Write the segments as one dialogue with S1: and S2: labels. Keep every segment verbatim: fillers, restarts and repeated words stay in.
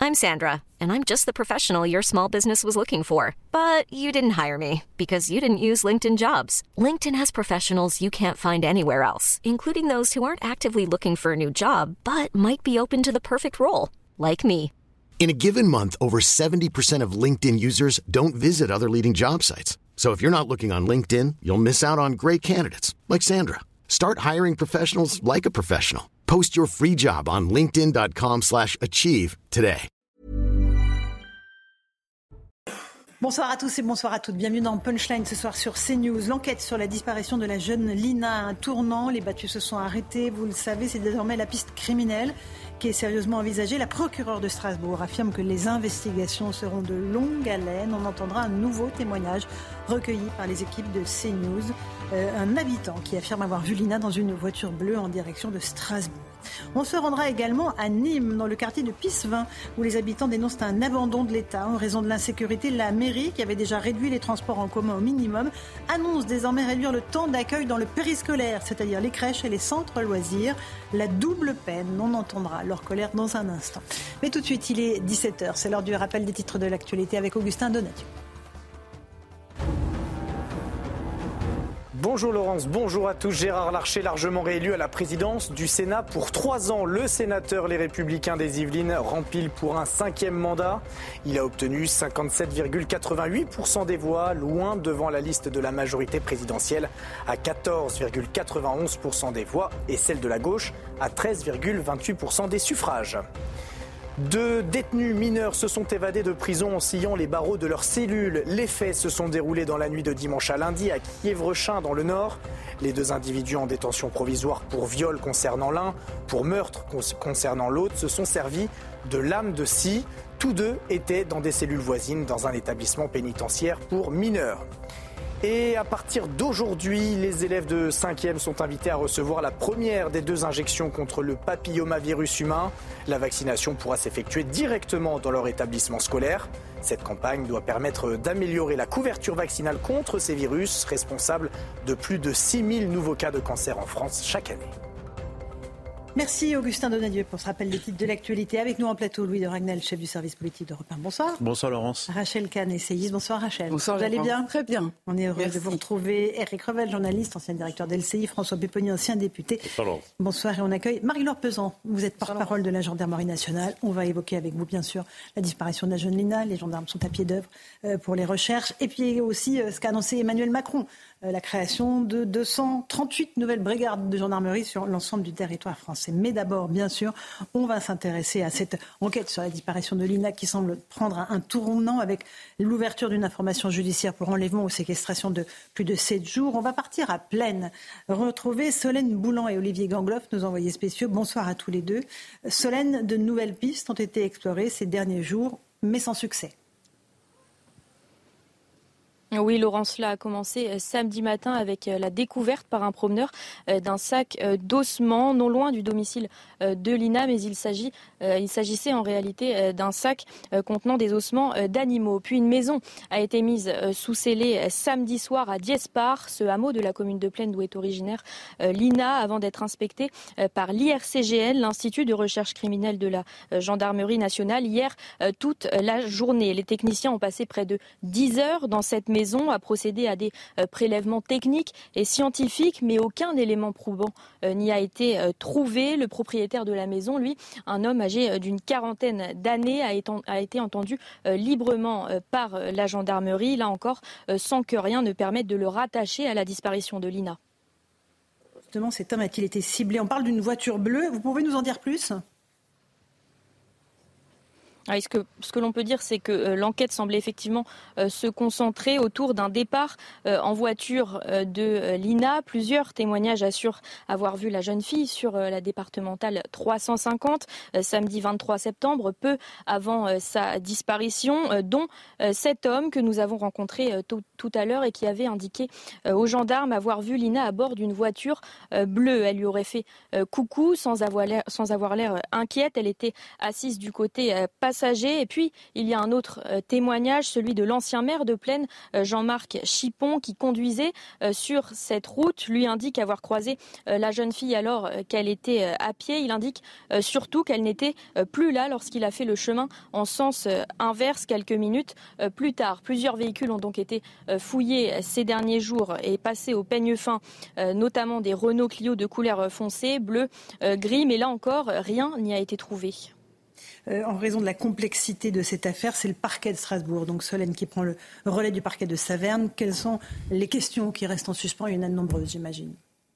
S1: I'm Sandra, and I'm just the professional your small business was looking for. But you didn't hire me because you didn't use LinkedIn Jobs. LinkedIn has professionals you can't find anywhere else, including those who aren't actively looking for a new job, but might be open to the perfect role, like me.
S2: In a given month, over seventy percent of LinkedIn users don't visit other leading job sites. So if you're not looking on LinkedIn, you'll miss out on great candidates like Sandra. Start hiring professionals like a professional. Post your free job on linkedin dot com slash achieve today.
S3: Bonsoir à tous et bonsoir à toutes. Bienvenue dans Punchline ce soir sur CNews. L'enquête sur la disparition de la jeune Lina a un tournant. Les battus se sont arrêtés. Vous le savez, c'est désormais la piste criminelle qui est sérieusement envisagée. La procureure de Strasbourg affirme que les investigations seront de longue haleine. On entendra un nouveau témoignage recueilli par les équipes de CNews. Euh, un habitant qui affirme avoir vu Lina dans une voiture bleue en direction de Strasbourg. On se rendra également à Nîmes, dans le quartier de Pissevin, où les habitants dénoncent un abandon de l'État en raison de l'insécurité. La mairie, qui avait déjà réduit les transports en commun au minimum, annonce désormais réduire le temps d'accueil dans le périscolaire, c'est-à-dire les crèches et les centres loisirs. La double peine, on entendra leur colère dans un instant. Mais tout de suite, il est dix-sept heures, c'est l'heure du rappel des titres de l'actualité avec Augustin Donadieu.
S4: Bonjour Laurence, bonjour à tous. Gérard Larcher, largement réélu à la présidence du Sénat pour trois ans. Le sénateur Les Républicains des Yvelines rempile pour un cinquième mandat. Il a obtenu cinquante-sept virgule quatre-vingt-huit pour cent des voix, loin devant la liste de la majorité présidentielle à quatorze virgule quatre-vingt-onze pour cent des voix et celle de la gauche à treize virgule vingt-huit pour cent des suffrages. Deux détenus mineurs se sont évadés de prison en sciant les barreaux de leur cellule. Les faits se sont déroulés dans la nuit de dimanche à lundi à Kievrechin dans le Nord. Les deux individus en détention provisoire pour viol concernant l'un, pour meurtre concernant l'autre, se sont servis de lames de scie. Tous deux étaient dans des cellules voisines dans un établissement pénitentiaire pour mineurs. Et à partir d'aujourd'hui, les élèves de cinquième sont invités à recevoir la première des deux injections contre le papillomavirus humain. La vaccination pourra s'effectuer directement dans leur établissement scolaire. Cette campagne doit permettre d'améliorer la couverture vaccinale contre ces virus, responsables de plus de six mille nouveaux cas de cancer en France chaque année.
S3: Merci Augustin Donadieu pour ce rappel des titres de l'actualité. Avec nous en plateau, Louis de Ragnel, chef du service politique d'Europe un. Bonsoir.
S5: Bonsoir Laurence.
S3: Rachel Kahn, essayiste. Bonsoir Rachel.
S6: Bonsoir.
S3: Vous allez bien ?
S6: Très bien.
S3: On est heureux
S6: Merci.
S3: de vous retrouver. Eric Revel, journaliste, ancien directeur d'L C I. François Pupponi, ancien député.
S5: Bonsoir.
S3: Bonsoir et on accueille Marie-Laure Pesant. Vous êtes porte-parole de la gendarmerie nationale. On va évoquer avec vous, bien sûr, la disparition de la jeune Lina. Les gendarmes sont à pied d'œuvre pour les recherches. Et puis aussi ce qu'a annoncé Emmanuel Macron, la création de deux cent trente-huit nouvelles brigades de gendarmerie sur l'ensemble du territoire français. Mais d'abord, bien sûr, on va s'intéresser à cette enquête sur la disparition de Lina qui semble prendre un tournant avec l'ouverture d'une information judiciaire pour enlèvement ou séquestration de plus de sept jours. On va partir à Plaine, retrouver Solène Boulan et Olivier Gangloff, nos envoyés spéciaux. Bonsoir à tous les deux. Solène, de nouvelles pistes ont été explorées ces derniers jours, mais sans succès.
S7: Oui, Laurence, cela a commencé samedi matin avec la découverte par un promeneur d'un sac d'ossements non loin du domicile de Lina, mais il s'agit, il s'agissait en réalité d'un sac contenant des ossements d'animaux. Puis une maison a été mise sous scellé samedi soir à Diespar, ce hameau de la commune de Plaine d'où est originaire Lina, avant d'être inspectée par l'I R C G N, l'Institut de recherche criminelle de la gendarmerie nationale, hier toute la journée. Les techniciens ont passé près de dix heures dans cette maison. Maison a procédé à des prélèvements techniques et scientifiques, mais aucun élément prouvant n'y a été trouvé. Le propriétaire de la maison, lui, un homme âgé d'une quarantaine d'années, a été entendu librement par la gendarmerie, là encore, sans que rien ne permette de le rattacher à la disparition de Lina.
S3: Justement, cet homme a-t-il été ciblé ? On parle d'une voiture bleue. Vous pouvez nous en dire plus ?
S7: Oui, ce que, ce que l'on peut dire, c'est que euh, l'enquête semblait effectivement euh, se concentrer autour d'un départ euh, en voiture euh, de euh, Lina. Plusieurs témoignages assurent avoir vu la jeune fille sur euh, la départementale trois cent cinquante, euh, samedi vingt-trois septembre, peu avant euh, sa disparition, euh, dont euh, cet homme que nous avons rencontré euh, tout, tout à l'heure et qui avait indiqué euh, aux gendarmes avoir vu Lina à bord d'une voiture euh, bleue. Elle lui aurait fait euh, coucou sans avoir l'air, sans avoir l'air euh, inquiète. Elle était assise du côté euh, passager. passagers. Et puis, il y a un autre euh, témoignage, celui de l'ancien maire de Plaine, euh, Jean-Marc Chipon, qui conduisait euh, sur cette route. Lui indique avoir croisé euh, la jeune fille alors euh, qu'elle était euh, à pied. Il indique euh, surtout qu'elle n'était euh, plus là lorsqu'il a fait le chemin en sens euh, inverse quelques minutes euh, plus tard. Plusieurs véhicules ont donc été euh, fouillés ces derniers jours et passés au peigne fin, euh, notamment des Renault Clio de couleur foncée, bleu, euh, gris. Mais là encore, rien n'y a été trouvé.
S3: Euh, en raison de la complexité de cette affaire, c'est le parquet de Strasbourg, donc Solène, qui prend le relais du parquet de Saverne. Quelles sont les questions qui restent en suspens? Il y en a de nombreuses, j'imagine.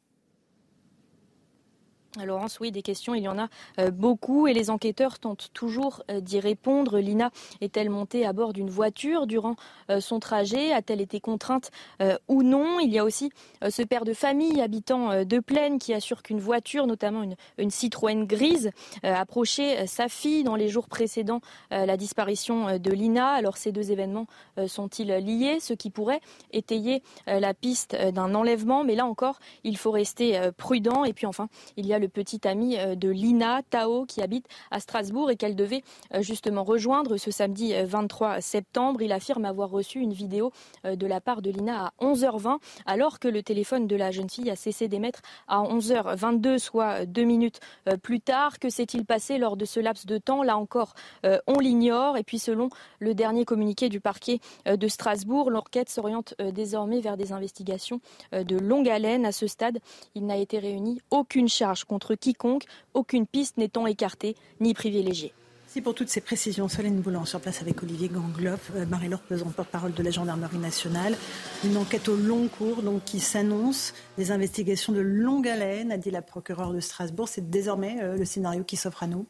S7: Laurence, oui, des questions, il y en a euh, beaucoup et les enquêteurs tentent toujours euh, d'y répondre. Lina est-elle montée à bord d'une voiture durant euh, son trajet? A-t-elle été contrainte euh, ou non? Il y a aussi euh, ce père de famille habitant euh, de Plaine qui assure qu'une voiture, notamment une, une Citroën grise, euh, approchait euh, sa fille dans les jours précédant euh, la disparition euh, de Lina. Alors ces deux événements euh, sont-ils liés? Ce qui pourrait étayer euh, la piste euh, d'un enlèvement. Mais là encore, il faut rester euh, prudent. Et puis enfin, il y a le petit ami de Lina, Tao, qui habite à Strasbourg et qu'elle devait justement rejoindre ce samedi vingt-trois septembre. Il affirme avoir reçu une vidéo de la part de Lina à onze heures vingt, alors que le téléphone de la jeune fille a cessé d'émettre à onze heures vingt-deux, soit deux minutes plus tard. Que s'est-il passé lors de ce laps de temps? Là encore, on l'ignore. Et puis selon le dernier communiqué du parquet de Strasbourg, l'enquête s'oriente désormais vers des investigations de longue haleine. À ce stade, il n'a été réuni aucune charge contre quiconque, aucune piste n'étant écartée ni privilégiée.
S3: Merci pour toutes ces précisions. Solène Boulan sur place avec Olivier Gangloff, euh, Marie-Laure Peson, porte-parole de la Gendarmerie nationale. Une enquête au long cours donc, qui s'annonce, des investigations de longue haleine, a dit la procureure de Strasbourg. C'est désormais euh, le scénario qui s'offre à nous.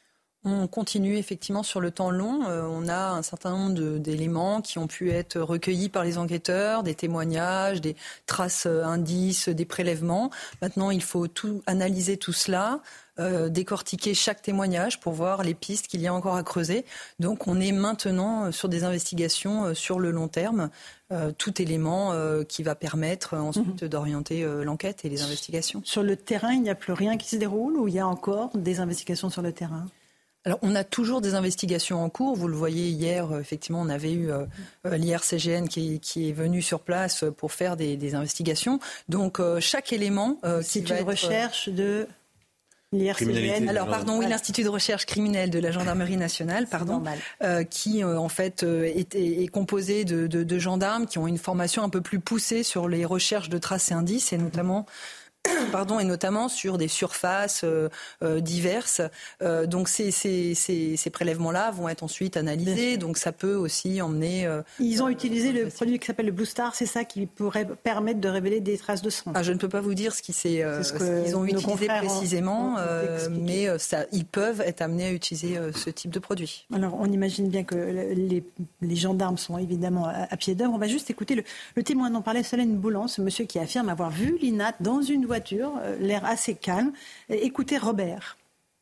S5: On continue effectivement sur le temps long. Euh, on a un certain nombre de, d'éléments qui ont pu être recueillis par les enquêteurs, des témoignages, des traces euh, indices, des prélèvements. Maintenant, il faut tout analyser tout cela, euh, décortiquer chaque témoignage pour voir les pistes qu'il y a encore à creuser. Donc, on est maintenant sur des investigations euh, sur le long terme. Euh, tout élément euh, qui va permettre euh, ensuite mmh. d'orienter euh, l'enquête et les investigations.
S3: Sur le terrain, il n'y a plus rien qui se déroule ou il y a encore des investigations sur le terrain ?
S5: Alors, on a toujours des investigations en cours. Vous le voyez hier, effectivement, on avait eu euh, l'I R C G N qui, qui est venu sur place pour faire des, des investigations. Donc, euh, chaque élément... Euh,
S3: C'est
S5: qui
S3: une
S5: va être,
S3: recherche de l'I R C G N.
S5: Alors, pardon, oui, l'Institut de recherche criminelle de la Gendarmerie nationale, pardon, euh, qui, euh, en fait, euh, est, est composé de, de, de gendarmes qui ont une formation un peu plus poussée sur les recherches de traces et indices, et notamment... Pardon, et notamment sur des surfaces euh, euh, diverses. Euh, donc ces, ces, ces, ces prélèvements-là vont être ensuite analysés. Donc ça peut aussi emmener... Euh,
S3: Ils ont utilisé le produit qui s'appelle le Blue Star, c'est ça qui pourrait permettre de révéler des traces de sang.
S5: Ah, je ne peux pas vous dire ce, qui c'est, euh, ce, ce qu'ils ont utilisé précisément, euh, mais euh, ça, ils peuvent être amenés à utiliser euh, ce type de produit.
S3: Alors on imagine bien que les, les gendarmes sont évidemment à, à pied d'œuvre. On va juste écouter le, le témoin dont parlait Solène Boulan, ce monsieur qui affirme avoir vu Lina dans une voiture, l'air assez calme. Écoutez Robert.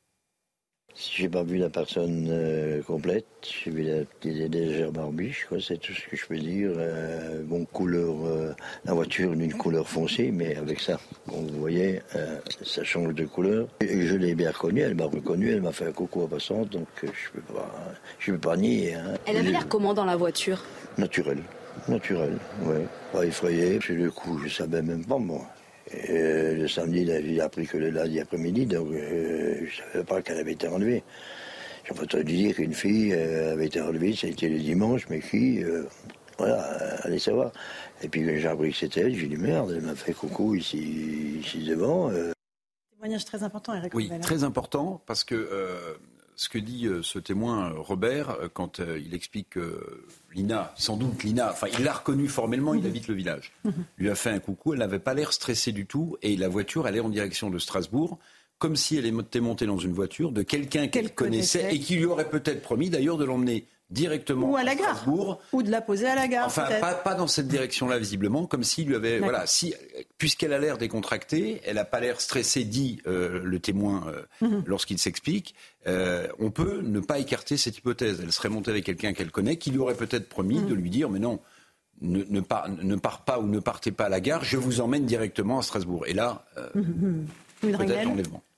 S6: J'ai pas vu la personne euh, complète, j'ai vu la petite légère barbiche, quoi, c'est tout ce que je peux dire. Euh, bon, couleur, euh, la voiture d'une couleur foncée, mais avec ça, comme vous voyez, euh, ça change de couleur. Et je l'ai bien reconnue, elle m'a reconnu, elle m'a fait un coucou en passant, donc euh, je peux pas, je peux pas nier. Hein.
S8: Elle avait l'air comment dans la voiture?
S6: Naturel, naturel, ouais, pas effrayé. C'est le coup, je savais même pas moi. Et le samedi, il a appris que le lundi après-midi, donc euh, je ne savais pas qu'elle avait été enlevée. J'ai entendu dire qu'une fille euh, avait été enlevée, ça a été le dimanche, mais qui, euh, voilà, allez savoir. Et puis quand j'ai appris que c'était elle, j'ai dit merde, elle m'a fait coucou ici, ici devant. Euh.
S3: Témoignage très important, Eric.
S9: Oui,
S3: Revel.
S9: très important, parce que euh, ce que dit euh, ce témoin euh, Robert, euh, quand euh, il explique que euh, Lina, sans doute Lina, enfin il l'a reconnue formellement, il habite le village, lui a fait un coucou, elle n'avait pas l'air stressée du tout, et la voiture allait en direction de Strasbourg, comme si elle était montée dans une voiture de quelqu'un qu'elle connaissait, connaissait et qui lui aurait peut-être promis d'ailleurs de l'emmener directement
S3: ou à la gare,
S9: Strasbourg,
S3: ou de la poser à la gare.
S9: Enfin, pas, pas dans cette direction-là visiblement, comme s'il lui avait, voilà, si, puisqu'elle a l'air décontractée, elle n'a pas l'air stressée, dit euh, le témoin euh, mm-hmm. lorsqu'il s'explique. Euh, on peut ne pas écarter cette hypothèse. Elle serait montée avec quelqu'un qu'elle connaît, qui lui aurait peut-être promis mm-hmm. de lui dire, mais non, ne, ne, par, ne part pas ou ne partez pas à la gare, je vous emmène directement à Strasbourg. Et là, euh,
S3: mm-hmm.
S9: peut-être l'enlèvement.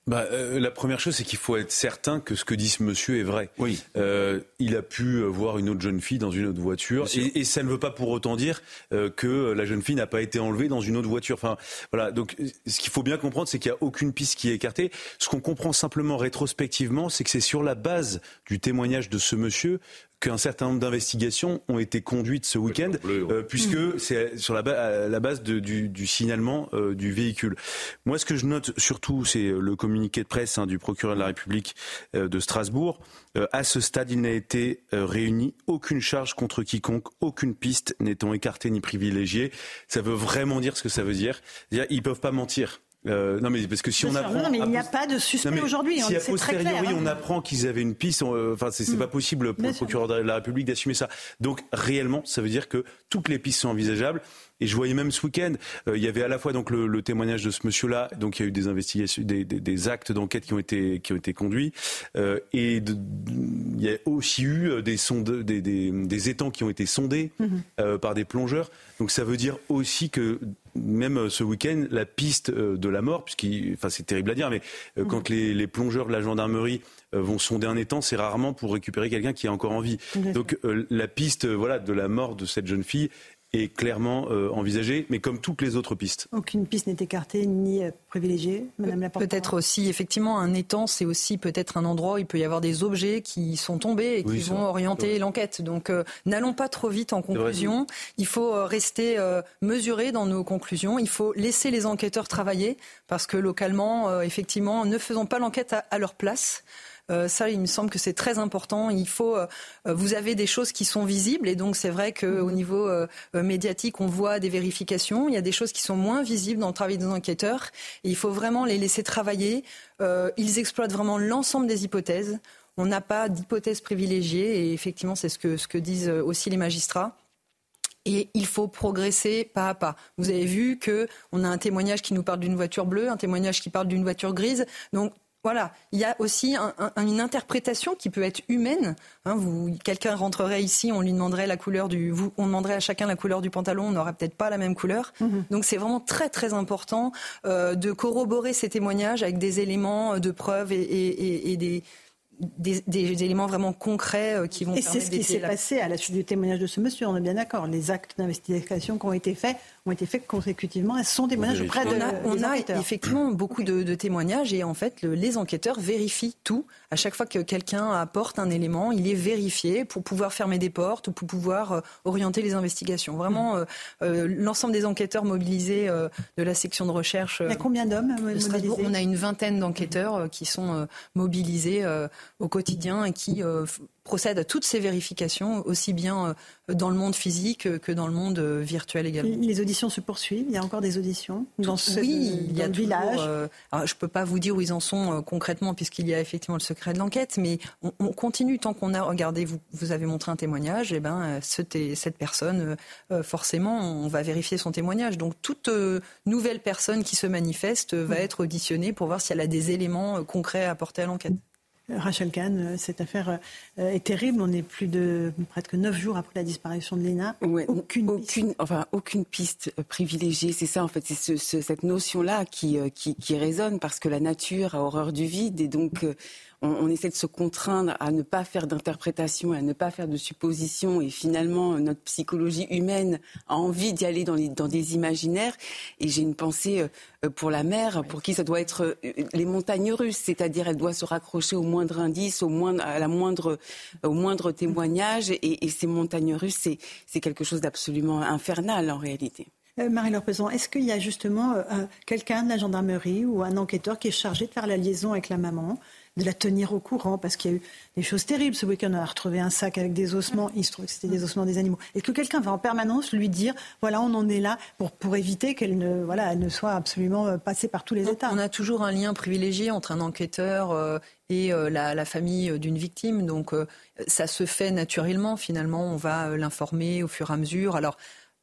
S10: Bah, euh, la première chose, c'est qu'il faut être certain que ce que dit ce monsieur est vrai.
S9: Oui.
S10: Euh, il a pu voir une autre jeune fille dans une autre voiture, et, et ça ne veut pas pour autant dire euh, que la jeune fille n'a pas été enlevée dans une autre voiture. Enfin, voilà. Donc, ce qu'il faut bien comprendre, c'est qu'il n'y a aucune piste qui est écartée. Ce qu'on comprend simplement rétrospectivement, c'est que c'est sur la base du témoignage de ce monsieur qu'un certain nombre d'investigations ont été conduites ce week-end, euh, puisque mmh. c'est sur la, ba- la base de, du, du signalement euh, du véhicule. Moi, ce que je note surtout, c'est le communiqué de presse hein, du procureur de la République euh, de Strasbourg. Euh, à ce stade, il n'a été euh, réuni aucune charge contre quiconque, aucune piste n'étant écartée ni privilégiée. Ça veut vraiment dire ce que ça veut dire. C'est-à-dire, ils ne peuvent pas mentir. Euh, non mais parce que si
S3: Bien
S10: on
S3: sûr,
S10: apprend,
S3: non, mais il n'y a pas de suspect aujourd'hui.
S10: Si a
S3: c'est très clair.
S10: posteriori
S3: hein.
S10: on apprend qu'ils avaient une piste, on, enfin c'est, c'est mmh. pas possible pour Bien le procureur sûr. de la République d'assumer ça. Donc réellement, ça veut dire que toutes les pistes sont envisageables. Et je voyais même ce week-end, euh, il y avait à la fois donc le, le témoignage de ce monsieur-là, donc il y a eu des investigations, des, des, des actes d'enquête qui ont été qui ont été conduits, euh, et de, il y a aussi eu des sondes, des, des, des étangs qui ont été sondés mmh. euh, par des plongeurs. Donc ça veut dire aussi que même ce week-end, la piste de la mort, puisqu'il, enfin c'est terrible à dire, mais euh, mmh. quand les, les plongeurs de la gendarmerie euh, vont sonder un étang, c'est rarement pour récupérer quelqu'un qui est encore en vie. Mmh. Donc euh, la piste, euh, voilà, de la mort de cette jeune fille est clairement euh, envisagée, mais comme toutes les autres pistes.
S3: Aucune piste n'est écartée ni euh, privilégiée, Madame la porte-parole.
S5: Peut-être aussi, effectivement, un étang, c'est aussi peut-être un endroit où il peut y avoir des objets qui sont tombés et qui oui, vont vrai. orienter ouais. l'enquête. Donc, euh, n'allons pas trop vite en conclusion. Il faut euh, rester euh, mesuré dans nos conclusions. Il faut laisser les enquêteurs travailler, parce que localement, euh, effectivement, ne faisons pas l'enquête à, à leur place. Euh, ça, il me semble que c'est très important. Il faut, euh, vous avez des choses qui sont visibles et donc c'est vrai qu'au niveau euh, médiatique, on voit des vérifications. Il y a des choses qui sont moins visibles dans le travail des enquêteurs. Et il faut vraiment les laisser travailler. Euh, ils exploitent vraiment l'ensemble des hypothèses. On n'a pas d'hypothèse privilégiée et effectivement, c'est ce que, ce que disent aussi les magistrats. Et il faut progresser pas à pas. Vous avez vu qu'on a un témoignage qui nous parle d'une voiture bleue, un témoignage qui parle d'une voiture grise. Donc, voilà, il y a aussi un, un, une interprétation qui peut être humaine. Hein, vous, quelqu'un rentrerait ici, on lui demanderait la couleur du, vous, on demanderait à chacun la couleur du pantalon, on n'aurait peut-être pas la même couleur. Mmh. Donc c'est vraiment très très important euh, de corroborer ces témoignages avec des éléments de preuve et, et, et, et des Des, des éléments vraiment concrets euh, qui vont
S3: et
S5: permettre
S3: c'est ce qui s'est
S5: la...
S3: passé à la suite du témoignage de ce monsieur, on est bien d'accord. Les actes d'investigation qui ont été faits ont été faits consécutivement. Ce sont des témoignages auprès de
S5: On a, on a effectivement beaucoup
S3: okay.
S5: de, de témoignages et en fait le, les enquêteurs vérifient tout. À chaque fois que quelqu'un apporte un élément, il est vérifié pour pouvoir fermer des portes ou pour pouvoir euh, orienter les investigations. Vraiment, euh, euh, l'ensemble des enquêteurs mobilisés euh, de la section de recherche. Euh,
S3: Il y a combien d'hommes mobilisés ?
S5: On a une vingtaine d'enquêteurs euh, qui sont euh, mobilisés euh, au quotidien et qui euh, procèdent à toutes ces vérifications, aussi bien euh, dans le monde physique que dans le monde euh, virtuel également.
S3: Les auditions se poursuivent, il y a encore des auditions dans ce
S5: oui, il y a
S3: le
S5: toujours,
S3: village.
S5: Euh, alors, je ne peux pas vous dire où ils en sont euh, concrètement, puisqu'il y a effectivement le secret de l'enquête, mais on, on continue tant qu'on a, regardez, vous, vous avez montré un témoignage, et ben, euh, ce, cette personne, euh, forcément, on va vérifier son témoignage. Donc toute euh, nouvelle personne qui se manifeste euh, va être auditionnée pour voir si elle a des éléments euh, concrets à apporter à l'enquête.
S3: Rachel Kahn, cette affaire est terrible. On est plus de presque neuf jours après la disparition de Lina.
S11: Ouais,
S3: aucune,
S11: aucune,
S3: piste.
S11: enfin aucune piste privilégiée. C'est ça en fait, c'est ce, ce, cette notion-là qui, qui, qui résonne parce que la nature a horreur du vide et donc on, on essaie de se contraindre à ne pas faire d'interprétation, à ne pas faire de suppositions et finalement notre psychologie humaine a envie d'y aller dans, les, dans des imaginaires. Et j'ai une pensée pour la mère, pour qui ça doit être les montagnes russes, c'est-à-dire elle doit se raccrocher au moindre indice, au moindre, à la moindre, au moindre témoignage, et, et ces montagnes russes, c'est, c'est quelque chose d'absolument infernal en réalité.
S3: Euh, Marie-Laure Peson, est-ce qu'il y a justement euh, quelqu'un de la gendarmerie ou un enquêteur qui est chargé de faire la liaison avec la maman, de la tenir au courant, parce qu'il y a eu des choses terribles. Ce week-end, on a retrouvé un sac avec des ossements. Il se trouve que c'était des ossements des animaux. Est-ce que quelqu'un va en permanence lui dire, voilà, on en est là, pour, pour éviter qu'elle ne, voilà, elle ne soit absolument passée par tous les états?
S5: On a toujours un lien privilégié entre un enquêteur euh, et euh, la, la famille d'une victime. Donc, euh, ça se fait naturellement, finalement. On va euh, l'informer au fur et à mesure. Alors,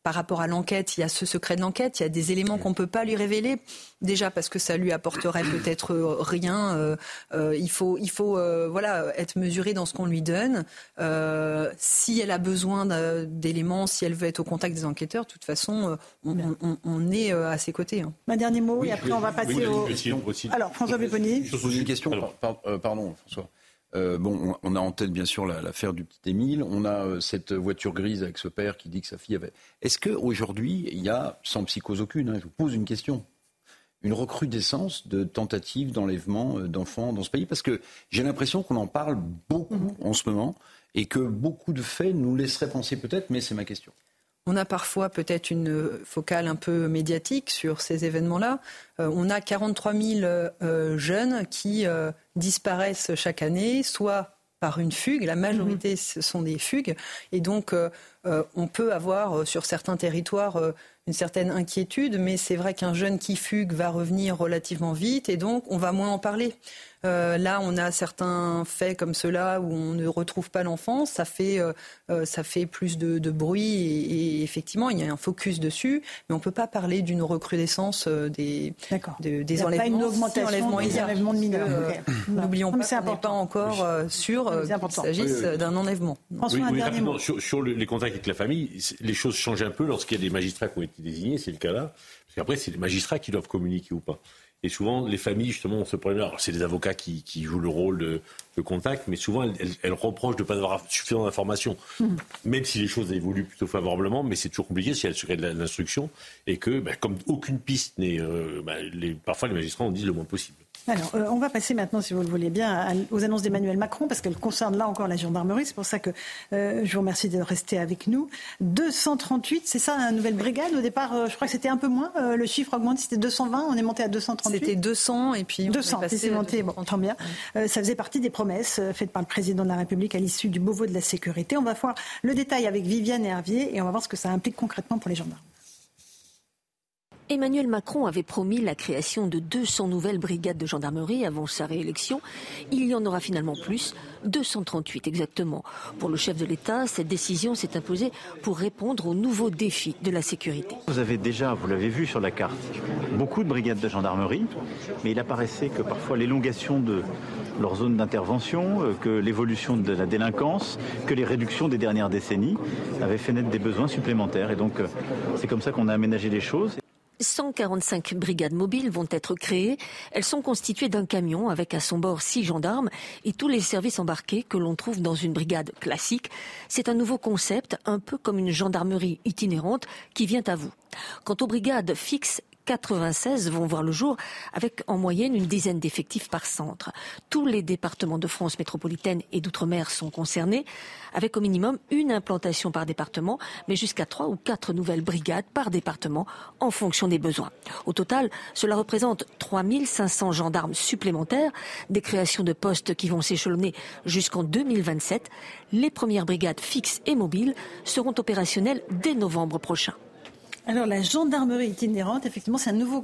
S5: par rapport à l'enquête, il y a ce secret de l'enquête, il y a des éléments qu'on ne peut pas lui révéler. Déjà parce que ça lui apporterait peut-être rien. Euh, euh, il faut, il faut euh, voilà, être mesuré dans ce qu'on lui donne. Euh, si elle a besoin d'éléments, si elle veut être au contact des enquêteurs, de toute façon, on, on, on est à ses côtés. Hein.
S3: Un dernier mot, oui, et après on va passer
S12: oui,
S3: au...
S12: Aussi.
S3: Alors, François Béponi.
S9: Je pose une question. Alors, par, euh, pardon, François. Euh, bon, on a en tête bien sûr la, l'affaire du petit Émile. On a euh, cette voiture grise avec ce père qui dit que sa fille avait. Est-ce qu'aujourd'hui, il y a, sans psychose aucune, hein, je vous pose une question, une recrudescence de tentatives d'enlèvement euh, d'enfants dans ce pays? Parce que j'ai l'impression qu'on en parle beaucoup mmh. en ce moment et que beaucoup de faits nous laisseraient penser peut-être, mais c'est ma question.
S5: On a parfois peut-être une focale un peu médiatique sur ces événements-là. Euh, on a quarante-trois mille euh, jeunes qui euh, disparaissent chaque année, soit par une fugue. La majorité, ce sont des fugues. Et donc, euh, euh, on peut avoir euh, sur certains territoires euh, une certaine inquiétude, mais c'est vrai qu'un jeune qui fugue va revenir relativement vite et donc on va moins en parler. Euh, là, on a certains faits comme ceux-là où on ne retrouve pas l'enfant. Ça fait, euh, ça fait plus de, de bruit et, et effectivement, il y a un focus dessus. Mais on ne peut pas parler d'une recrudescence des, de, des enlèvements.
S3: Il n'y a pas une augmentation
S5: si
S3: des enlèvements de mineurs.
S5: Euh,
S3: okay.
S5: N'oublions pas qu'on n'est pas encore euh, sûr euh, qu'il s'agisse oui, oui. d'un enlèvement.
S12: François, oui, oui, rapidement, sur, sur le, les contacts avec la famille, les choses changent un peu lorsqu'il y a des magistrats qui ont été désignés, c'est le cas là. Parce qu'après, c'est les magistrats qui doivent communiquer ou pas. Et souvent, les familles, justement, ont ce problème-là. Alors, c'est les avocats qui, qui jouent le rôle de, de contact, mais souvent, elles, elles, elles reprochent de ne pas avoir suffisamment d'informations. Mmh. Même si les choses évoluent plutôt favorablement, mais c'est toujours compliqué s'il y a le secret de l'instruction. Et que, bah, comme aucune piste n'est... Euh, bah, les, parfois, les magistrats en disent le moins possible.
S3: Alors, euh, on va passer maintenant, si vous le voulez bien, à, aux annonces d'Emmanuel Macron, parce qu'elles concernent là encore la gendarmerie. C'est pour ça que euh, je vous remercie de rester avec nous. deux cent trente-huit, c'est ça, une nouvelle brigade. Au départ, euh, je crois que c'était un peu moins. Euh, le chiffre a augmenté, c'était deux cent vingt. On est monté à deux cent trente-huit.
S5: C'était deux cents et puis on
S3: deux cents, est passé c'est monté, bon, tant bien. Euh, ça faisait partie des promesses euh, faites par le président de la République à l'issue du Beauvau de la sécurité. On va voir le détail avec Viviane Hervier et on va voir ce que ça implique concrètement pour les gendarmes.
S1: Emmanuel Macron avait promis la création de deux cents nouvelles brigades de gendarmerie avant sa réélection. Il y en aura finalement plus, deux cent trente-huit exactement. Pour le chef de l'État, cette décision s'est imposée pour répondre aux nouveaux défis de la sécurité.
S13: Vous avez déjà, vous l'avez vu sur la carte, beaucoup de brigades de gendarmerie, mais il apparaissait que parfois l'élongation de leur zone d'intervention, que l'évolution de la délinquance, que les réductions des dernières décennies avaient fait naître des besoins supplémentaires. Et donc, c'est comme ça qu'on a aménagé les choses.
S1: cent quarante-cinq brigades mobiles vont être créées. Elles sont constituées d'un camion avec à son bord six gendarmes et tous les services embarqués que l'on trouve dans une brigade classique. C'est un nouveau concept, un peu comme une gendarmerie itinérante qui vient à vous. Quant aux brigades fixes, quatre-vingt-seize vont voir le jour avec en moyenne une dizaine d'effectifs par centre. Tous les départements de France métropolitaine et d'outre-mer sont concernés, avec au minimum une implantation par département, mais jusqu'à trois ou quatre nouvelles brigades par département en fonction des besoins. Au total, cela représente trois mille cinq cents gendarmes supplémentaires, des créations de postes qui vont s'échelonner jusqu'en deux mille vingt-sept. Les premières brigades fixes et mobiles seront opérationnelles dès novembre prochain.
S3: Alors, la gendarmerie itinérante, effectivement, c'est un nouveau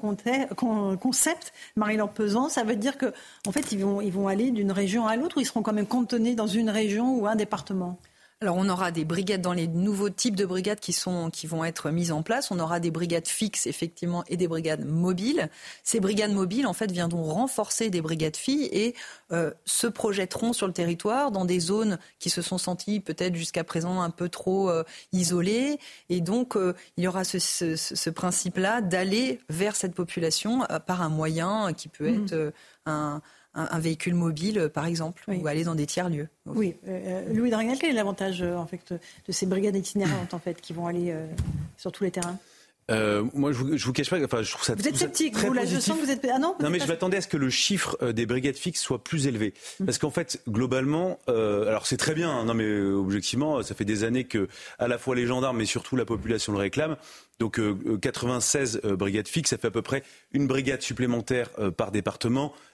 S3: concept. Marie-Laure Pesant, ça veut dire que, en fait, ils vont, ils vont aller d'une région à l'autre ou ils seront quand même cantonnés dans une région ou un département ?
S5: Alors, on aura des brigades dans les nouveaux types de brigades qui sont, qui vont être mises en place. On aura des brigades fixes, effectivement, et des brigades mobiles. Ces brigades mobiles, en fait, viendront renforcer des brigades filles et euh, se projetteront sur le territoire dans des zones qui se sont senties peut-être jusqu'à présent un peu trop euh, isolées. Et donc, euh, il y aura ce, ce, ce principe-là d'aller vers cette population euh, par un moyen qui peut être euh, un... un véhicule mobile, par exemple, oui. ou aller dans des tiers-lieux.
S3: Oui. Euh, Louis Dragnel, quel est l'avantage euh, en fait, de ces brigades itinérantes en fait, qui vont aller euh, sur tous les terrains ?
S10: Euh, moi, je vous, je vous cache pas. Enfin, je trouve ça.
S3: Vous êtes sceptique, vous là, je sens que vous êtes. Ah non.
S10: Non, mais
S3: pas...
S10: je m'attendais à ce que le chiffre euh, des brigades fixes soit plus élevé, mmh. parce qu'en fait, globalement, euh, alors c'est très bien. Hein, non, mais euh, objectivement, ça fait des années que à la fois les gendarmes, mais surtout la population le réclame. Donc euh, quatre-vingt-seize euh, brigades fixes, ça fait à peu près une brigade supplémentaire euh, par département.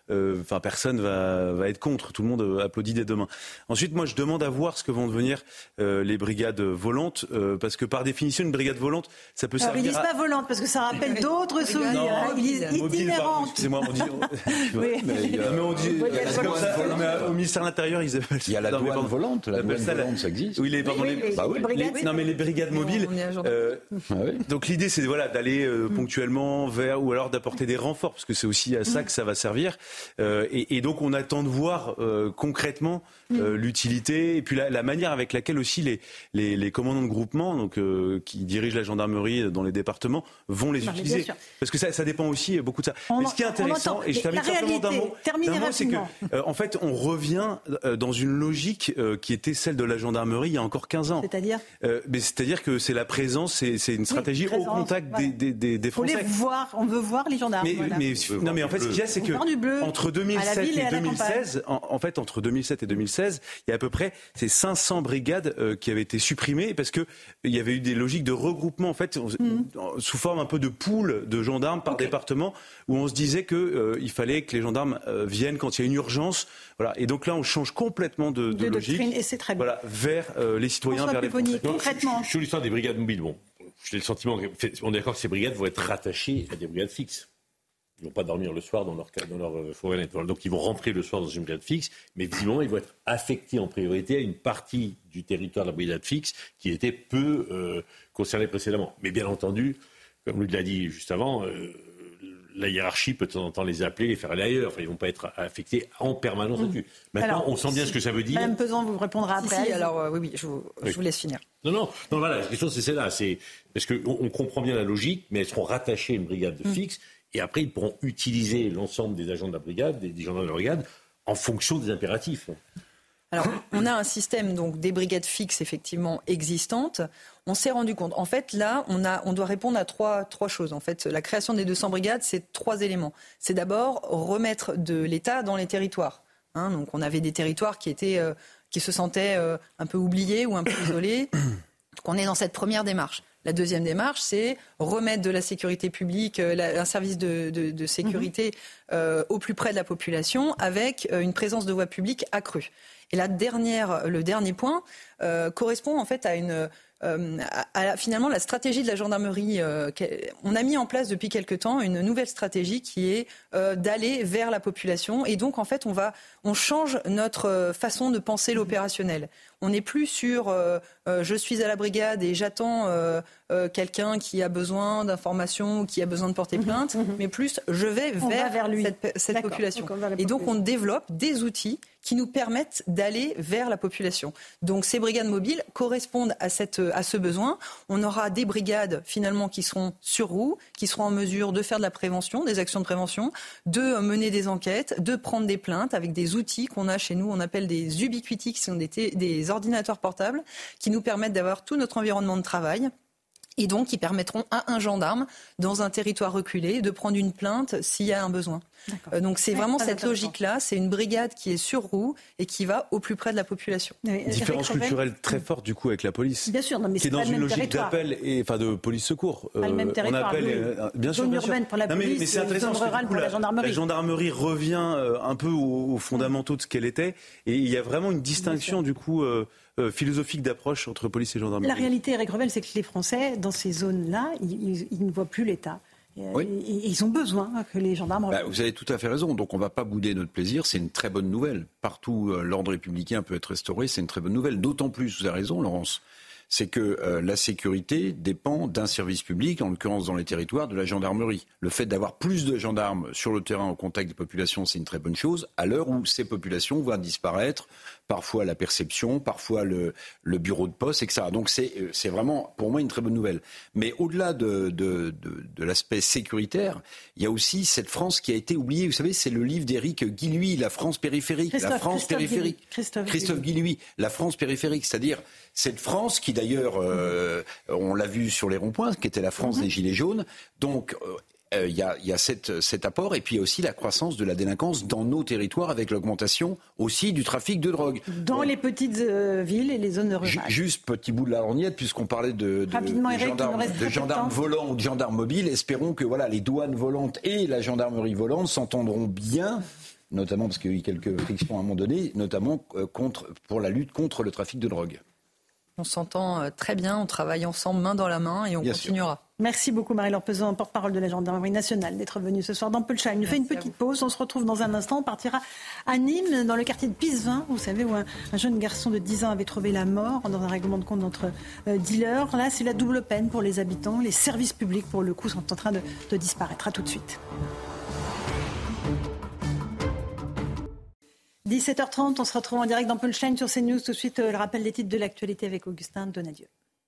S10: enfin, euh, personne va, va être contre. Tout le monde applaudit dès demain. Ensuite, moi, je demande à voir ce que vont devenir euh, les brigades volantes, euh, parce que par définition, une brigade volante, ça peut
S3: Alors,
S10: servir.
S3: Ils disent
S10: à...
S3: pas volante parce que ça rappelle d'autres souvenirs.
S10: Non,
S3: ils disent itinérante.
S10: Excusez-moi, on dit.
S3: Oui.
S10: Mais, euh, mais on dit.
S9: Ça,
S10: mais au ministère de l'Intérieur, ils appellent.
S9: Il y a la douane volante. La douane
S10: ça,
S9: volante, ça existe.
S10: Oui, les, pardon,
S3: oui,
S10: les,
S3: les,
S10: bah,
S3: les
S10: oui,
S3: brigades.
S10: les, non, mais les brigades mobiles. Euh, ah, oui. Donc l'idée, c'est voilà d'aller euh, ponctuellement vers, ou alors d'apporter des renforts, parce que c'est aussi à ça que ça va servir. Euh, et, et donc on attend de voir euh, concrètement euh, l'utilité et puis la, la manière avec laquelle aussi les, les, les commandants de groupement, donc euh, qui dirigent la gendarmerie dans les départements, vont les non, utiliser. Parce que ça, ça dépend aussi beaucoup de ça. On mais ce qui est intéressant, et je termine simplement d'un mot, d'un mot, c'est que euh, en fait on revient euh, dans une logique euh, qui était celle de la gendarmerie il y a encore quinze ans.
S3: C'est-à-dire
S10: euh, mais c'est-à-dire que c'est la présence, c'est, c'est une stratégie oui, au contact voilà. des, des, des, des Français.
S3: On les voir, on veut voir les gendarmes.
S10: Mais,
S3: voilà.
S10: mais, non, mais en fait, ce qu'il y a, c'est que entre deux mille sept et, et deux mille seize, en, en fait, entre deux mille sept et deux mille seize, il y a à peu près ces cinq cents brigades euh, qui avaient été supprimées parce que il y avait eu des logiques de regroupement, en fait, mm. sous forme un peu de pool de gendarmes par okay. département, où on se disait que euh, il fallait que les gendarmes euh, viennent quand il y a une urgence. Voilà. Et donc là, on change complètement de, de, de logique.
S3: Doctrine, et c'est très bien.
S10: Voilà, vers euh, les citoyens,
S3: François
S10: vers
S3: Pupponi,
S10: les Français.
S3: concrètement.
S12: Sur l'histoire des brigades mobiles, bon, j'ai le sentiment qu'on est d'accord que ces brigades vont être rattachées à des brigades fixes. Ils ne vont pas dormir le soir dans leur, dans leur forêt. Donc ils vont rentrer le soir dans une brigade fixe, mais visiblement ils vont être affectés en priorité à une partie du territoire de la brigade fixe qui était peu euh, concernée précédemment. Mais bien entendu, comme lui l'a dit juste avant, euh, la hiérarchie peut de temps en temps les appeler, les faire aller ailleurs. Enfin, ils ne vont pas être affectés en permanence là-dessus. Mmh. Maintenant, alors, on sent bien si, ce que ça veut dire.
S3: Mme Pesan vous répondra après.
S5: Si, si, alors euh, oui, oui, je vous, oui. je vous laisse finir.
S12: Non, non, non, voilà, la question c'est celle-là. C'est, parce qu'on on comprend bien la logique, mais elles seront rattachées à une brigade mmh. fixe. Et après, ils pourront utiliser l'ensemble des agents de la brigade, des, des gendarmes de la brigade, en fonction des impératifs.
S5: Alors, on a un système donc des brigades fixes effectivement existantes. On s'est rendu compte. En fait, là, on a, on doit répondre à trois, trois choses. En fait, la création des deux cents brigades, c'est trois éléments. C'est d'abord remettre de l'État dans les territoires. Hein, donc, on avait des territoires qui étaient, euh, qui se sentaient euh, un peu oubliés ou un peu isolés. Donc, on est dans cette première démarche. La deuxième démarche, c'est remettre de la sécurité publique, la, un service de, de, de sécurité euh, au plus près de la population, avec euh, une présence de voie publique accrue. Et la dernière, le dernier point euh, correspond en fait à une, euh, à, à, finalement la stratégie de la gendarmerie. Euh, on a mis en place depuis quelque temps une nouvelle stratégie qui est euh, d'aller vers la population. Et donc en fait, on va, on change notre façon de penser l'opérationnel. On n'est plus sur euh, euh, je suis à la brigade et j'attends euh, euh, quelqu'un qui a besoin d'informations ou qui a besoin de porter plainte, mmh. mais plus je vais vers, vers lui. cette, cette population. Donc et donc on développe des outils qui nous permettent d'aller vers la population. Donc ces brigades mobiles correspondent à, cette, à ce besoin. On aura des brigades finalement qui seront sur roue, qui seront en mesure de faire de la prévention, des actions de prévention, de mener des enquêtes, de prendre des plaintes avec des outils qu'on a chez nous, on appelle des ubiquiti, qui sont des, des ordinateurs portables, qui nous permettent d'avoir tout notre environnement de travail. Et donc, qui permettront à un gendarme, dans un territoire reculé, de prendre une plainte s'il y a un besoin. Euh, donc, c'est ouais, vraiment cette logique-là. C'est une brigade qui est sur roue et qui va au plus près de la population.
S10: Oui, différence culturelle très forte, du coup, avec la police.
S3: Bien sûr, non, mais
S10: qui est dans une logique territoire. d'appel, et, enfin, de police-secours.
S3: Pas euh, le même territoire.
S10: On appelle,
S3: oui.
S10: euh, bien sûr,
S3: zone
S10: bien
S3: urbaine
S10: sûr.
S3: pour la police,
S10: non, mais, mais c'est intéressant
S3: zone rurale pour la, la gendarmerie.
S10: La gendarmerie revient euh, un peu aux, aux fondamentaux de ce qu'elle était. Et il y a vraiment une distinction, du coup... Euh, Euh, philosophique d'approche entre police et gendarmerie.
S3: La réalité, Eric Revel, c'est que les Français, dans ces zones-là, ils, ils, ils ne voient plus l'État.
S9: Oui.
S3: Et, et ils ont besoin que les gendarmes...
S9: Bah, vous avez tout à fait raison. Donc on ne va pas bouder notre plaisir. C'est une très bonne nouvelle. Partout, euh, l'ordre républicain peut être restauré. C'est une très bonne nouvelle. D'autant plus, vous avez raison, Laurence, c'est que euh, la sécurité dépend d'un service public, en l'occurrence dans les territoires, de la gendarmerie. Le fait d'avoir plus de gendarmes sur le terrain au contact des populations, c'est une très bonne chose, à l'heure où ces populations vont disparaître, parfois la perception, parfois le, le bureau de poste, et cetera. Donc c'est, c'est vraiment, pour moi, une très bonne nouvelle. Mais au-delà de, de, de, de l'aspect sécuritaire, il y a aussi cette France qui a été oubliée. Vous savez, c'est le livre d'Éric Guilhuy, La France périphérique.
S3: Christophe,
S9: la France
S3: Christophe
S9: périphérique.
S3: Guilhuy. Christophe,
S9: Christophe Guilhuy, La France périphérique, c'est-à-dire cette France qui d'ailleurs, euh, on l'a vu sur les ronds-points, qui était la France mm-hmm. des Gilets jaunes. Donc, il euh, y a, y a cette, cet apport, et puis il y a aussi la croissance de la délinquance dans nos territoires, avec l'augmentation aussi du trafic de drogue.
S3: Dans donc, les petites euh, villes et les zones rurales. Ju-
S9: juste petit bout de la lorgnette, puisqu'on parlait de, de, de
S3: Eric,
S9: gendarmes, de gendarmes volants ou de gendarmes mobiles. Espérons que voilà, les douanes volantes et la gendarmerie volante s'entendront bien notamment parce qu'il y a eu quelques frictions à un moment donné, notamment euh, contre, pour la lutte contre le trafic de drogue.
S5: On s'entend très bien, on travaille ensemble main dans la main et on Bien continuera.
S3: Sûr. Merci beaucoup Marie-Laure Peson, porte-parole de la Gendarmerie nationale, d'être venue ce soir dans Punchline. On fait une petite pause, on se retrouve dans un instant. On partira à Nîmes, dans le quartier de Pisevin, vous savez, où un, un jeune garçon de dix ans avait trouvé la mort dans un règlement de compte entre euh, dealers. Là, c'est la double peine pour les habitants. Les services publics, pour le coup, sont en train de, de disparaître. À tout de suite. dix-sept heures trente, on se retrouve en direct dans Punchline sur CNews. Tout de suite, le rappel des titres de l'actualité avec Augustin Donadieu.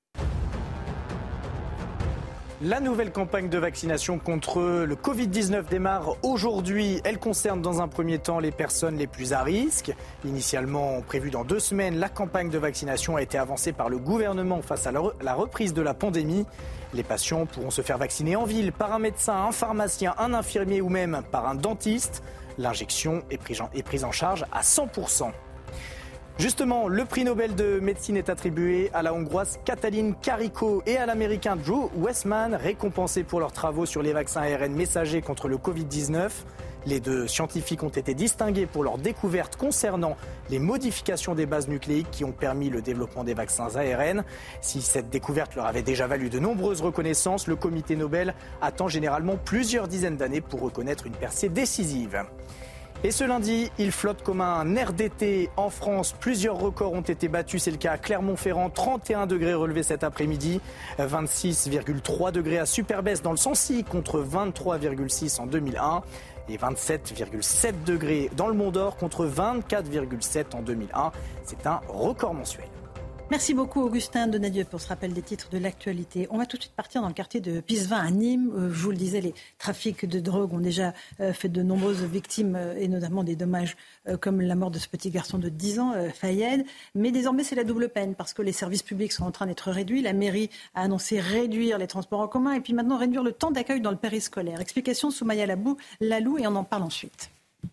S4: La nouvelle campagne de vaccination contre le covid dix-neuf démarre aujourd'hui. Elle concerne dans un premier temps les personnes les plus à risque. Initialement prévue dans deux semaines, la campagne de vaccination a été avancée par le gouvernement face à la reprise de la pandémie. Les patients pourront se faire vacciner en ville par un médecin, un pharmacien, un infirmier ou même par un dentiste. L'injection est prise en charge à cent pour cent. Justement, le prix Nobel de médecine est attribué à la Hongroise Katalin Karikó et à l'Américain Drew Weissman, récompensés pour leurs travaux sur les vaccins A R N messagers contre le covid dix-neuf. Les deux scientifiques ont été distingués pour leurs découvertes concernant les modifications des bases nucléiques qui ont permis le développement des vaccins A R N. Si cette découverte leur avait déjà valu de nombreuses reconnaissances, le comité Nobel attend généralement plusieurs dizaines d'années pour reconnaître une percée décisive. Et ce lundi, il flotte comme un air d'été en France. Plusieurs records ont été battus. C'est le cas à Clermont-Ferrand, trente et un degrés relevés cet après-midi, vingt-six virgule trois degrés à Superbès dans le Sancy contre vingt-trois virgule six en deux mille un et vingt-sept virgule sept degrés dans le Mont-d'Or contre vingt-quatre virgule sept en deux mille un. C'est un record mensuel.
S3: Merci beaucoup Augustin Donadieu pour ce rappel des titres de l'actualité. On va tout de suite partir dans le quartier de Pisevin à Nîmes. Je vous le disais, les trafics de drogue ont déjà fait de nombreuses victimes et notamment des dommages comme la mort de ce petit garçon de dix ans, Fayed. Mais désormais, c'est la double peine parce que les services publics sont en train d'être réduits. La mairie a annoncé réduire les transports en commun et puis maintenant réduire le temps d'accueil dans le périscolaire. Explication Soumaya Lalou et on en parle ensuite.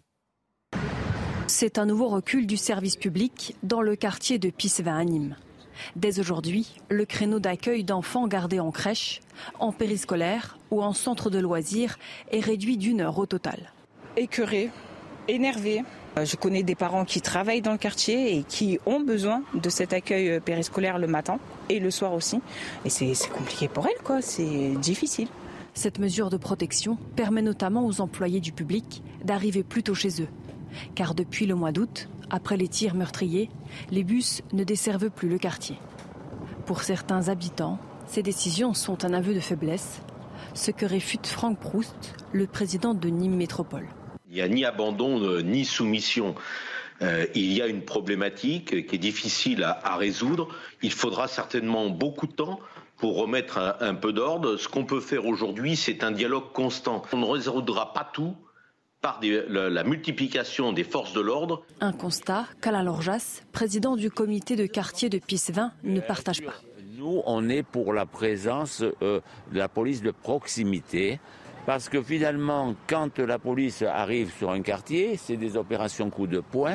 S14: C'est un nouveau recul du service public dans le quartier de Pisevin à Nîmes. Dès aujourd'hui, le créneau d'accueil d'enfants gardés en crèche, en périscolaire ou en centre de loisirs est réduit d'une heure au total.
S15: Écœuré, énervé. Je connais des parents qui travaillent dans le quartier et qui ont besoin de cet accueil périscolaire le matin et le soir aussi. Et c'est, c'est compliqué pour elles, quoi. C'est difficile.
S14: Cette mesure de protection permet notamment aux employés du public d'arriver plus tôt chez eux. Car depuis le mois d'août, après les tirs meurtriers, les bus ne desservent plus le quartier. Pour certains habitants, ces décisions sont un aveu de faiblesse, ce que réfute Franck Proust, le président de Nîmes Métropole.
S16: Il n'y a ni abandon ni soumission. Euh, il y a une problématique qui est difficile à, à résoudre. Il faudra certainement beaucoup de temps pour remettre un, un peu d'ordre. Ce qu'on peut faire aujourd'hui, c'est un dialogue constant. On ne résoudra pas tout par des, la, la multiplication des forces de l'ordre.
S14: Un constat qu'Alain Lorjas, président du comité de quartier de Pisevin, ne partage pas.
S17: Nous, on est pour la présence euh, de la police de proximité, parce que finalement, quand la police arrive sur un quartier, c'est des opérations coup de poing,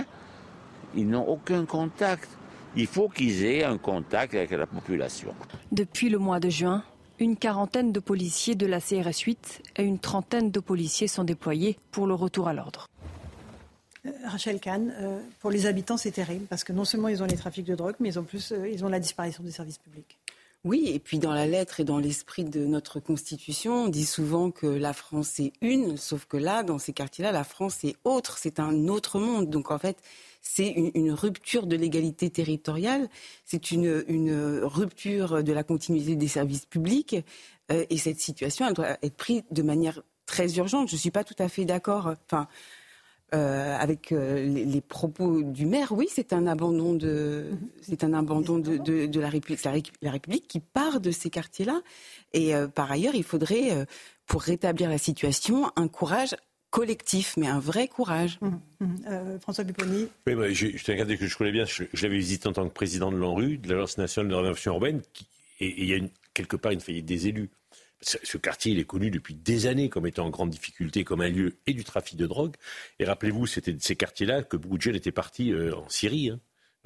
S17: ils n'ont aucun contact. Il faut qu'ils aient un contact avec la population.
S14: Depuis le mois de juin, une quarantaine de policiers de la C R S huit et une trentaine de policiers sont déployés pour le retour à l'ordre.
S3: Euh, Rachel Kahn, euh, pour les habitants, c'est terrible parce que non seulement ils ont les trafics de drogue, mais ils ont, plus, euh, ils ont la disparition des services publics.
S11: Oui, et puis dans la lettre et dans l'esprit de notre Constitution, on dit souvent que la France est une, sauf que là, dans ces quartiers-là, la France est autre, c'est un autre monde. Donc en fait, c'est une, une rupture de l'égalité territoriale, c'est une, une rupture de la continuité des services publics, euh, et cette situation, elle doit être prise de manière très urgente. Je ne suis pas tout à fait d'accord, enfin, euh, avec euh, les, les propos du maire. Oui, c'est un abandon de, c'est un abandon de, de, de la République, la, la République qui part de ces quartiers-là. Et euh, par ailleurs, il faudrait, euh, pour rétablir la situation, un courage collectif, mais un vrai courage.
S3: Mmh, mmh. Euh, François Pupponi.
S12: Oui, bah, je, je t'ai regardé que je connais bien. Je, je l'avais visité en tant que président de l'ANRU, de l'Agence nationale de rénovation urbaine, qui, et il y a une, quelque part une faillite des élus. Ce, ce quartier, il est connu depuis des années comme étant en grande difficulté, comme un lieu et du trafic de drogue. Et rappelez-vous, c'était de ces quartiers-là que beaucoup de jeunes étaient partis euh, en Syrie. Hein.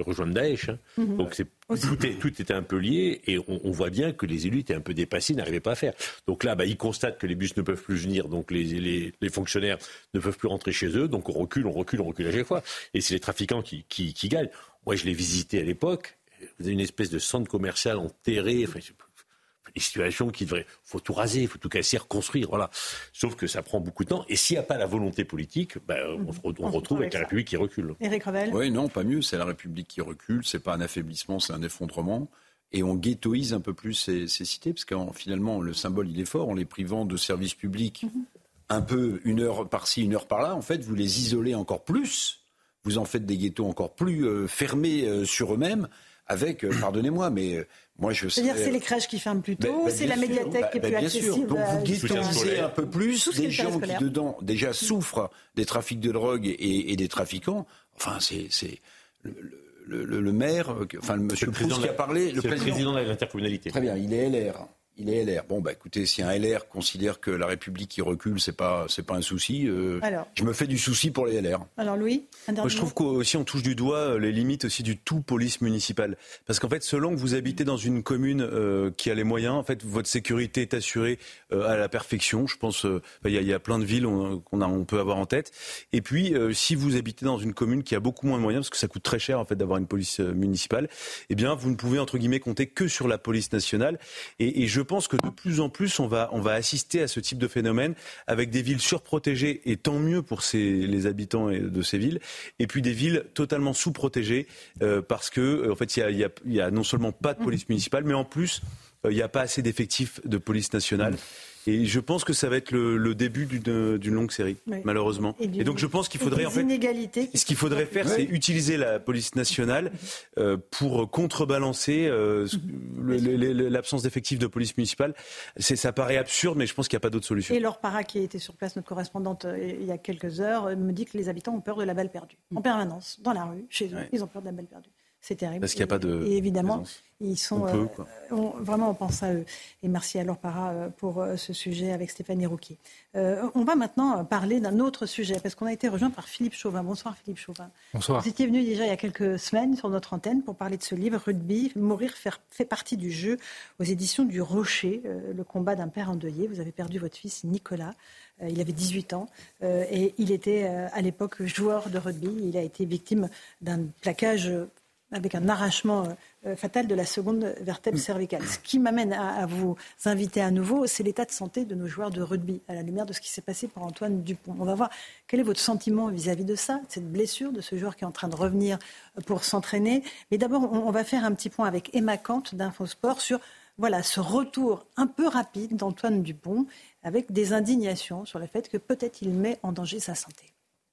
S12: rejoindre Daesh. Hein. Mmh. Donc c'est, tout, est, tout était un peu lié et on, on voit bien que les élus étaient un peu dépassés, n'arrivaient pas à faire. Donc là, bah, ils constatent que les bus ne peuvent plus venir, donc les, les, les fonctionnaires ne peuvent plus rentrer chez eux, donc on recule, on recule, on recule à chaque fois. Et c'est les trafiquants qui, qui, qui gagnent. Moi, je l'ai visité à l'époque. Vous avez une espèce de centre commercial enterré. Enfin, des situations qui devraient... Il faut tout raser, il faut tout casser, reconstruire, voilà. Sauf que ça prend beaucoup de temps. Et s'il n'y a pas la volonté politique, ben, on, on, on retrouve avec, avec la République qui recule.
S3: Éric Revel.
S9: Oui, non, pas mieux. C'est la République qui recule. C'est pas un affaiblissement, c'est un effondrement. Et on ghettoise un peu plus ces, ces cités, parce que finalement, le symbole, il est fort. En les privant de services publics, mm-hmm. un peu une heure par-ci, une heure par-là, en fait, vous les isolez encore plus. Vous en faites des ghettos encore plus euh, fermés euh, sur eux-mêmes. Avec, euh, pardonnez-moi, mais euh, moi je sais...
S3: C'est-à-dire c'est les crèches qui ferment plus tôt, bah, bah, c'est la médiathèque bah, qui est bah, plus accessible.
S9: Sûr. Donc vous ghettoisez un peu plus
S3: Tout
S9: des gens qui dedans déjà souffrent des trafics de drogue et, et des trafiquants. Enfin, c'est, c'est le, le, le, le maire, enfin le monsieur Pouce qui a parlé...
S12: Le, le président de l'intercommunalité.
S9: Très bien, il est L R. Il est L R. Bon, bah écoutez, si un L R considère que la République qui recule, c'est pas, c'est pas un souci, euh, Alors, je me fais du souci pour les L R.
S3: Alors Louis, un
S10: Moi, je trouve qu'aussi on touche du doigt les limites aussi du tout police municipale. Parce qu'en fait, selon que vous habitez dans une commune euh, qui a les moyens, en fait, votre sécurité est assurée euh, à la perfection. Je pense, il euh, y, y a plein de villes on, qu'on a, on peut avoir en tête. Et puis, euh, si vous habitez dans une commune qui a beaucoup moins de moyens, parce que ça coûte très cher en fait d'avoir une police euh, municipale, eh bien, vous ne pouvez entre guillemets compter que sur la police nationale. Et, et je Je pense que de plus en plus, on va, on va assister à ce type de phénomène avec des villes surprotégées, et tant mieux pour ces, les habitants de ces villes, et puis des villes totalement sous-protégées, euh, parce que en fait, il y a, il y a, il y a non seulement pas de police municipale, mais en plus, euh, il n'y a pas assez d'effectifs de police nationale. Et je pense que ça va être le, le début d'une, d'une longue série, oui. malheureusement. Et, du, et donc je pense qu'il faudrait, en fait, ce qu'il faudrait faire, oui. c'est utiliser la police nationale euh, pour contrebalancer euh, le, le, le, l'absence d'effectifs de police municipale. C'est, ça paraît absurde, mais je pense qu'il n'y a pas d'autre solution.
S3: Et Laure Parra, qui était sur place, notre correspondante, il y a quelques heures, me dit que les habitants ont peur de la balle perdue. En permanence, dans la rue, chez eux, ouais. ils ont peur de la balle perdue. C'est terrible.
S10: Parce qu'il n'y a pas de...
S3: Et évidemment, présence. Ils sont...
S10: On peut,
S3: euh, on, vraiment, on pense à eux. Et merci à Laure Parra pour euh, ce sujet avec Stéphanie Rouquier. Euh, on va maintenant parler d'un autre sujet, parce qu'on a été rejoint par Philippe Chauvin. Bonsoir Philippe Chauvin.
S18: Bonsoir.
S3: Vous étiez venu déjà il y a quelques semaines sur notre antenne pour parler de ce livre, Rugby, Mourir fait partie du jeu, aux éditions du Rocher, euh, le combat d'un père endeuillé. Vous avez perdu votre fils Nicolas. Euh, il avait dix-huit ans euh, et il était euh, à l'époque joueur de rugby. Il a été victime d'un plaquage... Euh, avec un arrachement euh, fatal de la seconde vertèbre cervicale. Ce qui m'amène à, à vous inviter à nouveau, c'est l'état de santé de nos joueurs de rugby, à la lumière de ce qui s'est passé pour Antoine Dupont. On va voir quel est votre sentiment vis-à-vis de ça, de cette blessure, de ce joueur qui est en train de revenir pour s'entraîner. Mais d'abord, on, on va faire un petit point avec Emma Kant d'Infosport sur voilà, ce retour un peu rapide d'Antoine Dupont, avec des indignations sur le fait que peut-être il met en danger sa santé.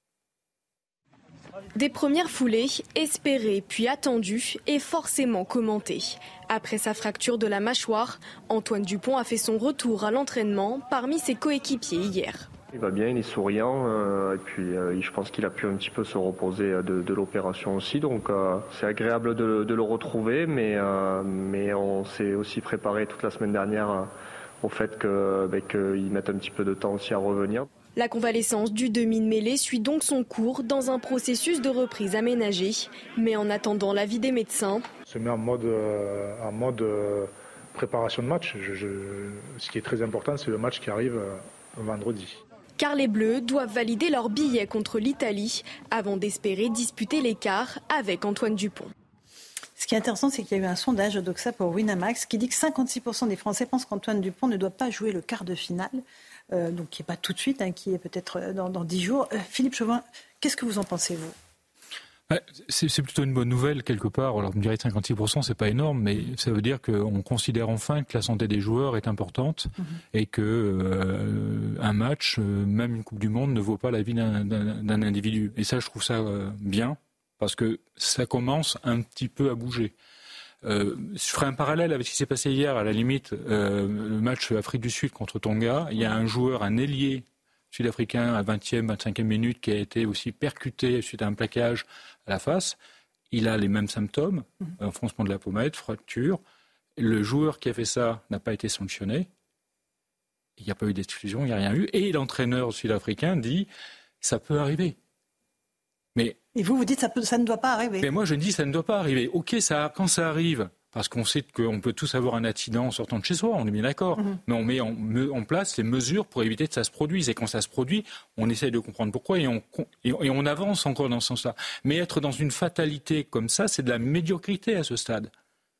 S19: Des premières foulées, espérées puis attendues et forcément commentées. Après sa fracture de la mâchoire, Antoine Dupont a fait son retour à l'entraînement parmi ses coéquipiers hier.
S20: Il va bien, il est souriant euh, et puis euh, je pense qu'il a pu un petit peu se reposer de, de l'opération aussi. Donc euh, c'est agréable de, de le retrouver, mais, euh, mais on s'est aussi préparé toute la semaine dernière euh, au fait que, bah, qu'il mette un petit peu de temps aussi à revenir.
S19: La convalescence du demi-mêlée suit donc son cours dans un processus de reprise aménagé. Mais en attendant l'avis des médecins...
S21: On se met en mode, euh, en mode euh, préparation de match. Je, je, ce qui est très important, c'est le match qui arrive euh, vendredi.
S19: Car les Bleus doivent valider leur billet contre l'Italie avant d'espérer disputer l'écart avec Antoine Dupont.
S3: Ce qui est intéressant, c'est qu'il y a eu un sondage d'Odoxa pour Winamax qui dit que cinquante-six pour cent des Français pensent qu'Antoine Dupont ne doit pas jouer le quart de finale. Euh, donc qui n'est pas tout de suite, hein, qui est peut-être dans, dans dix jours. Euh, Philippe Chauvin, qu'est-ce que vous en pensez, vous ?
S18: Ouais, c'est, c'est plutôt une bonne nouvelle, quelque part. Alors, on me dirait que cinquante-six pour cent, c'est pas énorme, mais ça veut dire qu'on considère enfin que la santé des joueurs est importante mmh. et que euh, un match, euh, même une Coupe du Monde, ne vaut pas la vie d'un, d'un, d'un individu. Et ça, je trouve ça euh, bien, parce que ça commence un petit peu à bouger. Euh, je ferai un parallèle avec ce qui s'est passé hier, à la limite, euh, le match Afrique du Sud contre Tonga. Il y a un joueur, un ailier sud-africain à vingtième, vingt-cinquième minute qui a été aussi percuté suite à un plaquage à la face. Il a les mêmes symptômes, mmh. enfoncement de la pommette, fracture. Le joueur qui a fait ça n'a pas été sanctionné. Il n'y a pas eu d'exclusion, il n'y a rien eu. Et l'entraîneur sud-africain dit « ça peut arriver ». Mais,
S3: et vous, vous dites que ça, ça ne doit pas arriver.
S18: Mais moi, je dis que ça ne doit pas arriver. OK, ça, quand ça arrive, parce qu'on sait qu'on peut tous avoir un accident en sortant de chez soi, on est bien d'accord. Mm-hmm. Mais on met en, en place les mesures pour éviter que ça se produise. Et quand ça se produit, on essaye de comprendre pourquoi et on, et, et on avance encore dans ce sens-là. Mais être dans une fatalité comme ça, c'est de la médiocrité à ce stade.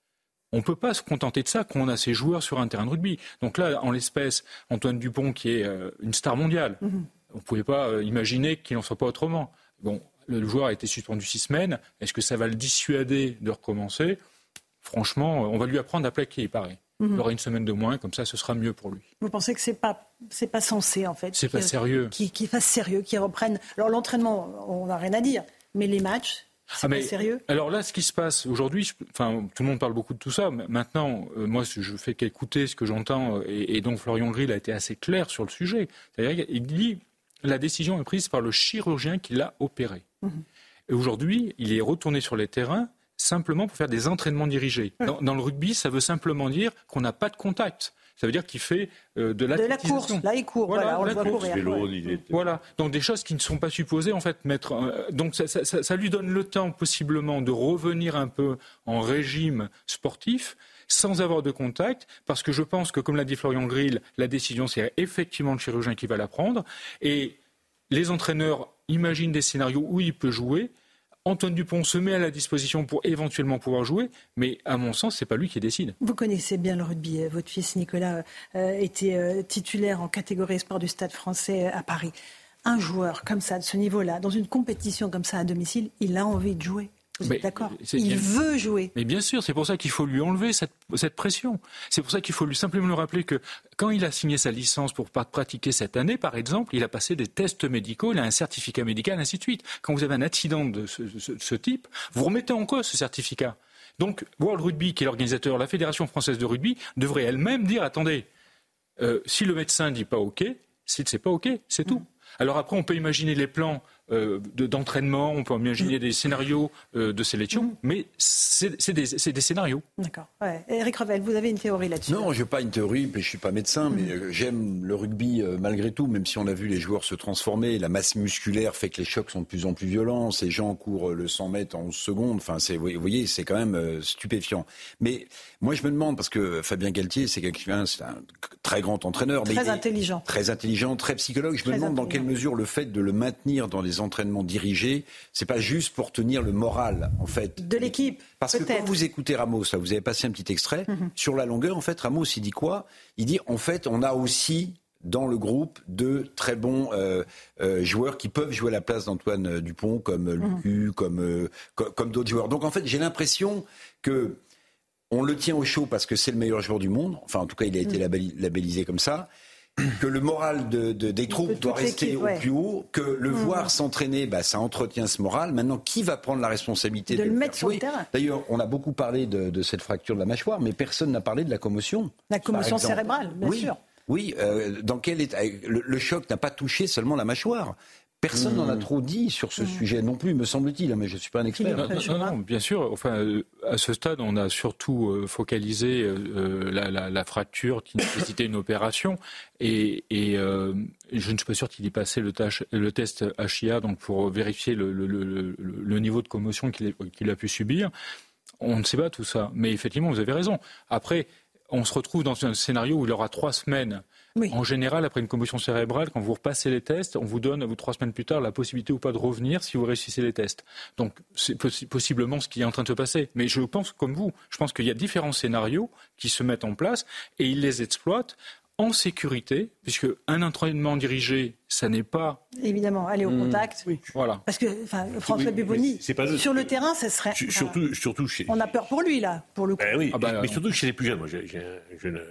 S18: On ne peut pas se contenter de ça quand on a ces joueurs sur un terrain de rugby. Donc là, en l'espèce, Antoine Dupont, qui est euh, une star mondiale, mm-hmm. on ne pouvait pas euh, imaginer qu'il n'en soit pas autrement. Bon, le joueur a été suspendu six semaines. Est-ce que ça va le dissuader de recommencer ? Franchement, on va lui apprendre à plaquer, il paraît. Mm-hmm. Il aura une semaine de moins, comme ça, ce sera mieux pour lui.
S3: Vous pensez que c'est pas, c'est pas censé, en fait ?
S18: C'est pas sérieux.
S3: Qu'il qu fasse sérieux, qu'il reprenne. Alors l'entraînement, on n'a rien à dire, mais les matchs, c'est ah, pas sérieux.
S18: Alors là, ce qui se passe aujourd'hui, enfin, tout le monde parle beaucoup de tout ça. Mais maintenant, euh, moi, je fais qu'écouter ce que j'entends, et, et donc Florian Grill a été assez clair sur le sujet. C'est-à-dire qu'il dit la décision est prise par le chirurgien qui l'a opéré. Mm-hmm. Et aujourd'hui, il est retourné sur les terrains simplement pour faire des entraînements dirigés. Dans, dans le rugby, ça veut simplement dire qu'on n'a pas de contact. Ça veut dire qu'il fait euh, de l'athlétisation.
S3: De la course, là il court, voilà, voilà on le voit courir.
S12: Vélo, ouais.
S18: Voilà, donc des choses qui ne sont pas supposées en fait mettre. Euh, donc ça, ça, ça, ça lui donne le temps possiblement de revenir un peu en régime sportif sans avoir de contact, parce que je pense que, comme l'a dit Florian Grill, la décision c'est effectivement le chirurgien qui va la prendre, et les entraîneurs imaginent des scénarios où il peut jouer. Antoine Dupont se met à la disposition pour éventuellement pouvoir jouer, mais à mon sens, c'est pas lui qui décide.
S3: Vous connaissez bien le rugby. Votre fils Nicolas euh, était euh, titulaire en catégorie sport du Stade français à Paris. Un joueur comme ça, de ce niveau-là, dans une compétition comme ça à domicile, il a envie de jouer. Vous êtes d'accord ? Il bien... veut jouer.
S18: Mais bien sûr, c'est pour ça qu'il faut lui enlever cette, cette pression. C'est pour ça qu'il faut lui simplement lui rappeler que quand il a signé sa licence pour pratiquer cette année, par exemple, il a passé des tests médicaux, il a un certificat médical, ainsi de suite. Quand vous avez un accident de ce, de ce, de ce type, vous remettez en cause ce certificat. Donc, World Rugby, qui est l'organisateur, la Fédération française de rugby, devrait elle-même dire, attendez, euh, si le médecin ne dit pas OK, c'est, c'est pas OK, c'est tout. Mmh. Alors après, on peut imaginer les plans euh, de, d'entraînement, on peut imaginer des scénarios euh, de sélection, mmh. mais c'est, c'est, des, c'est des scénarios.
S3: D'accord. Ouais. Éric Revel, vous avez une théorie là-dessus ?
S9: Non, je n'ai pas une théorie, mais je ne suis pas médecin, mmh. mais euh, j'aime le rugby euh, malgré tout, même si on a vu les joueurs se transformer. La masse musculaire fait que les chocs sont de plus en plus violents. Ces gens courent le cent mètres en onze secondes. Enfin, c'est, vous voyez, c'est quand même euh, stupéfiant. Mais moi, je me demande, parce que Fabien Galtier, c'est quelqu'un, c'est un très grand entraîneur.
S3: Très
S9: mais
S3: intelligent.
S9: Très intelligent, très psychologue. Je très me demande dans quelle mesure le fait de le maintenir dans les entraînements dirigés, c'est pas juste pour tenir le moral, en fait.
S3: De l'équipe,
S9: Parce
S3: peut-être.
S9: que quand vous écoutez Ramos, là, vous avez passé un petit extrait, mm-hmm. sur la longueur, en fait, Ramos, il dit quoi ? Il dit, en fait, on a aussi dans le groupe de très bons euh, euh, joueurs qui peuvent jouer à la place d'Antoine Dupont, comme Lucu, mmh. comme, euh, comme, comme d'autres joueurs. Donc en fait, j'ai l'impression que on le tient au chaud parce que c'est le meilleur joueur du monde. Enfin, en tout cas, il a été mmh. labellisé comme ça. Que le moral de, de, des troupes doit rester au ouais. plus haut, que le mmh. voir s'entraîner, bah, ça entretient ce moral. Maintenant, qui va prendre la responsabilité
S3: de,
S9: de
S3: le mettre sur
S9: jouer
S3: le terrain ?
S9: D'ailleurs, on a beaucoup parlé de, de cette fracture de la mâchoire, mais personne n'a parlé de la commotion.
S3: La commotion cérébrale, bien
S9: oui.
S3: sûr.
S9: Oui, euh, dans quel état le, le choc n'a pas touché seulement la mâchoire. Personne n'en mmh. a trop dit sur ce mmh. sujet non plus, me semble-t-il, mais je ne suis pas un expert.
S18: Non, non, non, non, bien sûr. Enfin, à ce stade, on a surtout euh, focalisé euh, la, la, la fracture qui nécessitait une opération. Et, et euh, je ne suis pas sûr qu'il ait passé le, tâche, le test H I A donc pour vérifier le, le, le, le, le niveau de commotion qu'il, qu'il a pu subir. On ne sait pas tout ça. Mais effectivement, vous avez raison. Après, on se retrouve dans un scénario où il aura trois semaines. Oui. En général, après une commotion cérébrale, quand vous repassez les tests, on vous donne, vous, trois semaines plus tard, la possibilité ou pas de revenir si vous réussissez les tests. Donc, c'est possi- possiblement ce qui est en train de se passer. Mais je pense, comme vous, je pense qu'il y a différents scénarios qui se mettent en place et ils les exploitent en sécurité, puisque un entraînement dirigé, ça n'est pas...
S3: Évidemment, aller au contact.
S18: Mmh. Oui. Voilà.
S3: Parce que François oui, Buboni, sur le terrain, ça serait...
S12: Surtout, voilà. surtout chez...
S3: On a peur pour lui, là, pour le coup.
S12: Ben oui,
S18: ah bah,
S12: mais surtout chez les plus jeunes. Moi, j'ai, j'ai un jeune,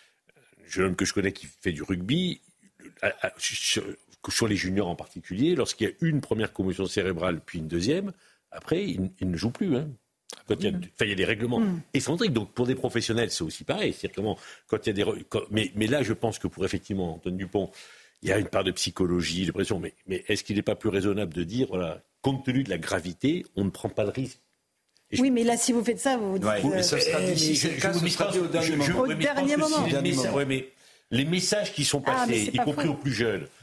S12: jeune homme que je connais qui fait du rugby, à, à, sur, sur les juniors en particulier, lorsqu'il y a une première commotion cérébrale, puis une deuxième, après, il, il ne joue plus, hein. Quand il, y a, enfin, il y a des règlements mmh. excentriques. Donc, pour des professionnels, c'est aussi pareil. C'est-à-dire comment, quand il y a des, quand, mais, mais là, je pense que pour effectivement Antoine Dupont, il y a une part de psychologie, de pression. Mais, mais est-ce qu'il n'est pas plus raisonnable de dire, voilà, compte tenu de la gravité, on ne prend pas de risque.
S3: Et oui, je... mais là, si vous faites ça, vous vous dites...
S9: Ouais, mais ça sera d'ici, c'est le cas, ce sera au dernier moment.
S3: Au dernier moment.
S12: Si les, messages, ouais, mais les messages qui sont passés, ah, y compris faux. aux plus jeunes,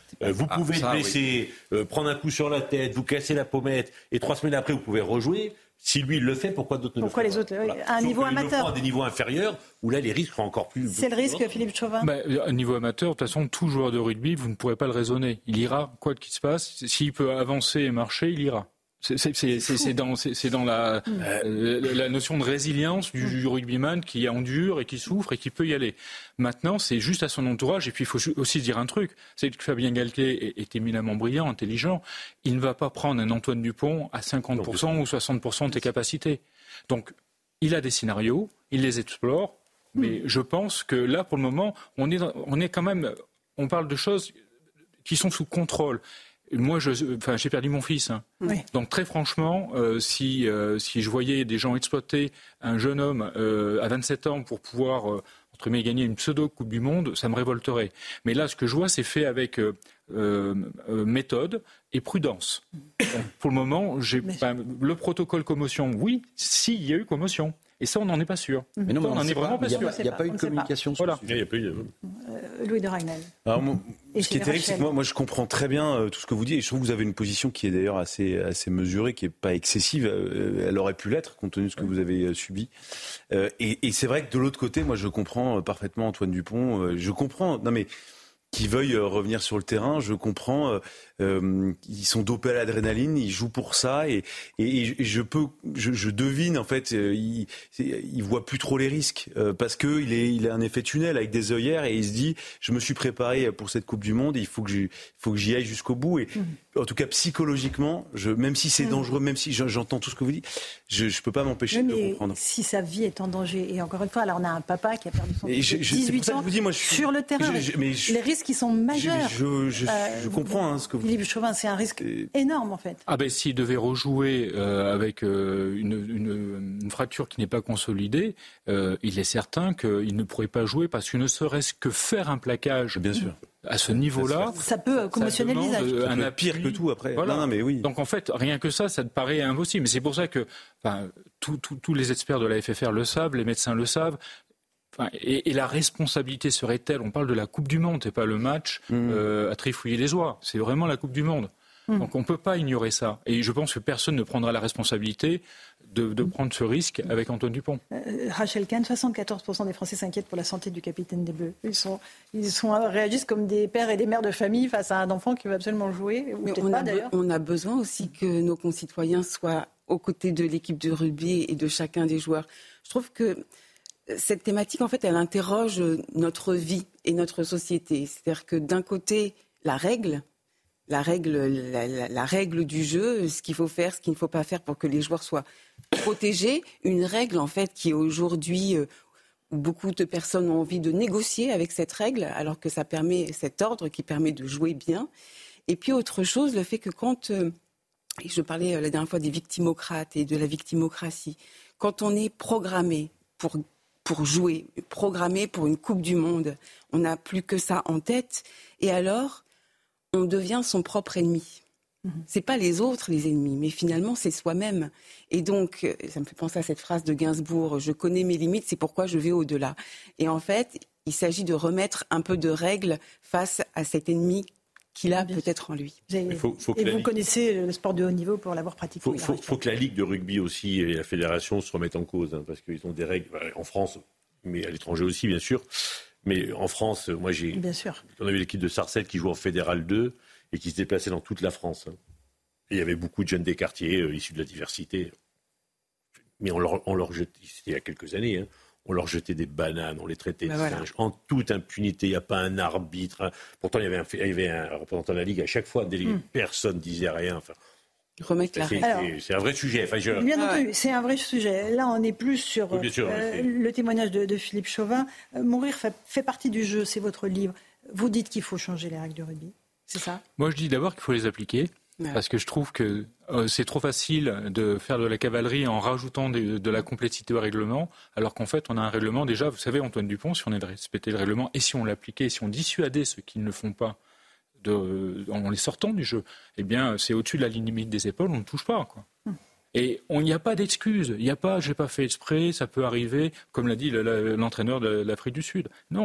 S12: Euh, vous pouvez
S9: ah, ça,
S12: être blessé, oui. euh, prendre un coup sur la tête, vous casser la pommette, et trois semaines après, vous pouvez rejouer. Si lui, il le fait, pourquoi d'autres ne
S3: pourquoi
S12: le font
S3: pas ? Pourquoi les autres, oui. À un niveau amateur.
S12: À des niveaux inférieurs, où là, les risques sont encore plus...
S3: C'est le risque, Philippe Chauvin ?
S18: bah, À niveau amateur, de toute façon, tout joueur de rugby, vous ne pourrez pas le raisonner. Il ira, quoi qu'il se passe. S'il peut avancer et marcher, il ira. C'est, c'est, c'est, c'est, c'est dans, c'est, c'est dans la, mmh. euh, la notion de résilience du, du rugbyman qui endure et qui souffre et qui peut y aller. Maintenant, c'est juste à son entourage. Et puis, il faut aussi se dire un truc. C'est que Fabien Galtier est, est éminemment brillant, intelligent. Il ne va pas prendre un Antoine Dupont à cinquante pour cent ou soixante pour cent de ses capacités. Donc, il a des scénarios, il les explore. Mmh. Mais je pense que là, pour le moment, on est, dans, on est quand même... On parle de choses qui sont sous contrôle. Moi, je, enfin, j'ai perdu mon fils. Hein. Oui. Donc, très franchement, euh, si, euh, si je voyais des gens exploiter un jeune homme euh, à vingt-sept ans pour pouvoir, euh, entre guillemets, gagner une pseudo-Coupe du Monde, ça me révolterait. Mais là, ce que je vois, c'est fait avec euh, euh, méthode et prudence. Donc, pour le moment, j'ai, ben, le protocole commotion, oui, s'il y a eu commotion. Et ça, on n'en est pas sûr.
S9: Mais non, mais on n'en est vraiment pas sûr. Il n'y a pas eu de communication sur
S3: ça.
S9: Il n'y a pas eu de...
S3: Euh, Louis de Ragnel.
S10: Alors, moi, ce qui est terrible, c'est que moi, moi, je comprends très bien euh, tout ce que vous dites. Et je trouve que vous avez une position qui est d'ailleurs assez, assez mesurée, qui n'est pas excessive. Euh, elle aurait pu l'être, compte tenu de ce que vous avez euh, subi. Euh, et, et c'est vrai que de l'autre côté, moi, je comprends euh, parfaitement Antoine Dupont. Euh, je comprends... Non, mais... qui veuillent euh, revenir sur le terrain, je comprends, euh, euh, ils sont dopés à l'adrénaline, ils jouent pour ça, et, et, et je peux, je, je devine en fait, euh, ils, ils voient plus trop les risques euh, parce que il est, il a un effet tunnel avec des œillères et il se dit, je me suis préparé pour cette Coupe du Monde, et il faut que j'y, faut que j'y aille jusqu'au bout. Et mmh. en tout cas psychologiquement, je, même si c'est mmh. dangereux, même si j'entends tout ce que vous dites, je, je peux pas m'empêcher
S3: mais
S10: de le comprendre.
S3: Si sa vie est en danger, et encore une fois, alors on a un papa qui a perdu son fils
S10: de
S3: dix-huit ans
S10: dis, moi, je suis,
S3: sur le terrain,
S10: je, je, mais je,
S3: les risques qui sont majeurs.
S10: Je, je, je, euh, je comprends hein, ce que vous dites.
S3: Philippe Chauvin, c'est un risque énorme en fait.
S18: Ah ben s'il devait rejouer euh, avec euh, une, une, une fracture qui n'est pas consolidée, euh, il est certain qu'il ne pourrait pas jouer parce que ne serait-ce que faire un plaquage.
S10: Bien sûr.
S18: À ce niveau-là,
S3: ça peut commotionner le visage.
S10: Un appui pire que tout après.
S18: Voilà.
S10: Non, non, mais oui.
S18: Donc en fait, rien que ça, ça te paraît impossible. Mais c'est pour ça que, enfin, tous tout, tout les experts de la F F R le savent, les médecins le savent. Enfin, et, et la responsabilité serait telle, on parle de la Coupe du Monde, c'est pas le match mmh. euh, à trifouiller les oies, c'est vraiment la Coupe du Monde. Mmh. Donc on ne peut pas ignorer ça. Et je pense que personne ne prendra la responsabilité de, de prendre ce risque avec Antoine Dupont.
S3: Euh, Rachel Kahn, soixante-quatorze pour cent des Français s'inquiètent pour la santé du capitaine des Bleus. Ils, sont, ils sont, réagissent comme des pères et des mères de famille face à un enfant qui veut absolument jouer. Ou peut-être
S11: on,
S3: pas,
S11: a
S3: d'ailleurs.
S11: on a besoin aussi que nos concitoyens soient aux côtés de l'équipe de rugby et de chacun des joueurs. Je trouve que cette thématique, en fait, elle interroge notre vie et notre société. C'est-à-dire que d'un côté, la règle, la règle, la, la, la règle du jeu, ce qu'il faut faire, ce qu'il ne faut pas faire pour que les joueurs soient protégés. Une règle, en fait, qui est aujourd'hui, euh, beaucoup de personnes ont envie de négocier avec cette règle, alors que ça permet, cet ordre qui permet de jouer bien. Et puis autre chose, le fait que quand, euh, et je parlais euh, la dernière fois des victimocrates et de la victimocratie, quand on est programmé pour pour jouer, programmé pour une Coupe du Monde. On n'a plus que ça en tête. Et alors, on devient son propre ennemi. Mm-hmm. C'est pas les autres les ennemis, mais finalement, c'est soi-même. Et donc, ça me fait penser à cette phrase de Gainsbourg, « Je connais mes limites, c'est pourquoi je vais au-delà ». Et en fait, il s'agit de remettre un peu de règles face à cet ennemi qu'il a peut-être en lui.
S3: Il faut, faut et vous Ligue... connaissez le sport de haut niveau pour l'avoir pratiqué.
S12: Il faut, faut, faut que la Ligue de rugby aussi et la Fédération se remettent en cause, hein, parce qu'ils ont des règles en France, mais à l'étranger aussi, bien sûr. Mais en France, moi, j'ai...
S3: Bien sûr.
S12: On avait l'équipe de Sarcelles qui joue en Fédéral deux et qui se déplaçait dans toute la France. Hein. Et il y avait beaucoup de jeunes des quartiers euh, issus de la diversité. Mais on leur, on leur jetait, c'était il y a quelques années, hein, on leur jetait des bananes, on les traitait de ben singes, voilà. En toute impunité, il n'y a pas un arbitre. Hein. Pourtant, il y avait un, il y avait un représentant de la Ligue à chaque fois, délégué, mm. personne ne disait rien. Enfin,
S11: remettre la
S12: c'est,
S11: Alors,
S12: c'est, c'est un vrai sujet. Enfin, je...
S3: Bien entendu, ah, c'est un vrai sujet. Là, on est plus sur
S12: oui, sûr,
S3: euh, le témoignage de, de Philippe Chauvin. Euh, Mourir fait, fait partie du jeu, c'est votre livre. Vous dites qu'il faut changer les règles de rugby, c'est ça ?
S18: Moi, je dis d'abord qu'il faut les appliquer. Ouais. Parce que je trouve que euh, c'est trop facile de faire de la cavalerie en rajoutant de, de la complexité au règlement, alors qu'en fait, on a un règlement déjà, vous savez, Antoine Dupont, si on est de respecter le règlement, et si on l'appliquait, si on dissuadait ceux qui ne le font pas de, euh, en les sortant du jeu, eh bien, c'est au-dessus de la limite des épaules, on ne touche pas, quoi. Hum. Et il n'y a pas d'excuse, il n'y a pas « j'ai pas fait exprès, ça peut arriver », comme l'a dit le, le, l'entraîneur de l'Afrique du Sud. Non.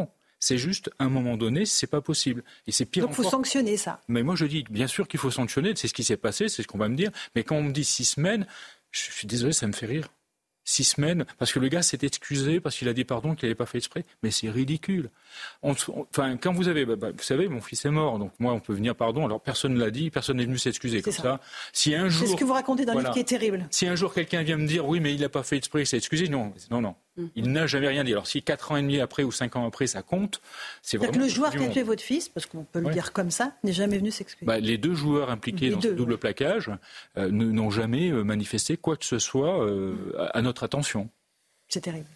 S18: C'est juste, à un moment donné, c'est pas possible. Et c'est pire
S3: Donc il faut sanctionner ça.
S18: Mais moi je dis, bien sûr qu'il faut sanctionner, c'est ce qui s'est passé, c'est ce qu'on va me dire. Mais quand on me dit six semaines, je suis désolé, ça me fait rire. Six semaines, parce que le gars s'est excusé, parce qu'il a dit pardon, qu'il n'avait pas fait exprès. Mais c'est ridicule. On, on, enfin, quand vous avez, bah, bah, vous savez, mon fils est mort, donc moi on peut venir pardon. Alors personne ne l'a dit, personne n'est venu s'excuser comme ça. ça. Si un jour,
S3: c'est ce que vous racontez dans
S18: voilà,
S3: le livre qui est terrible.
S18: Si un jour quelqu'un vient me dire oui, mais il n'a pas fait exprès, il s'est excusé, non, non, non. Mm. Il n'a jamais rien dit. Alors si quatre ans et demi après ou cinq ans après ça compte, c'est vraiment.
S3: Que le joueur qui a tué votre fils, parce qu'on peut le ouais. dire comme ça, n'est jamais venu s'excuser.
S18: Bah, les deux joueurs impliqués les dans deux, ce double ouais. plaquage euh, n'ont jamais manifesté quoi que ce soit euh, à notre attention.
S3: C'est terrible.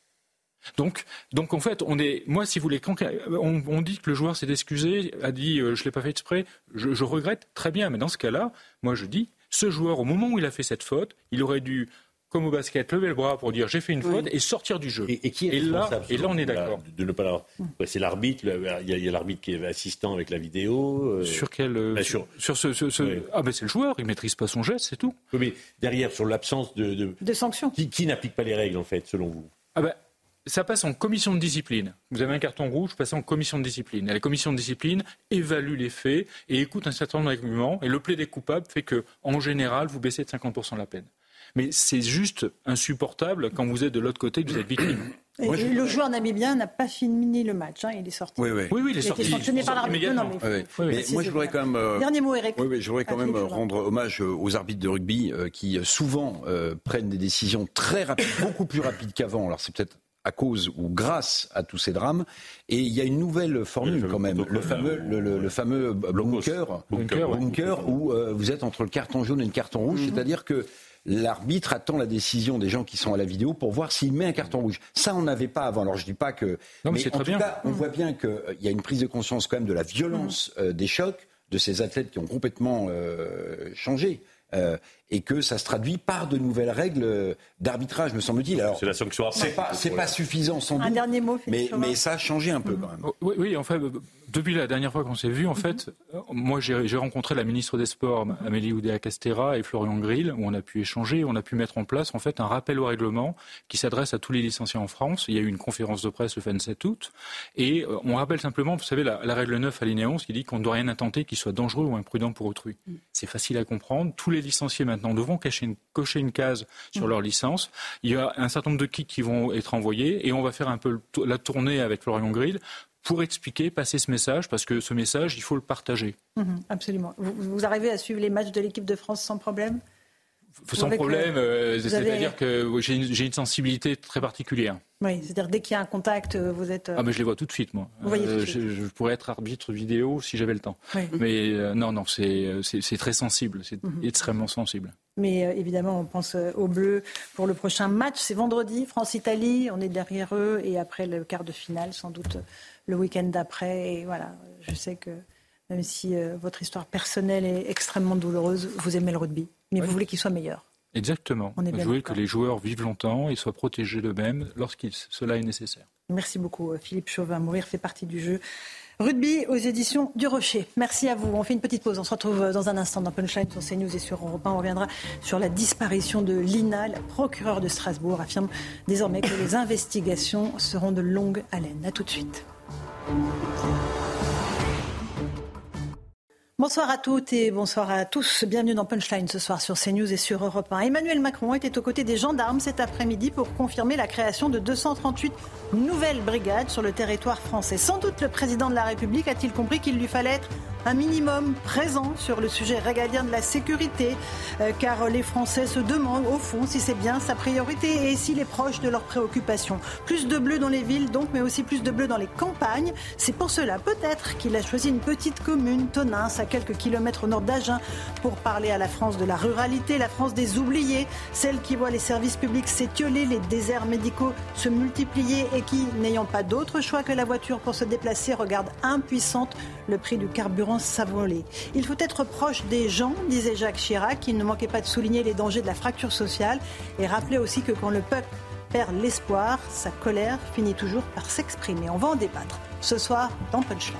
S18: Donc, donc en fait, on est, moi, si vous voulez, quand on, on dit que le joueur s'est excusé, a dit euh, je l'ai pas fait exprès, je, je regrette, très bien, mais dans ce cas-là, moi je dis, ce joueur, au moment où il a fait cette faute, il aurait dû, comme au basket, lever le bras pour dire j'ai fait une faute oui. et sortir du jeu.
S12: Et, et qui est
S18: et là, et là, on est d'accord.
S12: De ne pas l'avoir. Ouais, c'est l'arbitre. Il y a, a l'arbitre qui est assistant avec la vidéo. Euh...
S18: Sur quel euh,
S12: bah, sur,
S18: sur ce, ce, ce... Oui. Ah ben c'est le joueur. Il maîtrise pas son geste, c'est tout.
S12: Oui, mais derrière, sur l'absence de de,
S3: de sanctions.
S12: Qui, qui n'applique pas les règles en fait, selon vous?
S18: Ah ben, ça passe en commission de discipline. Vous avez un carton rouge, passez en commission de discipline. Et la commission de discipline évalue les faits et écoute un certain nombre d'arguments. Et le plaidé coupable fait que, en général, vous baissez de cinquante pour cent la peine. Mais c'est juste insupportable quand vous êtes de l'autre côté, que vous êtes victime.
S3: Et Moi, je... Le joueur namibien n'a pas fini le match, hein, il est sorti.
S9: Oui, oui,
S18: oui, oui il est
S3: il
S18: sorti.
S3: Il a été sanctionné par l'arbitre. Non, mais,
S9: oui, oui. Faut, faut mais moi, je voudrais quand même. Euh...
S3: Dernier mot, Eric.
S9: Oui, oui, je voudrais quand même rendre hommage aux arbitres de rugby euh, qui souvent euh, prennent des décisions très rapides, beaucoup plus rapides qu'avant. Alors c'est peut-être à cause ou grâce à tous ces drames. Et il y a une nouvelle formule quand même, le fameux, le, le, le fameux bunker, bunker, bunker où euh, vous êtes entre le carton jaune et le carton rouge, mm-hmm. c'est-à-dire que l'arbitre attend la décision des gens qui sont à la vidéo pour voir s'il met un carton rouge. Ça, on n'avait pas avant. Alors, je dis pas que...
S18: Non, mais,
S9: mais
S18: c'est
S9: en
S18: très
S9: tout
S18: bien.
S9: cas, on mmh. voit bien qu'il euh, y a une prise de conscience quand même de la violence euh, des chocs, de ces athlètes qui ont complètement euh, changé. Euh, et que ça se traduit par de nouvelles règles d'arbitrage, me semble-t-il. Alors,
S12: c'est la sanction après.
S9: C'est pas, c'est pas suffisant sans doute.
S3: Un dernier mot,
S9: mais, mais ça a changé un peu quand même.
S18: Oui, oui, en fait, depuis la dernière fois qu'on s'est vu, en fait, moi j'ai, j'ai rencontré la ministre des Sports, Amélie Oudéa-Castéra, et Florian Grill, où on a pu échanger, on a pu mettre en place en fait un rappel au règlement qui s'adresse à tous les licenciés en France. Il y a eu une conférence de presse le vingt-sept août, et on rappelle simplement, vous savez, la, la règle neuf alinéa onze qui dit qu'on ne doit rien intenter qui soit dangereux ou imprudent pour autrui. Mm. C'est facile à comprendre. Tous les licenciés maintenant devront cacher une, cocher une case sur mmh. leur licence. Il y a un certain nombre de kits qui vont être envoyés et on va faire un peu la tournée avec Florian Grill pour expliquer, passer ce message, parce que ce message, il faut le partager.
S3: Mmh, absolument. Vous, vous arrivez à suivre les matchs de l'équipe de France sans problème ?
S18: Sans problème, euh, c'est-à-dire avez... que j'ai une, j'ai une sensibilité très particulière.
S3: Oui, c'est-à-dire dès qu'il y a un contact, vous êtes...
S18: Ah mais je les vois tout de suite, moi.
S3: Vous voyez tout de suite.
S18: Euh, je, je pourrais être arbitre vidéo si j'avais le temps.
S3: Oui.
S18: Mais euh, non, non, c'est, c'est, c'est très sensible, c'est mm-hmm. extrêmement sensible.
S3: Mais euh, évidemment, on pense euh, aux Bleus pour le prochain match. C'est vendredi, France-Italie, on est derrière eux. Et après le quart de finale, sans doute le week-end d'après. Et voilà, je sais que même si euh, votre histoire personnelle est extrêmement douloureuse, vous aimez le rugby. Mais oui. vous voulez qu'il soit meilleur.
S18: Exactement.
S3: On est bien
S18: je veux que les joueurs vivent longtemps et soient protégés d'eux-mêmes lorsque cela est nécessaire.
S3: Merci beaucoup Philippe Chauvin. Mourir fait partie du jeu. Rugby aux éditions du Rocher. Merci à vous. On fait une petite pause. On se retrouve dans un instant dans Punchline sur CNews et sur Europe un. On reviendra sur la disparition de Lina. La procureure de Strasbourg affirme désormais que les investigations seront de longue haleine. A tout de suite. Bonsoir à toutes et bonsoir à tous. Bienvenue dans Punchline ce soir sur CNews et sur Europe un. Emmanuel Macron était aux côtés des gendarmes cet après-midi pour confirmer la création de deux cent trente-huit nouvelles brigades sur le territoire français. Sans doute le président de la République a-t-il compris qu'il lui fallait être un minimum présent sur le sujet régalien de la sécurité, euh, car les Français se demandent au fond si c'est bien sa priorité et s'il est proche de leurs préoccupations. Plus de bleu dans les villes donc, mais aussi plus de bleu dans les campagnes. C'est pour cela peut-être qu'il a choisi une petite commune, Tonins, à quelques kilomètres au nord d'Agen, pour parler à la France de la ruralité, la France des oubliés, celle qui voit les services publics s'étioler, les déserts médicaux se multiplier et qui, n'ayant pas d'autre choix que la voiture pour se déplacer, regarde impuissante le prix du carburant s'envoler. Il faut être proche des gens, disait Jacques Chirac, qui ne manquait pas de souligner les dangers de la fracture sociale et rappeler aussi que quand le peuple perd l'espoir, sa colère finit toujours par s'exprimer. On va en débattre ce soir dans Punchline.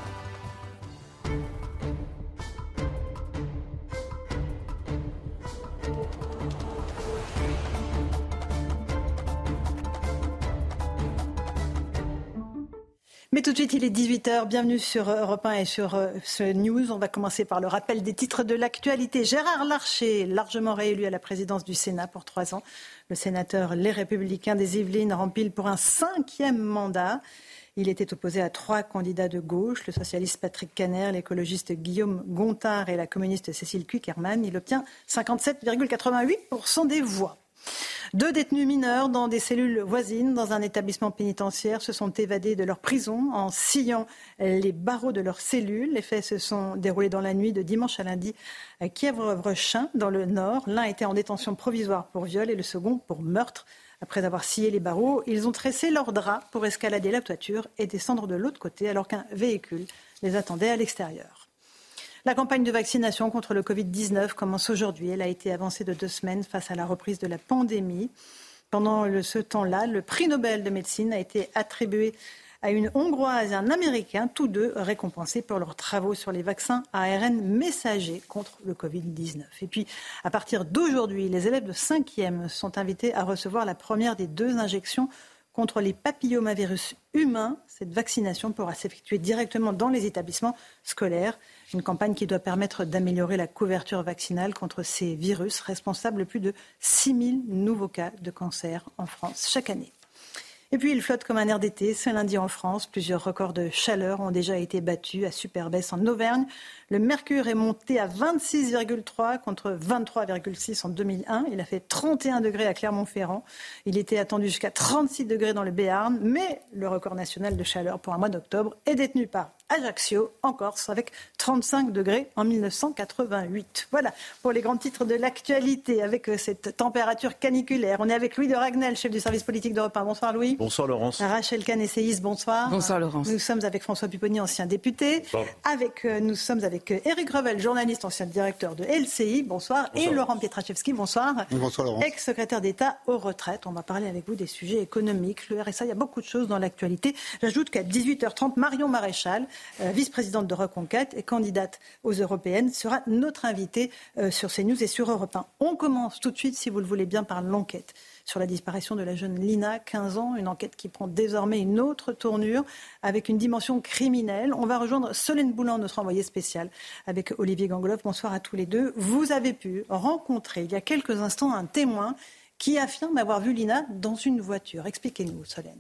S3: Mais tout de suite, il est dix-huit heures. Bienvenue sur Europe un et sur euh, ce News. On va commencer par le rappel des titres de l'actualité. Gérard Larcher, largement réélu à la présidence du Sénat pour trois ans. Le sénateur Les Républicains des Yvelines rempile pour un cinquième mandat. Il était opposé à trois candidats de gauche, le socialiste Patrick Kanner, l'écologiste Guillaume Gontard et la communiste Cécile Cukierman. Il obtient cinquante-sept virgule quatre-vingt-huit pour cent des voix. Deux détenus mineurs dans des cellules voisines dans un établissement pénitentiaire se sont évadés de leur prison en sciant les barreaux de leurs cellules. Les faits se sont déroulés dans la nuit de dimanche à lundi à Kievre-Chin, dans le Nord. L'un était en détention provisoire pour viol et le second pour meurtre. Après avoir scié les barreaux, ils ont tressé leurs draps pour escalader la toiture et descendre de l'autre côté alors qu'un véhicule les attendait à l'extérieur. La campagne de vaccination contre le covid dix-neuf commence aujourd'hui. Elle a été avancée de deux semaines face à la reprise de la pandémie. Pendant le, ce temps-là, le prix Nobel de médecine a été attribué à une Hongroise et un Américain, tous deux récompensés pour leurs travaux sur les vaccins A R N messagers contre le covid dix-neuf. Et puis, à partir d'aujourd'hui, les élèves de cinquième sont invités à recevoir la première des deux injections contre les papillomavirus humains. Cette vaccination pourra s'effectuer directement dans les établissements scolaires. Une campagne qui doit permettre d'améliorer la couverture vaccinale contre ces virus responsables de plus de six mille nouveaux cas de cancer en France chaque année. Et puis, il flotte comme un air d'été. Ce lundi en France, plusieurs records de chaleur ont déjà été battus à Superbès en Auvergne. Le mercure est monté à vingt-six virgule trois contre vingt-trois virgule six en deux mille un. Il a fait trente et un degrés à Clermont-Ferrand. Il était attendu jusqu'à trente-six degrés dans le Béarn. Mais le record national de chaleur pour un mois d'octobre est détenu par Ajaccio, en Corse, avec trente-cinq degrés en dix-neuf cent quatre-vingt-huit. Voilà pour les grands titres de l'actualité, avec cette température caniculaire. On est avec Louis de Ragnel, chef du service politique d'Europe un. Bonsoir Louis.
S10: Bonsoir Laurence.
S3: Rachel Kahn, essayiste, bonsoir.
S11: Bonsoir Laurence.
S3: Nous sommes avec François Pupponi, ancien député. Bonsoir. Avec, euh, nous sommes avec Éric Revel, journaliste, ancien directeur de L C I. Bonsoir. Bonsoir. Et Laurent Pietraszewski, bonsoir.
S2: Bonsoir Laurence.
S3: Ex-secrétaire d'État aux retraites. On va parler avec vous des sujets économiques. Le R S A, il y a beaucoup de choses dans l'actualité. J'ajoute qu'à dix-huit heures trente, Marion Maréchal, euh, vice-présidente de Reconquête et candidate aux européennes, sera notre invitée euh, sur CNews et sur Europe un. On commence tout de suite, si vous le voulez bien, par l'enquête sur la disparition de la jeune Lina, quinze ans, une enquête qui prend désormais une autre tournure avec une dimension criminelle. On va rejoindre Solène Boulan, notre envoyée spéciale, avec Olivier Gangloff. Bonsoir à tous les deux. Vous avez pu rencontrer il y a quelques instants un témoin qui affirme avoir vu Lina dans une voiture. Expliquez-nous, Solène.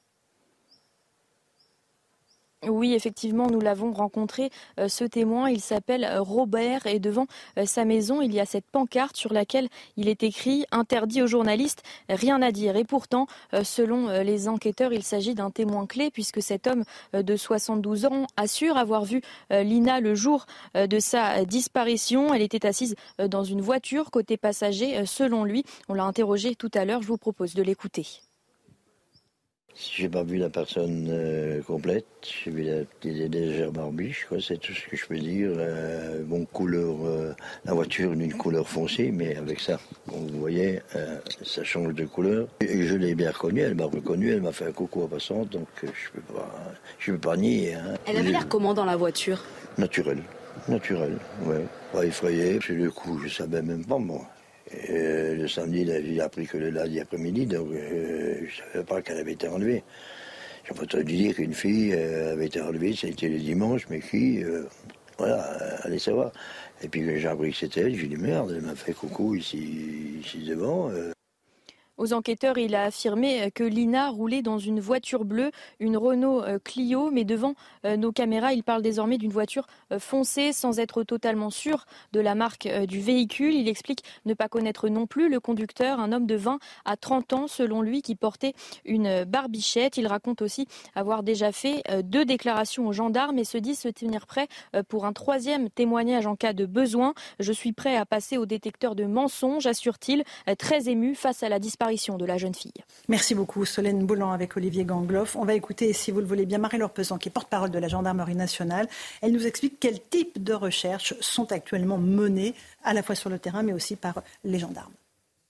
S7: Oui, effectivement, nous l'avons rencontré, euh, ce témoin, il s'appelle Robert et devant euh, sa maison, il y a cette pancarte sur laquelle il est écrit « Interdit aux journalistes, rien à dire ». Et pourtant, euh, selon euh, les enquêteurs, il s'agit d'un témoin clé puisque cet homme euh, de soixante-douze ans assure avoir vu euh, Lina le jour euh, de sa disparition. Elle était assise euh, dans une voiture côté passager, euh, selon lui. On l'a interrogé tout à l'heure, je vous propose de l'écouter.
S6: J'ai pas vu la personne euh, complète, j'ai vu la petite légère barbiche, quoi, c'est tout ce que je peux dire. Euh, bon, couleur, euh, la voiture d'une couleur foncée, mais avec ça, comme vous voyez, euh, ça change de couleur. Et je l'ai bien reconnue, elle m'a reconnu, elle m'a fait un coucou en passant, donc euh, je peux pas, je peux pas nier. Hein.
S8: Elle avait l'air comment dans la voiture?
S6: Naturel, naturel, ouais, pas effrayé. Sur le coup, je savais même pas moi. Et le samedi, il a appris que le lundi après-midi, donc euh, je ne savais pas qu'elle avait été enlevée. J'ai entendu dire qu'une fille euh, avait été enlevée, c'était le dimanche, mais qui, euh, voilà, allez savoir. Et puis j'ai appris que c'était elle, j'ai dit merde, elle m'a fait coucou ici, ici devant. Euh.
S7: Aux enquêteurs, il a affirmé que Lina roulait dans une voiture bleue, une Renault Clio, mais devant nos caméras, il parle désormais d'une voiture foncée sans être totalement sûr de la marque du véhicule. Il explique ne pas connaître non plus le conducteur, un homme de vingt à trente ans selon lui qui portait une barbichette. Il raconte aussi avoir déjà fait deux déclarations aux gendarmes et se dit se tenir prêt pour un troisième témoignage en cas de besoin. Je suis prêt à passer au détecteur de mensonges, assure-t-il, très ému face à la disparition de la jeune fille.
S3: Merci beaucoup Solène Boulan avec Olivier Gangloff. On va écouter, si vous le voulez bien, Marie-Laure Pesan, qui est porte-parole de la gendarmerie nationale. Elle nous explique quel type de recherches sont actuellement menées, à la fois sur le terrain, mais aussi par les gendarmes.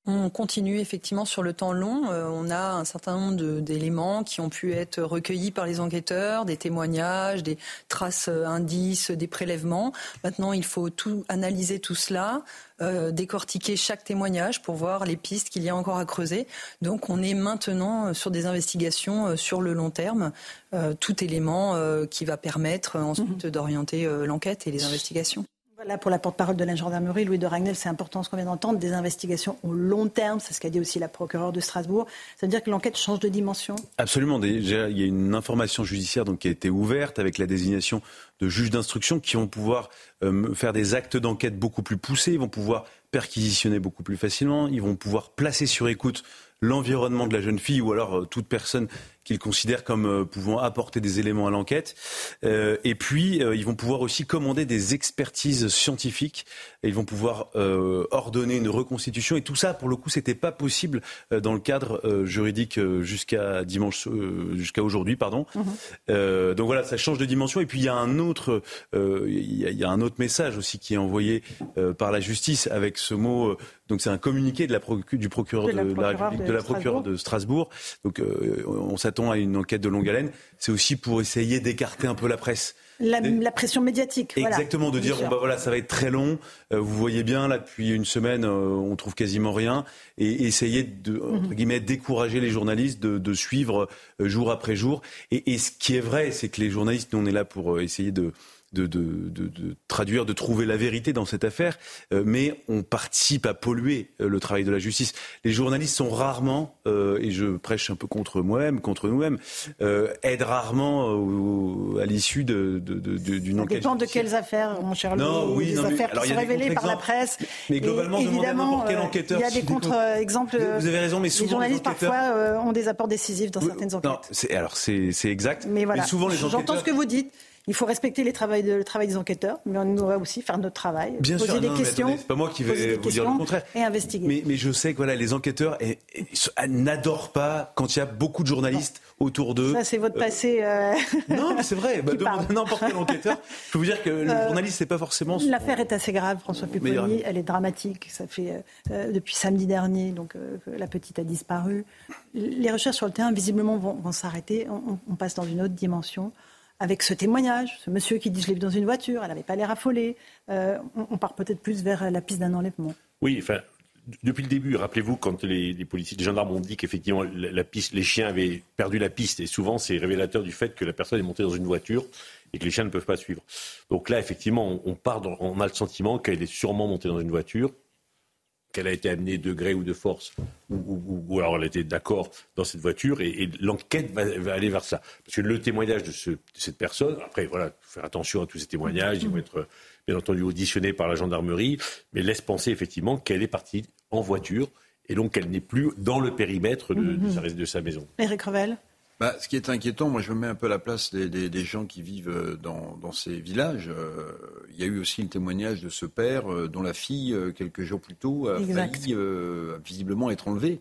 S5: On continue effectivement sur le temps long. Euh, on a un certain nombre de, d'éléments qui ont pu être recueillis par les enquêteurs, des témoignages, des traces euh, indices, des prélèvements. Maintenant, il faut tout analyser tout cela, euh, décortiquer chaque témoignage pour voir les pistes qu'il y a encore à creuser. Donc, on est maintenant sur des investigations euh, sur le long terme. Euh, tout élément euh, qui va permettre euh, ensuite mmh. d'orienter euh, l'enquête et les investigations.
S3: Voilà, pour la porte-parole de la gendarmerie, Louis de Ragnel, c'est important ce qu'on vient d'entendre, des investigations au long terme, c'est ce qu'a dit aussi la procureure de Strasbourg. Ça veut dire que l'enquête change de dimension ?
S10: Absolument. Déjà, il y a une information judiciaire donc, qui a été ouverte avec la désignation de juges d'instruction qui vont pouvoir euh, faire des actes d'enquête beaucoup plus poussés, ils vont pouvoir perquisitionner beaucoup plus facilement, ils vont pouvoir placer sur écoute l'environnement de la jeune fille ou alors euh, toute personne qu'ils considèrent comme euh, pouvant apporter des éléments à l'enquête. Euh, et puis, euh, ils vont pouvoir aussi commander des expertises scientifiques. Et ils vont pouvoir euh, ordonner une reconstitution. Et tout ça, pour le coup, c'était pas possible euh, dans le cadre euh, juridique euh, jusqu'à dimanche, euh, jusqu'à aujourd'hui, pardon. Mmh. Euh, donc voilà, ça change de dimension. Et puis il y a un autre, euh, il y a, il y a un autre message aussi qui est envoyé euh, par la justice avec ce mot. Euh, donc c'est un communiqué de la procu- du procureur de, de la, de la République, de, de la procureure de Strasbourg. Donc euh, on s'attend à une enquête de longue haleine, c'est aussi pour essayer d'écarter un peu la presse.
S3: La, la pression médiatique.
S10: Exactement,
S3: voilà.
S10: de dire bon bah voilà, ça va être très long. Euh, vous voyez bien là depuis une semaine, euh, on trouve quasiment rien, et essayer de entre guillemets décourager les journalistes de, de suivre euh, jour après jour. Et, et ce qui est vrai, c'est que les journalistes, nous on est là pour euh, essayer de De, de, de, de traduire, de trouver la vérité dans cette affaire, euh, mais on participe à polluer euh, le travail de la justice. Les journalistes sont rarement, euh, et je prêche un peu contre moi-même, contre nous-mêmes, euh, aident rarement euh, à l'issue de, de, de, de, d'une enquête.
S3: Ça dépend de quelles affaires, mon cher Louis,
S10: non, oui,
S3: des
S10: non,
S3: affaires
S10: mais,
S3: qui sont révélées par la presse.
S10: Mais, mais globalement,
S3: et,
S10: demandez à n'importe quel enquêteur.
S3: Il y a des contre-exemples.
S10: Vous avez raison, mais souvent
S3: les journalistes
S10: les enquêteurs...
S3: parfois euh, ont des apports décisifs dans
S10: oui,
S3: certaines enquêtes.
S10: Non, c'est, alors c'est, c'est exact.
S3: Mais voilà,
S10: mais souvent les enquêteurs...
S3: j'entends ce que vous dites. Il faut respecter les travail de, le travail des enquêteurs, mais on doit aussi faire notre travail,
S10: Bien
S3: poser
S10: sûr,
S3: des
S10: non,
S3: questions.
S10: Attendez, c'est pas moi qui vais vous dire le contraire.
S3: Et investiguer.
S10: Mais, mais je sais que voilà, les enquêteurs et, et, et, n'adorent pas quand il y a beaucoup de journalistes non. autour d'eux.
S3: Ça, c'est votre passé. Euh...
S10: Non, mais c'est vrai. Bah, demandez n'importe quel enquêteur. Je peux vous dire que le euh, journaliste, c'est pas forcément. Son...
S3: L'affaire est assez grave, François Pupponi. Elle est dramatique. Ça fait euh, depuis samedi dernier, donc euh, que la petite a disparu. Les recherches sur le terrain, visiblement, vont, vont s'arrêter. On, on passe dans une autre dimension. Avec ce témoignage, ce monsieur qui dit « je l'ai vu dans une voiture, elle n'avait pas l'air affolée euh, », on, on part peut-être plus vers la piste d'un enlèvement.
S12: Oui, enfin, depuis le début, rappelez-vous, quand les, les policiers, les gendarmes ont dit qu'effectivement la, la piste, les chiens avaient perdu la piste, et souvent c'est révélateur du fait que la personne est montée dans une voiture et que les chiens ne peuvent pas suivre. Donc là, effectivement, on, on part, dans, on a le sentiment qu'elle est sûrement montée dans une voiture, qu'elle a été amenée de gré ou de force, ou, ou, ou alors elle était d'accord dans cette voiture, et, et l'enquête va, va aller vers ça. Parce que le témoignage de, ce, de cette personne, après, voilà, il faut faire attention à tous ces témoignages, ils vont être, bien entendu, auditionnés par la gendarmerie, mais laisse penser effectivement qu'elle est partie en voiture, et donc qu'elle n'est plus dans le périmètre de, mm-hmm. de, sa, de sa maison.
S3: Éric Revel.
S9: Bah, ce qui est inquiétant, moi je me mets un peu à la place des, des, des gens qui vivent dans, dans ces villages. Euh, il y a eu aussi le témoignage de ce père euh, dont la fille, euh, quelques jours plus tôt, a exact. failli euh, visiblement être enlevée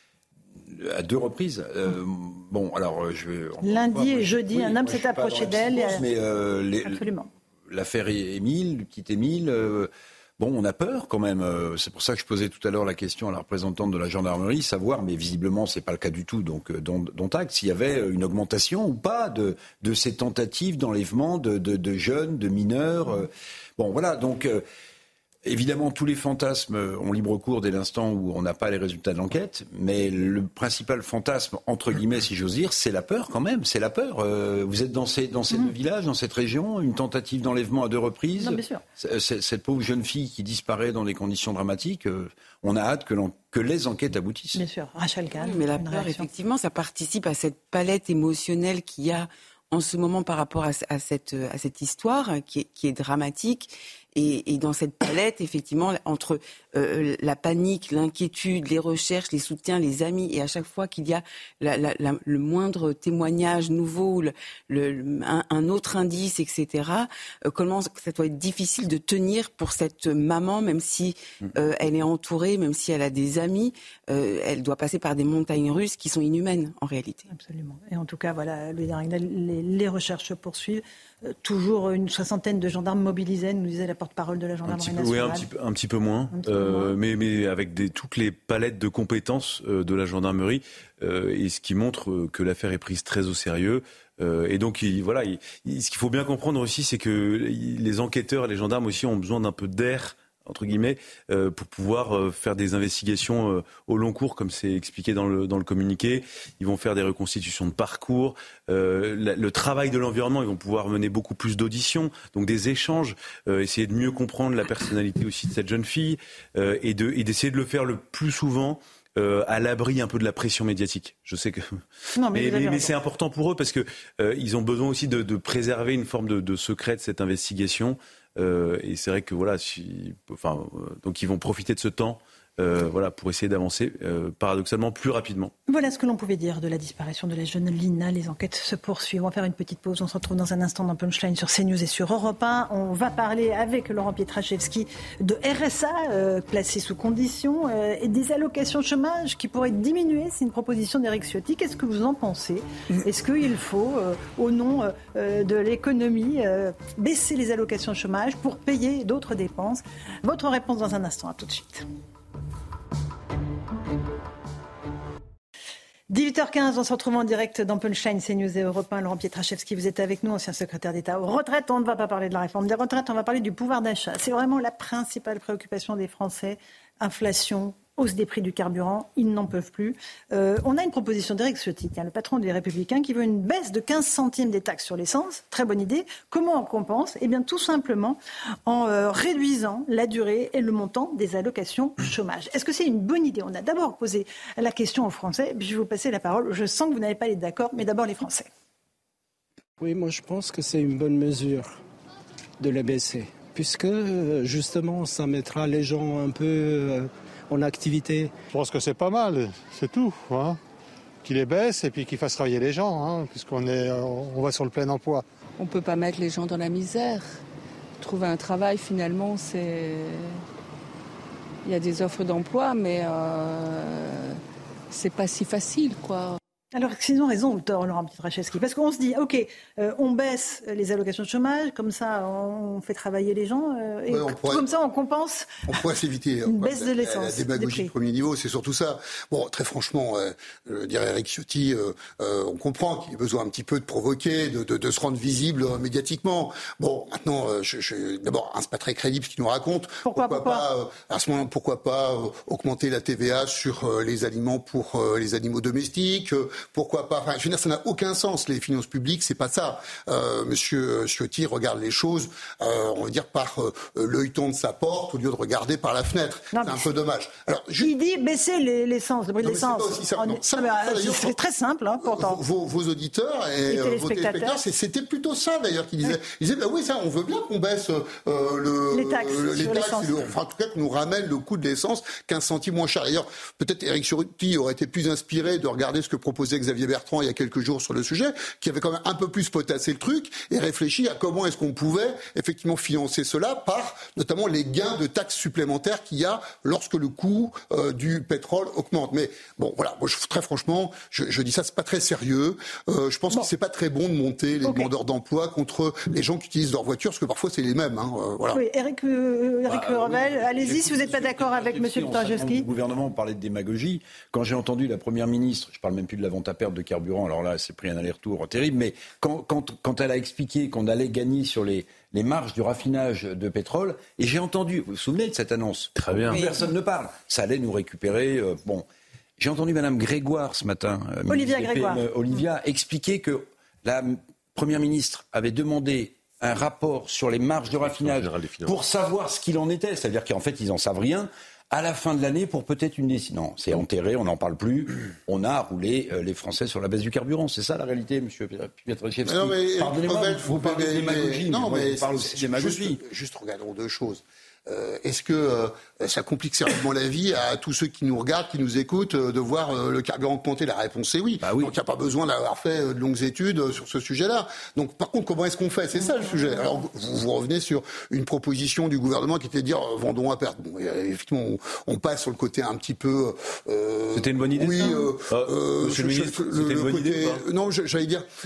S9: à deux reprises. Euh, bon, alors je vais...
S3: Lundi et jeudi, oui, un homme s'est approché d'elle. Et...
S9: Mais euh, les,
S3: Absolument.
S9: L'affaire Émile, le petit Émile... Euh, Bon, on a peur quand même. C'est pour ça que je posais tout à l'heure la question à la représentante de la gendarmerie, savoir, mais visiblement c'est pas le cas du tout, donc dont, dont acte, s'il y avait une augmentation ou pas de, de ces tentatives d'enlèvement de, de, de jeunes, de mineurs. Bon, voilà, donc euh, évidemment tous les fantasmes ont libre cours dès l'instant où on n'a pas les résultats de l'enquête, mais le principal fantasme, entre guillemets, si j'ose dire, c'est la peur quand même, c'est la peur. Euh, vous êtes dans ces, dans ces mmh. deux villages, dans cette région, une tentative d'enlèvement à deux reprises.
S3: Non, bien sûr.
S9: C'est, cette pauvre jeune fille qui disparaît dans des conditions dramatiques, euh, on a hâte que, que les enquêtes aboutissent.
S3: Bien sûr, Rachel Kahn.
S11: Oui, mais la peur, réaction. Effectivement, ça participe à cette palette émotionnelle qu'il y a en ce moment par rapport à, à, cette, à cette histoire qui est, qui est dramatique. Et, et dans cette palette, effectivement, entre euh, la panique, l'inquiétude, les recherches, les soutiens, les amis, et à chaque fois qu'il y a la, la, la, le moindre témoignage nouveau, le, le, un, un autre indice, et cetera, euh, comment ça doit être difficile de tenir pour cette maman, même si euh, elle est entourée, même si elle a des amis, euh, elle doit passer par des montagnes russes qui sont inhumaines, en réalité.
S3: Absolument. Et en tout cas, voilà, Louis de Ragnel, les, les recherches se poursuivent. Euh, toujours une soixantaine de gendarmes mobilisés, nous disait la porte-parole de la gendarmerie
S10: nationale. Oui, un petit, un petit peu moins, petit peu euh, moins. Mais, mais avec des, toutes les palettes de compétences euh, de la gendarmerie, euh, et ce qui montre euh, que l'affaire est prise très au sérieux. Euh, et donc, il, voilà, il, il, ce qu'il faut bien comprendre aussi, c'est que les enquêteurs et les gendarmes aussi ont besoin d'un peu d'air, entre guillemets, euh, pour pouvoir euh, faire des investigations euh, au long cours, comme c'est expliqué dans le, dans le communiqué. Ils vont faire des reconstitutions de parcours. Euh, la, le travail de l'environnement, ils vont pouvoir mener beaucoup plus d'auditions, donc des échanges, euh, essayer de mieux comprendre la personnalité aussi de cette jeune fille, euh, et, de, et d'essayer de le faire le plus souvent Euh, à l'abri un peu de la pression médiatique. Je sais que,
S3: non, mais,
S10: mais, mais, mais c'est important pour eux parce que euh, ils ont besoin aussi de, de préserver une forme de, de secret de cette investigation. Euh, et c'est vrai que voilà, si, enfin, euh, donc ils vont profiter de ce temps. Euh, voilà, pour essayer d'avancer euh, paradoxalement plus rapidement.
S3: Voilà ce que l'on pouvait dire de la disparition de la jeune Lina. Les enquêtes se poursuivent. On va faire une petite pause. On se retrouve dans un instant dans Punchline sur CNews et sur Europe un. On va parler avec Laurent Pietraszewski de R S A euh, placé sous condition euh, et des allocations chômage qui pourraient diminuer. C'est une proposition d'Éric Ciotti. Qu'est-ce que vous en pensez ? Est-ce qu'il faut, euh, au nom euh, de l'économie, euh, baisser les allocations chômage pour payer d'autres dépenses ? Votre réponse dans un instant. À tout de suite. dix-huit heures quinze, on se retrouve en direct dans Punchline, CNews et Europe un. Laurent Pietraszewski, vous êtes avec nous, ancien secrétaire d'État aux retraites. On ne va pas parler de la réforme des retraites, on va parler du pouvoir d'achat. C'est vraiment la principale préoccupation des Français. Inflation, hausse des prix du carburant, ils n'en peuvent plus. Euh, on a une proposition d'Éric Ciotti, le patron des Républicains, qui veut une baisse de quinze centimes des taxes sur l'essence. Très bonne idée. Comment on compense ? Eh bien, tout simplement en euh, réduisant la durée et le montant des allocations chômage. Est-ce que c'est une bonne idée ? On a d'abord posé la question aux Français, puis je vais vous passer la parole. Je sens que vous n'allez pas être d'accord, mais d'abord les Français.
S2: Oui, moi je pense que c'est une bonne mesure de la baisser, puisque justement ça mettra les gens un peu... Euh, en activité.
S22: Je pense que c'est pas mal, c'est tout. Hein. Qu'il les baisse et puis qu'il fasse travailler les gens, hein, puisqu'on est, on va sur le plein emploi.
S23: On ne peut pas mettre les gens dans la misère. Trouver un travail, finalement, c'est... Il y a des offres d'emploi, mais euh... c'est pas si facile, quoi.
S3: Alors, s'ils ont raison ou tort, Laurent Pietraszewski ? Parce qu'on se dit, OK, euh, on baisse les allocations de chômage, comme ça, on fait travailler les gens, euh, et ouais, pourrait, comme ça, on compense
S24: on pourrait s'éviter
S3: une baisse de l'essence.
S24: La démagogie de premier niveau, c'est surtout ça. Bon, très franchement, euh, je dirais Éric Ciotti, euh, euh, on comprend qu'il ait besoin un petit peu de provoquer, de, de, de se rendre visible euh, médiatiquement. Bon, maintenant, euh, je, je, d'abord, hein, c'est pas très crédible ce qu'il nous raconte.
S3: Pourquoi, pourquoi, pourquoi
S24: pas, euh, à ce moment, pourquoi pas euh, augmenter la T V A sur euh, les aliments pour euh, les animaux domestiques euh, Pourquoi pas ? Enfin, je veux dire, ça n'a aucun sens. Les finances publiques, c'est pas ça. Euh, Monsieur Ciotti regarde les choses, euh, on va dire par euh, l'œilleton de sa porte au lieu de regarder par la fenêtre. Non, c'est un peu dommage. Alors, je...
S3: il dit baisser les, l'essence, le prix de l'essence.
S24: C'est, pas aussi ça.
S3: Non, ça, c'est, c'est très simple, hein, pourtant.
S24: Vos, vos auditeurs et euh, vos téléspectateurs, c'était plutôt ça d'ailleurs qu'ils disaient. Ils disaient, bah oui, ça, on veut bien qu'on baisse euh, le,
S3: les taxes,
S24: le, les
S3: sur
S24: taxes
S3: l'essence.
S24: Le, enfin, en tout cas, qu'on nous ramène le coût de l'essence quinze centimes moins cher. D'ailleurs, peut-être Éric Ciotti aurait été plus inspiré de regarder ce que proposait Xavier Bertrand il y a quelques jours sur le sujet, qui avait quand même un peu plus potassé le truc et réfléchi à comment est-ce qu'on pouvait effectivement financer cela par notamment les gains de taxes supplémentaires qu'il y a lorsque le coût euh, du pétrole augmente. Mais bon, voilà, moi, je, très franchement, je, je dis ça, c'est pas très sérieux. Euh, je pense bon. que c'est pas très bon de monter les okay. demandeurs d'emploi contre les gens qui utilisent leur voiture, parce que parfois c'est les mêmes. Hein, euh, voilà.
S3: Oui, Éric euh, bah, Revel, oui, allez-y si vous n'êtes pas d'accord avec M. Pietraszewski.
S9: Le gouvernement parlait de démagogie. Quand j'ai entendu la Première ministre, je parle même plus de la vente à perte de carburant, alors là, c'est pris un aller-retour terrible, mais quand, quand, quand elle a expliqué qu'on allait gagner sur les, les marges du raffinage de pétrole, et j'ai entendu, vous vous souvenez de cette annonce ?
S10: Très bien.
S9: Personne ne parle. Ça allait nous récupérer. Euh, bon, j'ai entendu Mme Grégoire ce matin, euh,
S3: Olivia Grégoire,
S9: euh, Olivia expliquer que la Première ministre avait demandé un rapport sur les marges de raffinage pour savoir ce qu'il en était, c'est-à-dire qu'en fait ils n'en savent rien. À la fin de l'année, pour peut-être une décennie. Non, c'est enterré, on n'en parle plus. On a roulé euh, les Français sur la baisse du carburant. C'est ça la réalité, monsieur Pietraszewski. Pardonnez-moi, vous, vous parlez de démagogie,
S24: non, mais, mais
S9: vous parlez aussi de démagogie.
S24: Juste, juste regardons deux choses. Euh, est-ce que euh, ça complique sérieusement la vie à tous ceux qui nous regardent, qui nous écoutent, euh, de voir euh, le carburant augmenter ? La réponse est oui.
S9: Bah oui.
S24: Donc il n'y a pas besoin d'avoir fait euh, de longues études euh, sur ce sujet-là. Donc par contre, comment est-ce qu'on fait ? C'est ça le sujet. Alors vous, vous revenez sur une proposition du gouvernement qui était de dire euh, vendons à perte. Bon, effectivement, on, on passe sur le côté un petit peu.
S10: Euh, c'était une bonne idée.
S24: Oui.
S10: Ça
S24: euh,
S10: ah,
S24: euh,
S10: Monsieur le ministre,
S24: le,
S10: c'était
S24: le
S10: une bonne
S24: côté,
S10: idée.
S24: Non, j'allais dire.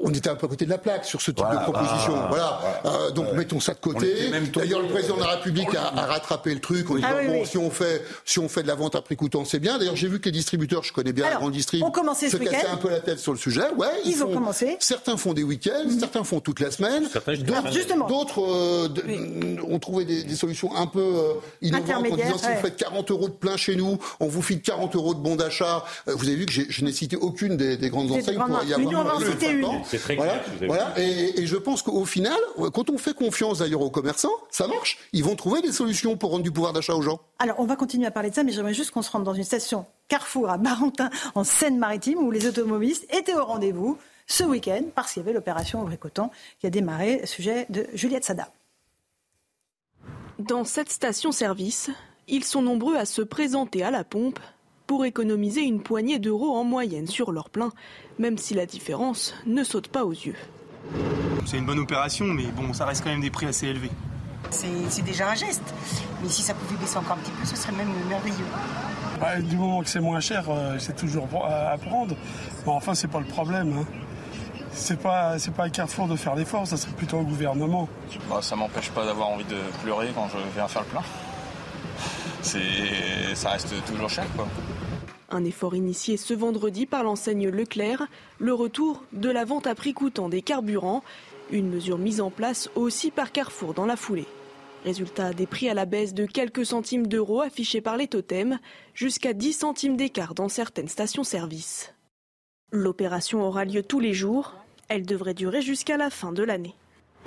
S24: on était un peu à côté de la plaque sur ce type
S9: voilà,
S24: de proposition.
S9: ah,
S24: voilà.
S9: voilà.
S24: Euh, donc ouais. mettons ça de côté. D'ailleurs, le président de la République a, a rattrapé le truc. On dit ah, bon, oui, oui. si on fait si on fait de la vente à prix coûtant, c'est bien. D'ailleurs, j'ai vu que les distributeurs, je connais bien les grands distributeurs, se cassaient un peu la tête sur le sujet. Ouais, ils,
S3: ils
S24: font,
S3: ont commencé.
S24: Certains font des week-ends, mmh. certains font toute la semaine. D'autres, justement, d'autres euh, oui. ont trouvé des, des solutions un peu euh, innovantes en disant si ouais. vous faites quarante euros de plein chez nous, on vous file quarante euros de bon d'achat. Euh, vous avez vu que j'ai, je n'ai cité aucune des, des grandes enseignes pour y avoir.
S3: Mais nous, on va en citer une.
S12: C'est très
S24: voilà,
S12: clair,
S24: voilà. Et, et je pense qu'au final, quand on fait confiance d'ailleurs aux commerçants, ça marche. Ils vont trouver des solutions pour rendre du pouvoir d'achat aux gens.
S3: Alors, on va continuer à parler de ça, mais j'aimerais juste qu'on se rende dans une station Carrefour à Barentin, en Seine-Maritime, où les automobilistes étaient au rendez-vous ce week-end, parce qu'il y avait l'opération Aubry-Coton qui a démarré, sujet de Juliette Sada.
S19: Dans cette station-service, ils sont nombreux à se présenter à la pompe pour économiser une poignée d'euros en moyenne sur leur plein, même si la différence ne saute pas aux yeux.
S1: C'est une bonne opération, mais bon, ça reste quand même des prix assez élevés.
S4: C'est, c'est déjà un geste, mais si ça pouvait baisser encore un petit peu, ce serait même merveilleux.
S13: Ouais, du moment que c'est moins cher, euh, c'est toujours à prendre. Bon, enfin, c'est pas le problème. Hein. C'est pas, c'est pas à Carrefour de faire l'effort, ça serait plutôt au gouvernement.
S15: Bah, ça m'empêche pas d'avoir envie de pleurer quand je viens faire le plein. C'est, ça reste toujours cher, quoi.
S19: Un effort initié ce vendredi par l'enseigne Leclerc, le retour de la vente à prix coûtant des carburants, une mesure mise en place aussi par Carrefour dans la foulée. Résultat, des prix à la baisse de quelques centimes d'euros affichés par les totems, jusqu'à dix centimes d'écart dans certaines stations-service. L'opération aura lieu tous les jours. Elle devrait durer jusqu'à la fin de l'année.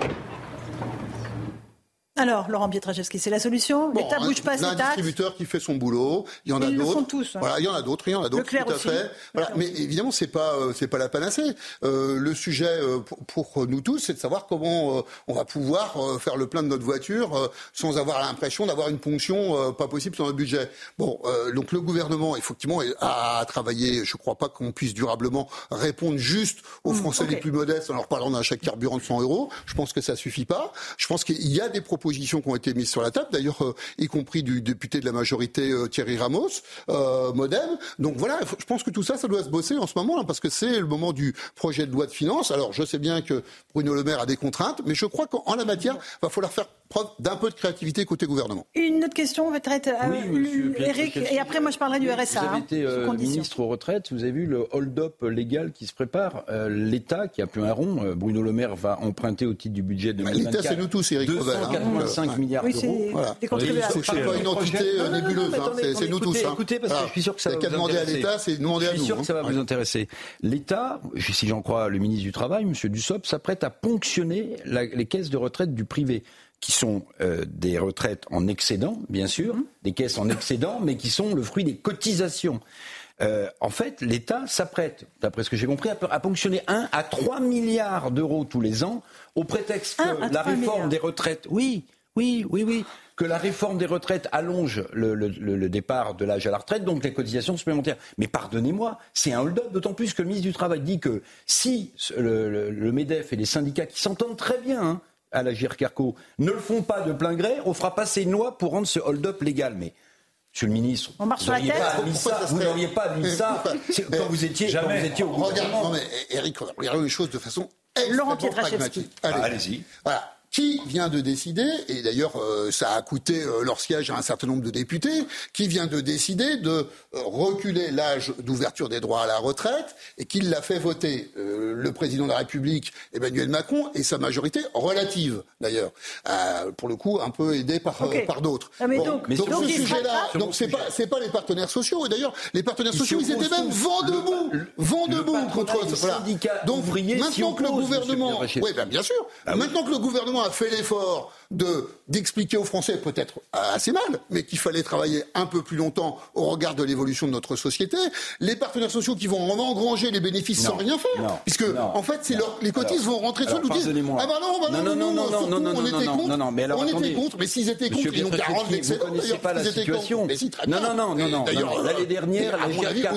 S3: Alors, Laurent Pietraszewski, c'est la solution.
S24: Bon,
S3: L'État ne bouge pas ses taxes.
S24: Un distributeur qui fait son boulot. Il y en a
S3: Ils
S24: d'autres.
S3: le font tous. Hein.
S24: Voilà, il y en a d'autres. Il y en a d'autres.
S3: Leclerc
S24: tout à
S3: aussi.
S24: fait. Voilà. Mais évidemment, c'est pas, euh, c'est pas la panacée. Euh, le sujet euh, pour, pour nous tous, c'est de savoir comment euh, on va pouvoir euh, faire le plein de notre voiture euh, sans avoir l'impression d'avoir une ponction euh, pas possible sur notre budget. Bon, euh, donc le gouvernement, effectivement, a travaillé. Je crois pas qu'on puisse durablement répondre juste aux Français mmh, okay. les plus modestes en leur parlant d'un chèque carburant de cent euros. Je pense que ça suffit pas. Je pense qu'il y a des propositions qui ont été mises sur la table, d'ailleurs, euh, y compris du député de la majorité euh, Thierry Ramos, euh, Modem. Donc voilà, je pense que tout ça, ça doit se bosser en ce moment, là, parce que c'est le moment du projet de loi de finances. Alors, je sais bien que Bruno Le Maire a des contraintes, mais je crois qu'en la matière, il va falloir faire preuve d'un peu de créativité côté gouvernement.
S3: Une autre question, peut-être, oui, Eric, et après, moi, je parlerai du R S A.
S9: Vous avez été euh, ministre aux retraites, vous avez vu le hold-up légal qui se prépare. Euh, L'État, qui a plus un rond, euh, Bruno Le Maire va emprunter au titre du budget de deux mille vingt-quatre.
S24: L'État, c'est nous tous, Eric
S9: deux cent quatre-vingt-cinq
S24: hein.
S9: milliards
S3: oui,
S9: d'euros.
S24: Voilà.
S3: Des contribuables.
S24: C'est pas une entité euh, nébuleuse, hein. c'est, c'est nous tous. Hein.
S9: Écoutez, parce que je suis sûr que ça va vous intéresser.
S24: Demander à l'État, c'est demander à nous.
S9: Je suis sûr que ça va vous intéresser. L'État, si j'en crois le ministre du Travail, M. Dussopt, s'apprête à ponctionner la, les caisses de retraite du privé, qui sont euh, des retraites en excédent, bien sûr, mmh. des caisses en excédent, mais qui sont le fruit des cotisations. Euh, en fait, l'État s'apprête, d'après ce que j'ai compris, à, à ponctionner un à trois milliards d'euros tous les ans, au prétexte que la réforme milliards. des retraites... Oui, oui, oui, oui. Que la réforme des retraites allonge le, le, le départ de l'âge à la retraite, donc les cotisations supplémentaires. Mais pardonnez-moi, c'est un hold-up, d'autant plus que le ministre du Travail dit que si le, le, le MEDEF et les syndicats, qui s'entendent très bien, hein, à la G I R Carco, ne le font pas de plein gré, on fera passer une loi pour rendre ce hold-up légal. Mais, Monsieur le ministre,
S3: on marche sur la tête.
S9: Ça, vous n'auriez pas mis ça quand vous étiez, quand vous étiez au gouvernement.
S24: Non mais Eric, regardons les choses de façon
S3: Laurent
S24: extrêmement pragmatique.
S9: Allez. Ah, allez-y.
S24: Voilà. Qui vient de décider, et d'ailleurs euh, ça a coûté euh, leur siège à un certain nombre de députés, qui vient de décider de euh, reculer l'âge d'ouverture des droits à la retraite, et qui l'a fait voter euh, le président de la République, Emmanuel Macron, et sa majorité relative d'ailleurs, euh, pour le coup un peu aidé par, okay. euh, par d'autres.
S3: Ah, mais bon, donc,
S24: mais
S3: donc,
S24: donc
S3: ce
S24: sujet-là, donc c'est pas c'est pas les partenaires sociaux, et d'ailleurs les partenaires ils sociaux ils étaient même vent debout, vent debout contre voilà. Donc maintenant que le gouvernement, oui ben bien sûr, ah, maintenant que le gouvernement a fait l'effort de, d'expliquer aux Français, peut-être assez mal, mais qu'il fallait travailler un peu plus longtemps au regard de l'évolution de notre société, les partenaires sociaux qui vont engranger les bénéfices non, sans rien faire,
S9: non,
S24: puisque
S9: non,
S24: en fait c'est
S9: non.
S24: leur, les cotises alors, vont rentrer sur nous disent ah bah non, bah non, non, non, non, non, non, non, on était contre, non, non, mais alors, on attendez, était contre, mais s'ils étaient contre, ils n'ont qu'à rendre l'excédent.
S9: Vous ne connaissez pas la situation.
S24: Si,
S9: non, non, non, non, non. D'ailleurs, l'année dernière, la G I R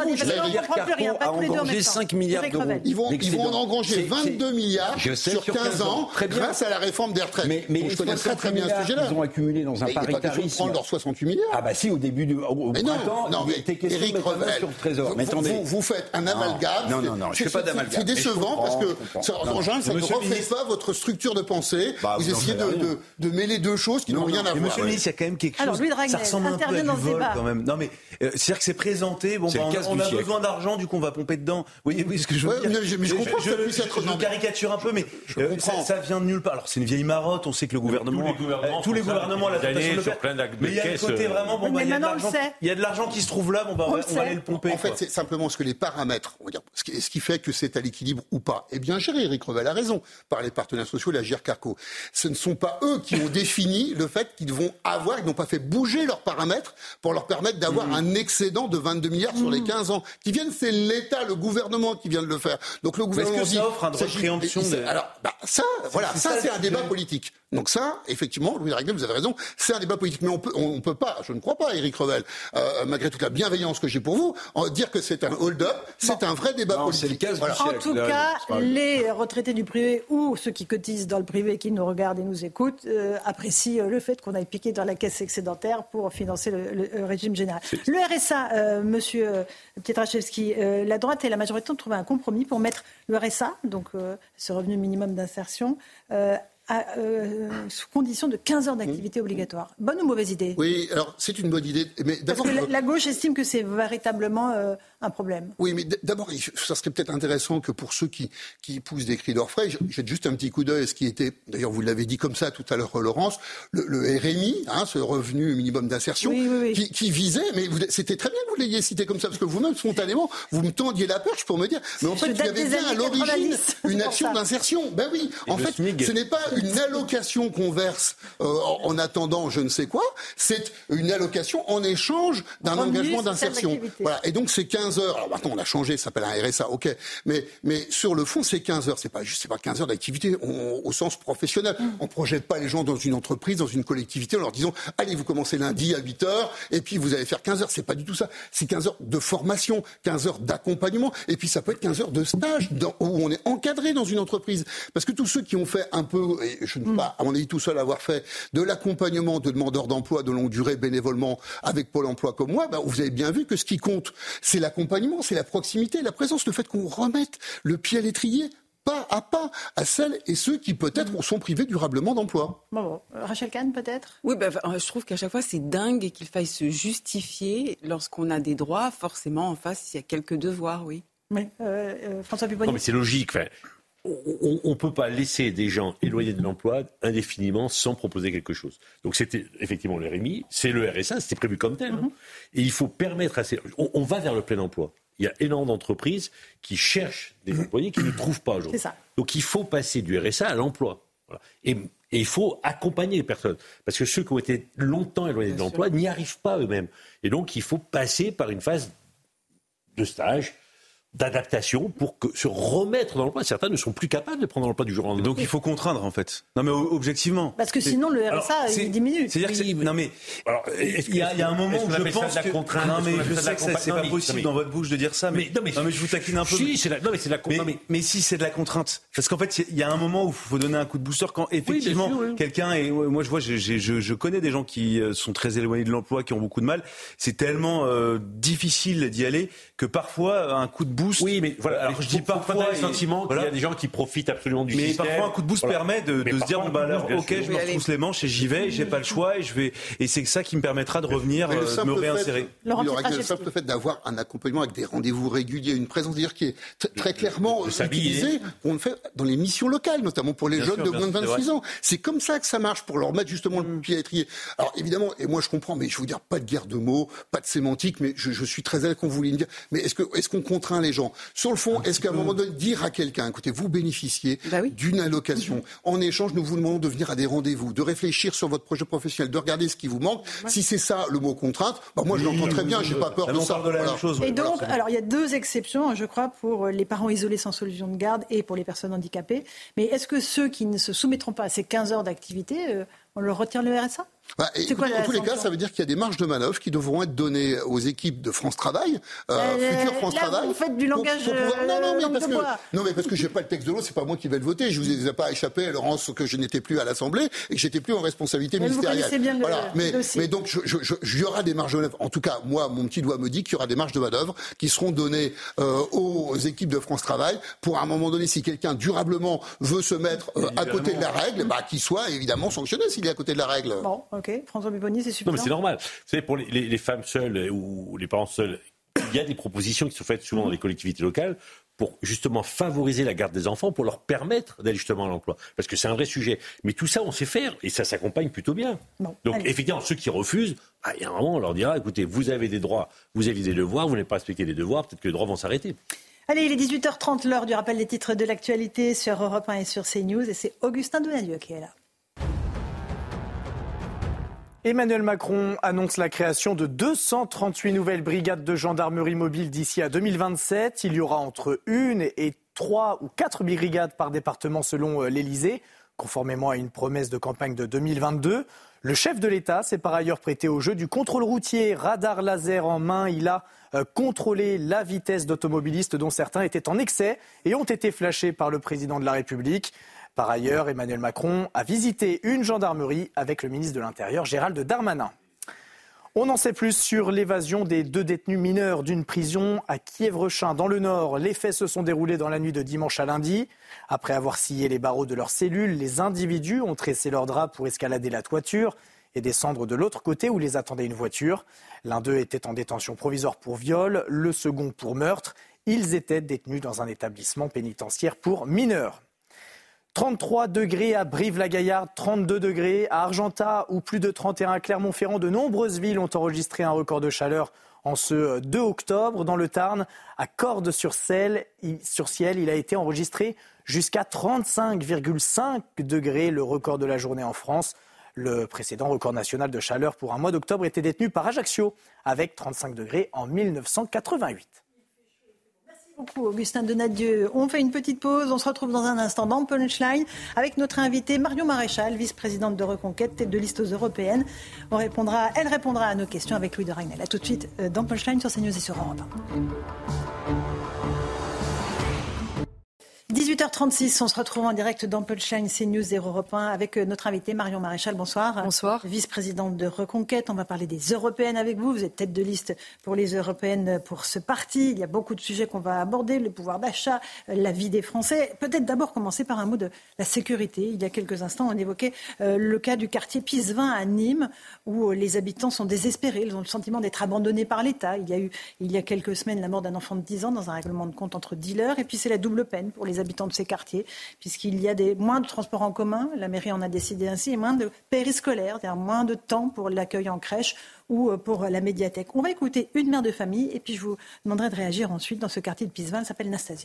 S9: Carco a engrangé cinq milliards d'euros.
S24: Ils vont en engranger vingt-deux milliards sur quinze ans grâce à la réforme des retraites.
S9: Mais, mais
S24: je connais très très bien ce sujet-là.
S9: Ils ont accumulé dans un
S24: mais
S9: paritarisme.
S24: Il n'est pas question de prendre leurs soixante-huit milliards.
S9: Ah bah si, au début du au
S24: mais
S9: printemps,
S24: non, non,
S9: il était question
S24: Éric
S9: de mettre
S24: Revel,
S9: sur le Trésor.
S24: vous,
S9: Mais attendez.
S24: Vous, vous faites un amalgame.
S9: Non, non, non, je ne fais pas d'amalgame.
S24: C'est décevant parce que, en général, ça ne reflète
S10: ministre...
S24: pas votre structure de pensée.
S10: Bah,
S24: vous
S10: vous
S24: essayez de, de, de mêler deux choses qui n'ont rien à voir.
S10: Monsieur le ministre, il y a quand même quelque chose.
S3: Alors, Louis de Ragnel,
S10: ça ressemble un peu à du
S3: dans
S10: vol
S3: débat.
S10: quand même. Non mais euh, c'est-à-dire que c'est présenté. Bon, bah, on, on a besoin d'argent, du coup on va pomper dedans. Vous voyez, oui, ce que je veux
S24: ouais,
S10: dire.
S24: Mais je, mais je, comprends
S10: je, je, je, je caricature un peu, mais euh, ça, ça vient de nulle part. Alors c'est une vieille marotte. On sait que le gouvernement, tous les gouvernements, euh, tous les gouvernements la dotation de faire. Mais il y a le côté vraiment. Bon, bah, il y a de l'argent. Il y a de l'argent qui se trouve là. Bon, bah, on va aller le pomper.
S24: En fait, c'est simplement ce que les paramètres. On va dire, ce qui fait que c'est à l'équilibre ou pas. Eh bien géré. Éric Revel a raison. Par les partenaires sociaux, la G I R Carco. Ce ne sont pas eux qui ont défini le fait qu'ils vont avoir, ils n'ont pas fait bouger leurs paramètres pour leur permettre d'avoir mmh. un excédent de vingt-deux milliards mmh. sur les quinze ans. Qui viennent, c'est l'État, le gouvernement qui vient de le faire. Donc le gouvernement
S10: est-ce que
S24: dit,
S10: ça offre un droit de préemption de...
S24: Alors, bah, ça, voilà, ça, ça c'est un débat politique. Donc ça, effectivement, Louis de Ragnel, vous avez raison, c'est un débat politique. Mais on peut, on, on peut pas, je ne crois pas, Éric Revel, euh, malgré toute la bienveillance que j'ai pour vous, en dire que c'est un hold-up, c'est bon. un vrai débat
S9: non,
S24: politique.
S9: C'est le cas
S24: voilà.
S3: En tout cas, les retraités du privé ou ceux qui cotisent dans le privé, qui nous regardent et nous écoutent, euh, apprécient le fait qu'on aille piquer dans la caisse excédentaire pour financer le, le, le régime général. C'est... Le R S A, euh, monsieur Pietraszewski, euh, la droite et la majorité ont trouvé un compromis pour mettre le R S A, donc euh, ce revenu minimum d'insertion, euh, À, euh, sous condition de quinze heures d'activité mmh. obligatoire. Bonne ou mauvaise idée ?
S24: Oui, alors c'est une bonne idée. Mais d'abord,
S3: parce que la, la gauche estime que c'est véritablement euh, un problème.
S24: Oui, mais d'abord, ça serait peut-être intéressant que pour ceux qui, qui poussent des cris d'orfraie, jette juste un petit coup d'œil à ce qui était, d'ailleurs vous l'avez dit comme ça tout à l'heure, Laurence, le, le R M I, hein, ce revenu minimum d'insertion,
S3: oui, oui, oui.
S24: Qui, qui visait, mais vous, c'était très bien que vous l'ayez cité comme ça, parce que vous-même, spontanément, vous me tendiez la perche pour me dire, mais en fait, il y avait bien à l'origine une action d'insertion. Ben oui, en fait, ce n'est pas une allocation qu'on verse euh, en attendant je ne sais quoi, c'est une allocation en échange d'un Revenu, engagement d'insertion. Voilà. Et donc c'est quinze heures. Alors maintenant on a changé, ça s'appelle un R S A, ok. Mais mais sur le fond c'est quinze heures. C'est pas juste, c'est pas quinze heures d'activité on, au sens professionnel. Mm. On projette pas les gens dans une entreprise, dans une collectivité en leur disant allez vous commencez lundi à huit heures et puis vous allez faire quinze heures. C'est pas du tout ça. C'est quinze heures de formation, quinze heures d'accompagnement et puis ça peut être quinze heures de stage dans, où on est encadré dans une entreprise. Parce que tous ceux qui ont fait un peu, et je ne pas, à mon avis, tout seul avoir fait de l'accompagnement de demandeurs d'emploi de longue durée bénévolement avec Pôle emploi comme moi, bah, vous avez bien vu que ce qui compte, c'est l'accompagnement, c'est la proximité, la présence, le fait qu'on remette le pied à l'étrier pas à pas à celles et ceux qui peut-être mmh. sont privés durablement d'emploi.
S3: Bon, bon. Rachel Kahn peut-être ?
S11: Oui, bah, je trouve qu'à chaque fois c'est dingue et qu'il faille se justifier lorsqu'on a des droits, forcément en face il y a quelques devoirs, oui.
S3: Oui, euh, euh, François Pupponi.
S12: Non mais c'est logique, enfin, on ne peut pas laisser des gens éloignés de l'emploi indéfiniment sans proposer quelque chose. Donc c'était effectivement le R M I, c'est le R S A, c'était prévu comme tel. Mm-hmm. Hein. Et il faut permettre à ces... On, on va vers le plein emploi. Il y a énormément d'entreprises qui cherchent des employés qui ne trouvent pas aujourd'hui.
S3: C'est ça.
S12: Donc il faut passer du R S A à l'emploi. Voilà. Et, et il faut accompagner les personnes. Parce que ceux qui ont été longtemps éloignés de l'emploi n'y arrivent pas eux-mêmes. Et donc il faut passer par une phase de stage, d'adaptation pour que, se remettre dans l'emploi. Certains ne sont plus capables de prendre l'emploi du jour au lendemain.
S10: Donc il faut contraindre en fait. Non mais objectivement.
S3: Parce que sinon le R S A alors, il diminue.
S10: C'est-à-dire que c'est... non mais alors, il y a, il y a un moment où je pense que non mais je sais que c'est, c'est pas possible mais... dans votre bouche de dire ça. Mais, mais, non, mais, non, mais je vous taquine un peu.
S12: Si, c'est la... non mais c'est la
S10: contrainte. Mais, mais si c'est de la contrainte. Parce qu'en fait il y a un moment où il faut donner un coup de booster quand effectivement oui, sûr, oui. quelqu'un et moi je vois je, je, je, je connais des gens qui sont très éloignés de l'emploi qui ont beaucoup de mal. C'est tellement euh, difficile d'y aller que parfois un coup de boost.
S12: Oui mais voilà. Alors, je dis parfois le sentiment qu'il y a des gens qui profitent absolument du
S10: mais
S12: système.
S10: Mais parfois un coup de boost voilà. permet de, de se dire bon bah alors ok je me retrousse les manches et j'y vais, j'ai pas le choix et je vais et c'est ça qui me permettra de revenir euh, me réinsérer.
S24: Fait, le simple fait d'avoir un accompagnement avec des rendez-vous réguliers, une présence dire qui est t- très clairement utilisée, on le fait dans les missions locales, notamment pour les bien jeunes sûr, de moins de vingt-six ans. C'est comme ça que ça marche pour leur mettre justement le pied à l'étrier. Alors évidemment, et moi je comprends, mais je vous dire pas de guerre de mots, pas de sémantique, mais je, je suis très à l'aise quand vous voulez me dire. Mais est-ce que est-ce qu'on contraint les gens sur le fond? Est-ce qu'à un moment donné, dire à quelqu'un, écoutez, vous bénéficiez bah oui. d'une allocation. Mmh. En échange, nous vous demandons de venir à des rendez-vous, de réfléchir sur votre projet professionnel, de regarder ce qui vous manque. Ouais. Si c'est ça le mot contrainte, bah moi je l'entends très bien, j'ai pas peur de ça.
S10: De la voilà. même chose,
S3: et
S10: ouais,
S3: donc,
S10: voilà,
S3: alors il y a deux exceptions, je crois, pour les parents isolés sans solution de garde et pour les personnes handicapées. Mais est-ce que ceux qui ne se soumettront pas à ces quinze heures d'activité, euh, on leur retire le R S A ?
S24: Bah, et, quoi, en tous les cas, ça veut dire qu'il y a des marges de manœuvre qui devront être données aux équipes de France Travail, euh, euh, futur France
S3: là,
S24: Travail.
S3: Vous faites du langage
S24: pour, pour pouvoir... Non, non, mais parce que,
S3: bois.
S24: non, mais parce que j'ai pas le texte de l'eau, c'est pas moi qui vais le voter. Je vous ai pas échappé, Laurence, que je n'étais plus à l'Assemblée et que j'étais plus en responsabilité
S3: mais
S24: ministérielle.
S3: Vous bien le,
S24: voilà. Mais,
S3: le dossier.
S24: mais donc, je, je, je, il y aura des marges de manœuvre. En tout cas, moi, mon petit doigt me dit qu'il y aura des marges de manœuvre qui seront données euh, aux équipes de France Travail pour, à un moment donné, si quelqu'un durablement veut se mettre euh, à côté de la règle, bah, qu'il soit évidemment sanctionné s'il est à côté de la règle.
S3: Bon, ok. François Pupponi, c'est suffisant.
S12: Non, mais c'est normal. Vous savez, pour les, les, les femmes seules ou les parents seuls, il y a des propositions qui sont faites souvent dans les collectivités locales pour justement favoriser la garde des enfants, pour leur permettre d'aller justement à l'emploi. Parce que c'est un vrai sujet. Mais tout ça, on sait faire et ça s'accompagne plutôt bien. Bon, Donc, allez. effectivement, ceux qui refusent, bah, il y a un moment, on leur dira, écoutez, vous avez des droits, vous avez des devoirs, vous n'avez pas respecté les devoirs, peut-être que les droits vont s'arrêter.
S3: Allez, il est dix-huit heures trente, l'heure du rappel des titres de l'actualité sur Europe un et sur CNews. Et c'est Augustin Donadieu qui est là.
S14: Emmanuel Macron annonce la création de deux cent trente-huit nouvelles brigades de gendarmerie mobile d'ici à deux mille vingt-sept. Il y aura entre une et trois ou quatre brigades par département selon l'Élysée, conformément à une promesse de campagne de deux mille vingt-deux. Le chef de l'État s'est par ailleurs prêté au jeu du contrôle routier, radar laser en main. Il a euh, contrôlé la vitesse d'automobilistes dont certains étaient en excès et ont été flashés par le président de la République. Par ailleurs, Emmanuel Macron a visité une gendarmerie avec le ministre de l'Intérieur, Gérald Darmanin. On en sait plus sur l'évasion des deux détenus mineurs d'une prison à Kievrechin, dans le Nord. Les faits se sont déroulés dans la nuit de dimanche à lundi. Après avoir scié les barreaux de leur cellule, les individus ont tressé leurs draps pour escalader la toiture et descendre de l'autre côté où les attendait une voiture. L'un d'eux était en détention provisoire pour viol, le second pour meurtre. Ils étaient détenus dans un établissement pénitentiaire pour mineurs. trente-trois degrés à Brive-la-Gaillarde, trente-deux degrés à Argentat ou plus de trente et un à Clermont-Ferrand. De nombreuses villes ont enregistré un record de chaleur en ce deux octobre. Dans le Tarn, à Cordes-sur-Ciel, sur Ciel, il a été enregistré jusqu'à trente-cinq virgule cinq degrés, le record de la journée en France. Le précédent record national de chaleur pour un mois d'octobre était détenu par Ajaccio avec trente-cinq degrés en mille neuf cent quatre-vingt-huit.
S3: Beaucoup, Augustin Donadieu. On fait une petite pause, on se retrouve dans un instant dans Punchline avec notre invitée Marion Maréchal, vice-présidente de Reconquête, tête de liste aux européennes. On répondra, elle répondra à nos questions avec Louis de Ragnel. A tout de suite dans Punchline sur CNews et sur Europe un. dix-huit heures trente-six, on se retrouve en direct dans Punchline, CNews et Europe un avec notre invitée Marion Maréchal. Bonsoir.
S5: Bonsoir.
S3: Vice-présidente de Reconquête. On va parler des européennes avec vous. Vous êtes tête de liste pour les européennes pour ce parti. Il y a beaucoup de sujets qu'on va aborder, le pouvoir d'achat, la vie des Français. Peut-être d'abord commencer par un mot de la sécurité. Il y a quelques instants, on évoquait euh, le cas du quartier Pisevin à Nîmes où les habitants sont désespérés. Ils ont le sentiment d'être abandonnés par l'État. Il y a eu, il y a quelques semaines, la mort d'un enfant de dix ans dans un règlement de compte entre dealers. Et puis c'est la double peine pour les habitants de ces quartiers, puisqu'il y a des, moins de transports en commun, la mairie en a décidé ainsi, et moins de périscolaires, c'est-à-dire moins de temps pour l'accueil en crèche ou pour la médiathèque. On va écouter une mère de famille, et puis je vous demanderai de réagir ensuite dans ce quartier de Pisevin, elle s'appelle Nastasia.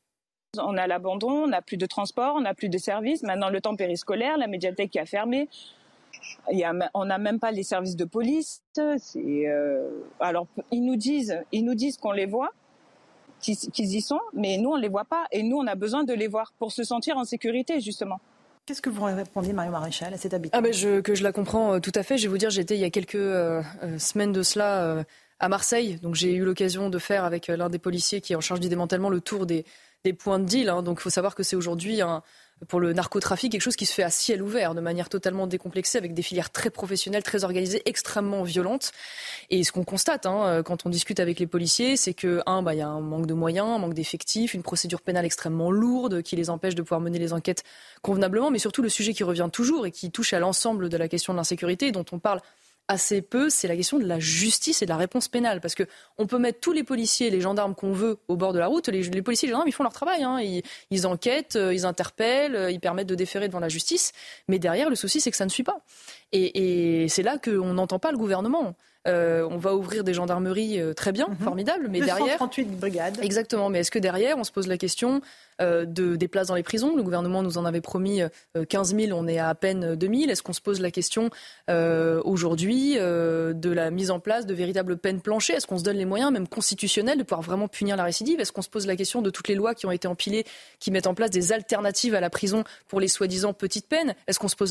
S16: On a l'abandon, on n'a plus de transport, on n'a plus de services. Maintenant, le temps périscolaire, la médiathèque qui a fermé. Il y a, on n'a même pas les services de police. C'est, euh, alors, ils nous disent, ils nous disent qu'on les voit, qu'ils, qu'ils y sont, mais nous, on ne les voit pas. Et nous, on a besoin de les voir pour se sentir en sécurité, justement.
S3: Qu'est-ce que vous répondez, Marion Maréchal, à cet habitant ?
S5: Ah ben je, que je la comprends euh, tout à fait. Je vais vous dire, j'étais il y a quelques euh, euh, semaines de cela euh, à Marseille. Donc j'ai eu l'occasion de faire avec euh, l'un des policiers qui est en charge du démantèlement le tour des, des points de deal. Hein. Donc il faut savoir que c'est aujourd'hui un... pour le narcotrafic, quelque chose qui se fait à ciel ouvert, de manière totalement décomplexée, avec des filières très professionnelles, très organisées, extrêmement violentes. Et ce qu'on constate hein, quand on discute avec les policiers, c'est que, un, bah, y a un manque de moyens, un manque d'effectifs, une procédure pénale extrêmement lourde qui les empêche de pouvoir mener les enquêtes convenablement, mais surtout le sujet qui revient toujours et qui touche à l'ensemble de la question de l'insécurité, dont on parle assez peu, c'est la question de la justice et de la réponse pénale. Parce qu'on peut mettre tous les policiers et les gendarmes qu'on veut au bord de la route. Les, les policiers et les gendarmes, ils font leur travail. Hein. Ils, ils enquêtent, ils interpellent, ils permettent de déférer devant la justice. Mais derrière, le souci, c'est que ça ne suit pas. Et, et c'est là qu'on n'entend pas le gouvernement. Euh, on va ouvrir des gendarmeries euh, très bien, mm-hmm. formidable, mais derrière...
S3: deux cent trente-huit brigades.
S5: Exactement, mais est-ce que derrière, on se pose la question euh, de, des places dans les prisons ? Le gouvernement nous en avait promis euh, quinze mille, on est à à peine deux mille. Est-ce qu'on se pose la question euh, aujourd'hui euh, de la mise en place de véritables peines planchées ? Est-ce qu'on se donne les moyens, même constitutionnels, de pouvoir vraiment punir la récidive ? Est-ce qu'on se pose la question de toutes les lois qui ont été empilées, qui mettent en place des alternatives à la prison pour les soi-disant petites peines ? Est-ce qu'on se pose la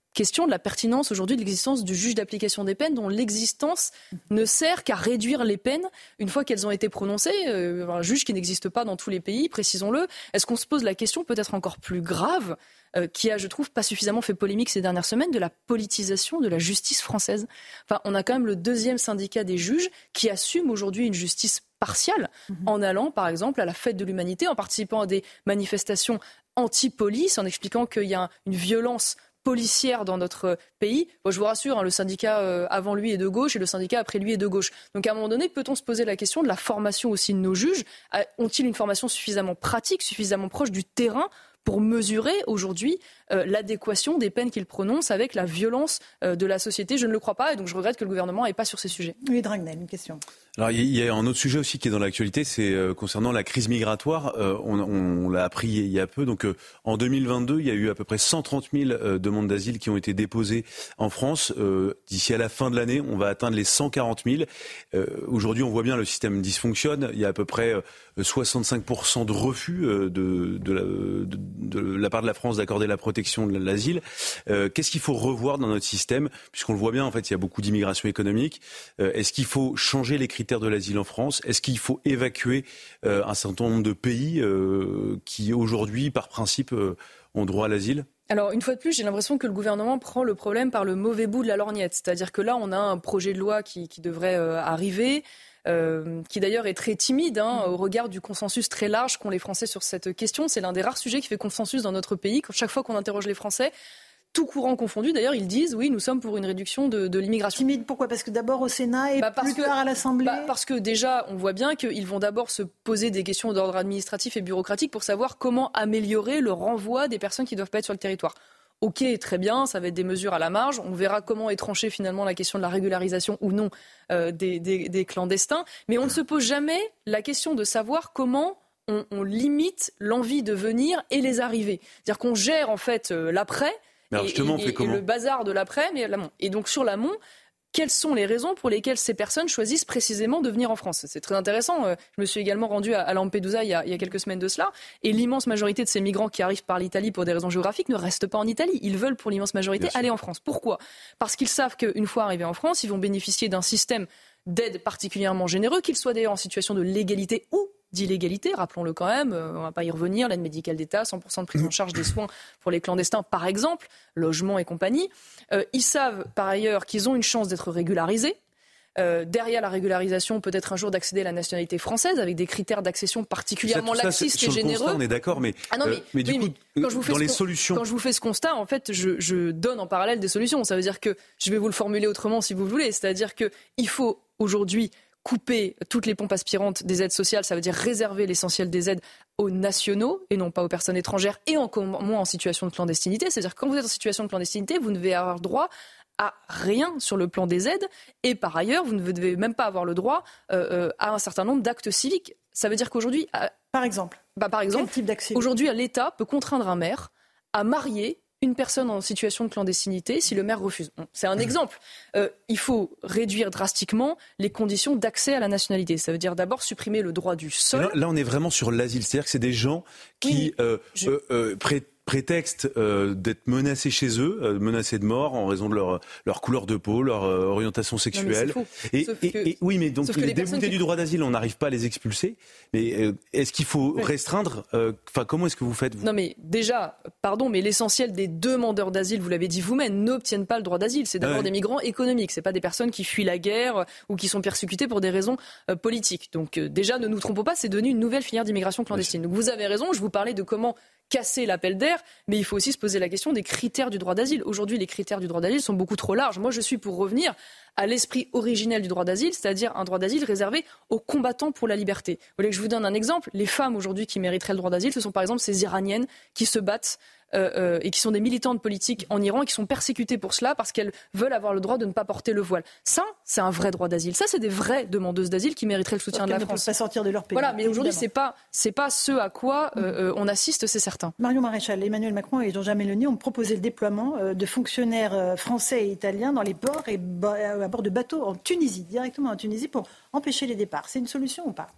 S17: question de la pertinence aujourd'hui de l'existence du juge d'application des peines dont l'existence ne sert qu'à réduire les peines une fois qu'elles ont été prononcées. Euh, un juge qui n'existe pas dans tous les pays, précisons-le. Est-ce qu'on se pose la question peut-être encore plus grave euh, qui a, je trouve, pas suffisamment fait polémique ces dernières semaines de la politisation de la justice française. Enfin, on a quand même le deuxième syndicat des juges qui assume aujourd'hui une justice partiale mmh. en allant, par exemple, à la fête de l'humanité, en participant à des manifestations anti-police, en expliquant qu'il y a une violence policière dans notre pays. Bon, je vous rassure, hein, le syndicat euh, avant lui est de gauche et le syndicat après lui est de gauche. Donc à un moment donné, peut-on se poser la question de la formation aussi de nos juges ? Ont-ils une formation suffisamment pratique, suffisamment proche du terrain pour mesurer aujourd'hui euh, l'adéquation des peines qu'ils prononcent avec la violence euh, de la société ? Je ne le crois pas et donc je regrette que le gouvernement n'ait pas sur ces sujets.
S3: Oui, Dragnel, une question.
S10: Alors il y a un autre sujet aussi qui est dans l'actualité, c'est euh, concernant la crise migratoire. Euh, on, on l'a appris il y a peu. Donc euh, en deux mille vingt-deux, il y a eu à peu près cent trente mille euh, demandes d'asile qui ont été déposées en France. Euh, d'ici à la fin de l'année, on va atteindre les cent quarante mille. Euh, aujourd'hui, on voit bien le système dysfonctionne. Il y a à peu près euh, soixante-cinq pour cent de refus euh, de, de, la, de, de la part de la France d'accorder la protection de l'asile. Euh, qu'est-ce qu'il faut revoir dans notre système ? Puisqu'on le voit bien, en fait, il y a beaucoup d'immigration économique. Euh, est-ce qu'il faut changer les critères de l'asile en France ? Est-ce qu'il faut évacuer euh, un certain nombre de pays euh, qui aujourd'hui, par principe, euh, ont droit à l'asile ?
S17: Alors, une fois de plus, j'ai l'impression que le gouvernement prend le problème par le mauvais bout de la lorgnette. C'est-à-dire que là, on a un projet de loi qui, qui devrait euh, arriver, euh, qui d'ailleurs est très timide hein, au regard du consensus très large qu'ont les Français sur cette question. C'est l'un des rares sujets qui fait consensus dans notre pays. Chaque fois qu'on interroge les Français, tout courant confondu, d'ailleurs, ils disent oui, nous sommes pour une réduction de, de l'immigration.
S3: Timide, pourquoi ? Parce que d'abord au Sénat et
S17: bah
S3: plus
S17: que,
S3: tard à l'Assemblée
S17: bah Parce que déjà, on voit bien qu'ils vont d'abord se poser des questions d'ordre administratif et bureaucratique pour savoir comment améliorer le renvoi des personnes qui ne doivent pas être sur le territoire. Ok, très bien, ça va être des mesures à la marge. On verra comment est tranchée finalement la question de la régularisation ou non euh, des, des, des clandestins. Mais on ne se pose jamais la question de savoir comment on, on limite l'envie de venir et les arrivées. C'est-à-dire qu'on gère en fait euh, l'après.
S10: Alors justement,
S17: et,
S10: on fait
S17: et,
S10: comment ?
S17: Et le bazar de l'après, mais l'amont. Et donc sur l'amont, quelles sont les raisons pour lesquelles ces personnes choisissent précisément de venir en France ? C'est très intéressant. Je me suis également rendu à Lampedusa il y a, il y a quelques semaines de cela. Et l'immense majorité de ces migrants qui arrivent par l'Italie pour des raisons géographiques ne restent pas en Italie. Ils veulent pour l'immense majorité aller en France. Pourquoi ? Parce qu'ils savent qu'une fois arrivés en France, ils vont bénéficier d'un système d'aide particulièrement généreux, qu'ils soient d'ailleurs en situation de légalité ou d'illégalité, rappelons-le quand même, on ne va pas y revenir, l'aide médicale d'État, cent pour cent de prise en charge des soins pour les clandestins par exemple, logement et compagnie. Euh, ils savent par ailleurs qu'ils ont une chance d'être régularisés. Euh, derrière la régularisation, peut-être un jour d'accéder à la nationalité française avec des critères d'accession particulièrement ça, laxistes ça, et généreux.
S10: Sur le constat, on est d'accord, mais,
S17: ah non, mais,
S10: euh, mais du
S17: oui,
S10: coup,
S17: mais quand je vous fais
S10: dans les
S17: con...
S10: solutions...
S17: Quand je vous fais ce constat, en fait, je, je donne en parallèle des solutions. Ça veut dire que, je vais vous le formuler autrement si vous le voulez, c'est-à-dire qu'il faut aujourd'hui couper toutes les pompes aspirantes des aides sociales, ça veut dire réserver l'essentiel des aides aux nationaux et non pas aux personnes étrangères et encore moins en situation de clandestinité. C'est-à-dire que quand vous êtes en situation de clandestinité, vous ne devez avoir droit à rien sur le plan des aides et par ailleurs, vous ne devez même pas avoir le droit euh, à un certain nombre d'actes civiques. Ça veut dire qu'aujourd'hui... Euh,
S3: par exemple,
S17: bah, par exemple
S3: quel type d'acte civique ?
S17: Aujourd'hui, l'État peut contraindre un maire à marier une personne en situation de clandestinité si le maire refuse. Bon, c'est un exemple. Euh, il faut réduire drastiquement les conditions d'accès à la nationalité. Ça veut dire d'abord supprimer le droit du sol.
S10: Là, là on est vraiment sur l'asile. C'est-à-dire que c'est des gens qui oui, euh, je... euh, euh, pré- prétexte euh, d'être menacés chez eux, euh, menacés de mort en raison de leur, leur couleur de peau, leur euh, orientation sexuelle.
S17: Non,
S10: et,
S17: Sauf
S10: et,
S17: que...
S10: et oui, mais donc
S17: Sauf
S10: les,
S17: les
S10: déboutés
S17: qui...
S10: du droit d'asile, on n'arrive pas à les expulser. Mais euh, est-ce qu'il faut oui. restreindre Enfin, euh, comment est-ce que vous faites vous
S17: Non, mais déjà, pardon, mais l'essentiel des demandeurs d'asile, vous l'avez dit vous-même, n'obtiennent pas le droit d'asile. C'est d'abord ah ouais. des migrants économiques. C'est pas des personnes qui fuient la guerre ou qui sont persécutées pour des raisons euh, politiques. Donc euh, déjà, ne nous trompons pas, c'est devenu une nouvelle filière d'immigration clandestine. Donc vous avez raison. Je vous parlais de comment casser l'appel d'air, mais il faut aussi se poser la question des critères du droit d'asile. Aujourd'hui, les critères du droit d'asile sont beaucoup trop larges. Moi, je suis pour revenir à l'esprit originel du droit d'asile, c'est-à-dire un droit d'asile réservé aux combattants pour la liberté. Vous voulez que je vous donne un exemple ? Les femmes aujourd'hui qui mériteraient le droit d'asile, ce sont par exemple ces Iraniennes qui se battent Euh, euh, et qui sont des militantes politiques en Iran et qui sont persécutées pour cela parce qu'elles veulent avoir le droit de ne pas porter le voile. Ça, c'est un vrai droit d'asile. Ça, c'est des vraies demandeuses d'asile qui mériteraient le soutien de la France.
S3: Elles ne peuvent pas sortir de leur pays.
S17: Voilà, mais aujourd'hui, c'est pas, c'est pas ce à quoi euh, on assiste, c'est certain.
S3: Marion Maréchal, Emmanuel Macron et Giorgia Meloni ont proposé le déploiement de fonctionnaires français et italiens dans les ports et à bord de bateaux en Tunisie, directement en Tunisie, pour empêcher les départs. C'est une solution ou pas ?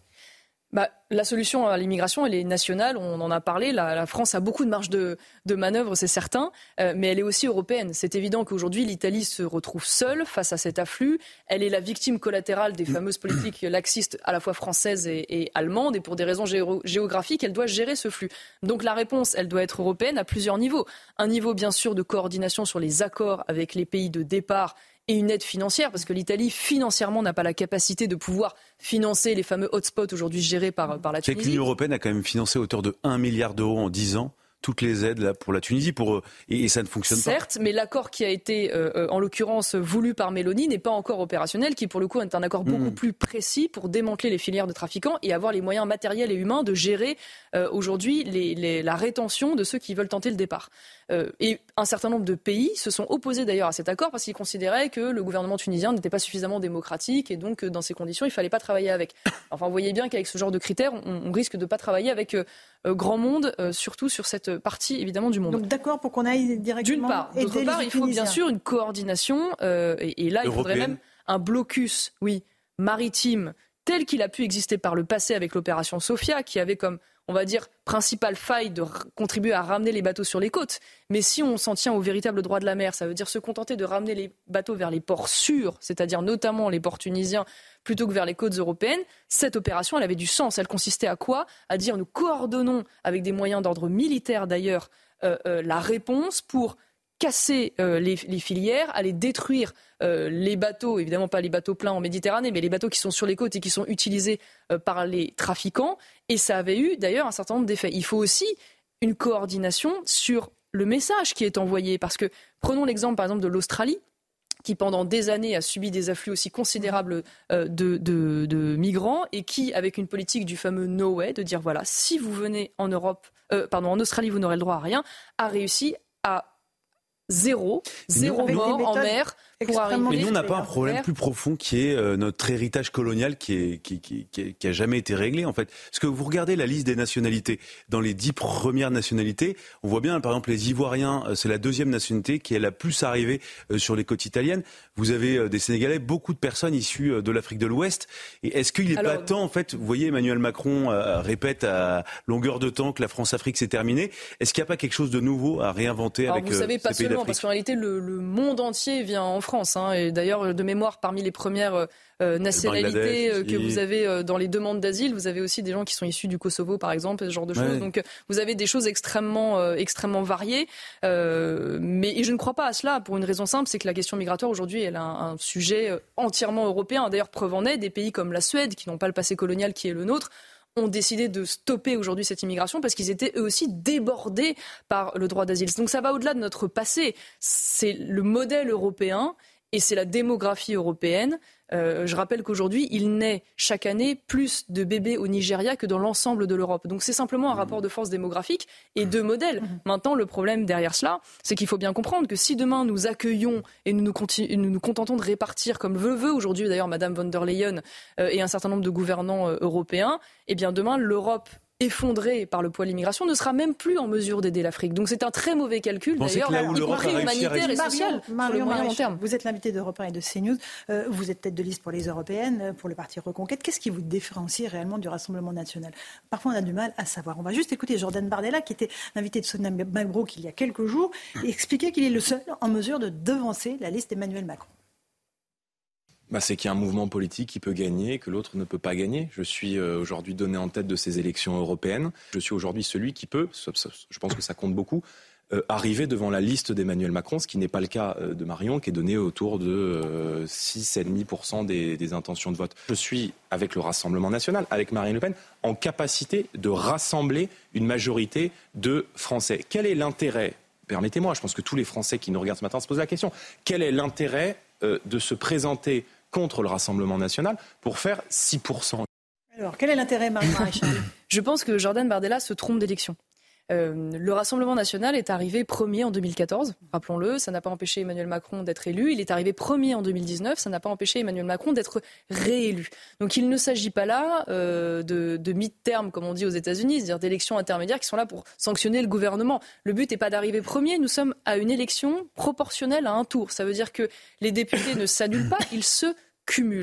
S17: Bah, la solution à l'immigration, elle est nationale, on en a parlé. La, la France a beaucoup de marge de, de manœuvre, c'est certain, euh, mais elle est aussi européenne. C'est évident qu'aujourd'hui, l'Italie se retrouve seule face à cet afflux. Elle est la victime collatérale des fameuses politiques laxistes à la fois françaises et, et allemandes. Et pour des raisons géo- géographiques, elle doit gérer ce flux. Donc la réponse, elle doit être européenne à plusieurs niveaux. Un niveau, bien sûr, de coordination sur les accords avec les pays de départ et une aide financière, parce que l'Italie, financièrement, n'a pas la capacité de pouvoir financer les fameux hotspots aujourd'hui gérés par, par la Tunisie.
S10: C'est que l'Union européenne a quand même financé à hauteur de un milliard d'euros en dix ans toutes les aides là, pour la Tunisie, pour, et, et ça ne fonctionne
S17: Certes,
S10: pas.
S17: Certes, mais l'accord qui a été, euh, en l'occurrence, voulu par Meloni n'est pas encore opérationnel, qui pour le coup est un accord beaucoup mmh. plus précis pour démanteler les filières de trafiquants et avoir les moyens matériels et humains de gérer euh, aujourd'hui les, les, la rétention de ceux qui veulent tenter le départ. Euh, et un certain nombre de pays se sont opposés d'ailleurs à cet accord parce qu'ils considéraient que le gouvernement tunisien n'était pas suffisamment démocratique et donc dans ces conditions il ne fallait pas travailler avec. Enfin, vous voyez bien qu'avec ce genre de critères, on, on risque de ne pas travailler avec euh, euh, grand monde, euh, surtout sur cette partie évidemment du monde.
S3: Donc d'accord pour qu'on aille directement.
S17: D'une part,
S3: aider
S17: d'autre part,
S3: les
S17: il faut
S3: Tunisiens.
S17: bien sûr une coordination euh, et, et là il faudrait même un blocus, oui, maritime tel qu'il a pu exister par le passé avec l'opération Sophia, qui avait comme, on va dire, principale faille de r- contribuer à ramener les bateaux sur les côtes. Mais si on s'en tient au véritable droit de la mer, ça veut dire se contenter de ramener les bateaux vers les ports sûrs, c'est-à-dire notamment les ports tunisiens, plutôt que vers les côtes européennes, cette opération, elle avait du sens. Elle consistait à quoi ? À dire nous coordonnons avec des moyens d'ordre militaire d'ailleurs euh, euh, la réponse pour casser euh, les, les filières, aller détruire euh, les bateaux, évidemment pas les bateaux pleins en Méditerranée, mais les bateaux qui sont sur les côtes et qui sont utilisés euh, par les trafiquants. Et ça avait eu d'ailleurs un certain nombre d'effets. Il faut aussi une coordination sur le message qui est envoyé. Parce que prenons l'exemple par exemple de l'Australie, qui pendant des années a subi des afflux aussi considérables euh, de, de, de migrants et qui, avec une politique du fameux no way, de dire voilà, si vous venez en Europe, euh, pardon, en Australie, vous n'aurez le droit à rien, a réussi à Zéro, zéro
S10: nous,
S17: mort en mer pour arriver.
S10: Mais nous, on n'a pas un problème plus profond qui est euh, notre héritage colonial qui, est, qui, qui, qui, qui a jamais été réglé, en fait. Parce que vous regardez la liste des nationalités. Dans les dix premières nationalités, on voit bien, par exemple, les Ivoiriens, euh, c'est la deuxième nationalité qui est la plus arrivée euh, sur les côtes italiennes. Vous avez euh, des Sénégalais, beaucoup de personnes issues euh, de l'Afrique de l'Ouest. Et est-ce qu'il n'est pas temps, en fait, vous voyez, Emmanuel Macron euh, répète à longueur de temps que la France-Afrique, c'est terminé. Est-ce qu'il n'y a pas quelque chose de nouveau à réinventer
S17: Alors,
S10: avec
S17: vous savez,
S10: euh,
S17: pas
S10: ces pays
S17: seulement,
S10: d'Afrique ?
S17: parce qu'en réalité, le, le monde entier vient en France. Hein, et d'ailleurs, de mémoire, parmi les premières euh, nationalités euh, que vous avez euh, dans les demandes d'asile, vous avez aussi des gens qui sont issus du Kosovo, par exemple, ce genre de choses.
S10: Ouais.
S17: Donc, vous avez des choses extrêmement, euh, extrêmement variées. Euh, mais et je ne crois pas à cela pour une raison simple, c'est que la question migratoire aujourd'hui, elle a un, un sujet entièrement européen. D'ailleurs, preuve en est, des pays comme la Suède, qui n'ont pas le passé colonial qui est le nôtre, ont décidé de stopper aujourd'hui cette immigration parce qu'ils étaient eux aussi débordés par le droit d'asile. Donc ça va au-delà de notre passé. C'est le modèle européen et c'est la démographie européenne. Euh, je rappelle qu'aujourd'hui, il naît chaque année plus de bébés au Nigeria que dans l'ensemble de l'Europe. Donc c'est simplement un rapport de force démographique et de modèle. Maintenant, le problème derrière cela, c'est qu'il faut bien comprendre que si demain nous accueillons et nous nous, continu- nous, nous contentons de répartir, comme le veut aujourd'hui d'ailleurs Madame von der Leyen euh, et un certain nombre de gouvernants euh, européens, eh bien demain l'Europe effondrée par le poids de l'immigration, ne sera même plus en mesure d'aider l'Afrique. Donc c'est un très mauvais calcul, d'ailleurs, y compris humanitaire et social, sur le moyen long terme.
S3: Vous êtes l'invité d'Europe un et de CNews. Euh, vous êtes tête de liste pour les européennes, pour le parti Reconquête. Qu'est-ce qui vous différencie réellement du Rassemblement national ? Parfois, on a du mal à savoir. On va juste écouter Jordan Bardella, qui était l'invité de Sonia Mabrouk il y a quelques jours, et expliquer qu'il est le seul en mesure de devancer la liste d'Emmanuel Macron.
S8: Bah, c'est qu'il y a un mouvement politique qui peut gagner, que l'autre ne peut pas gagner. Je suis euh, aujourd'hui donné en tête de ces élections européennes. Je suis aujourd'hui celui qui peut, je pense que ça compte beaucoup, euh, arriver devant la liste d'Emmanuel Macron, ce qui n'est pas le cas euh, de Marion, qui est donné autour de euh, six virgule cinq pour cent des, des intentions de vote. Je suis, avec le Rassemblement national, avec Marine Le Pen, en capacité de rassembler une majorité de Français. Quel est l'intérêt ? Permettez-moi, je pense que tous les Français qui nous regardent ce matin se posent la question. Quel est l'intérêt euh, de se présenter contre le Rassemblement national pour faire six pour cent.
S3: Alors, quel est l'intérêt, Marion Maréchal ?
S17: Je pense que Jordan Bardella se trompe d'élection. Euh, le Rassemblement national est arrivé premier en deux mille quatorze, rappelons-le, ça n'a pas empêché Emmanuel Macron d'être élu. Il est arrivé premier en deux mille dix-neuf, ça n'a pas empêché Emmanuel Macron d'être réélu. Donc il ne s'agit pas là euh, de, de mid-term, comme on dit aux États-Unis, c'est-à-dire d'élections intermédiaires qui sont là pour sanctionner le gouvernement. Le but n'est pas d'arriver premier, nous sommes à une élection proportionnelle à un tour. Ça veut dire que les députés ne s'annulent pas, ils se cumulent.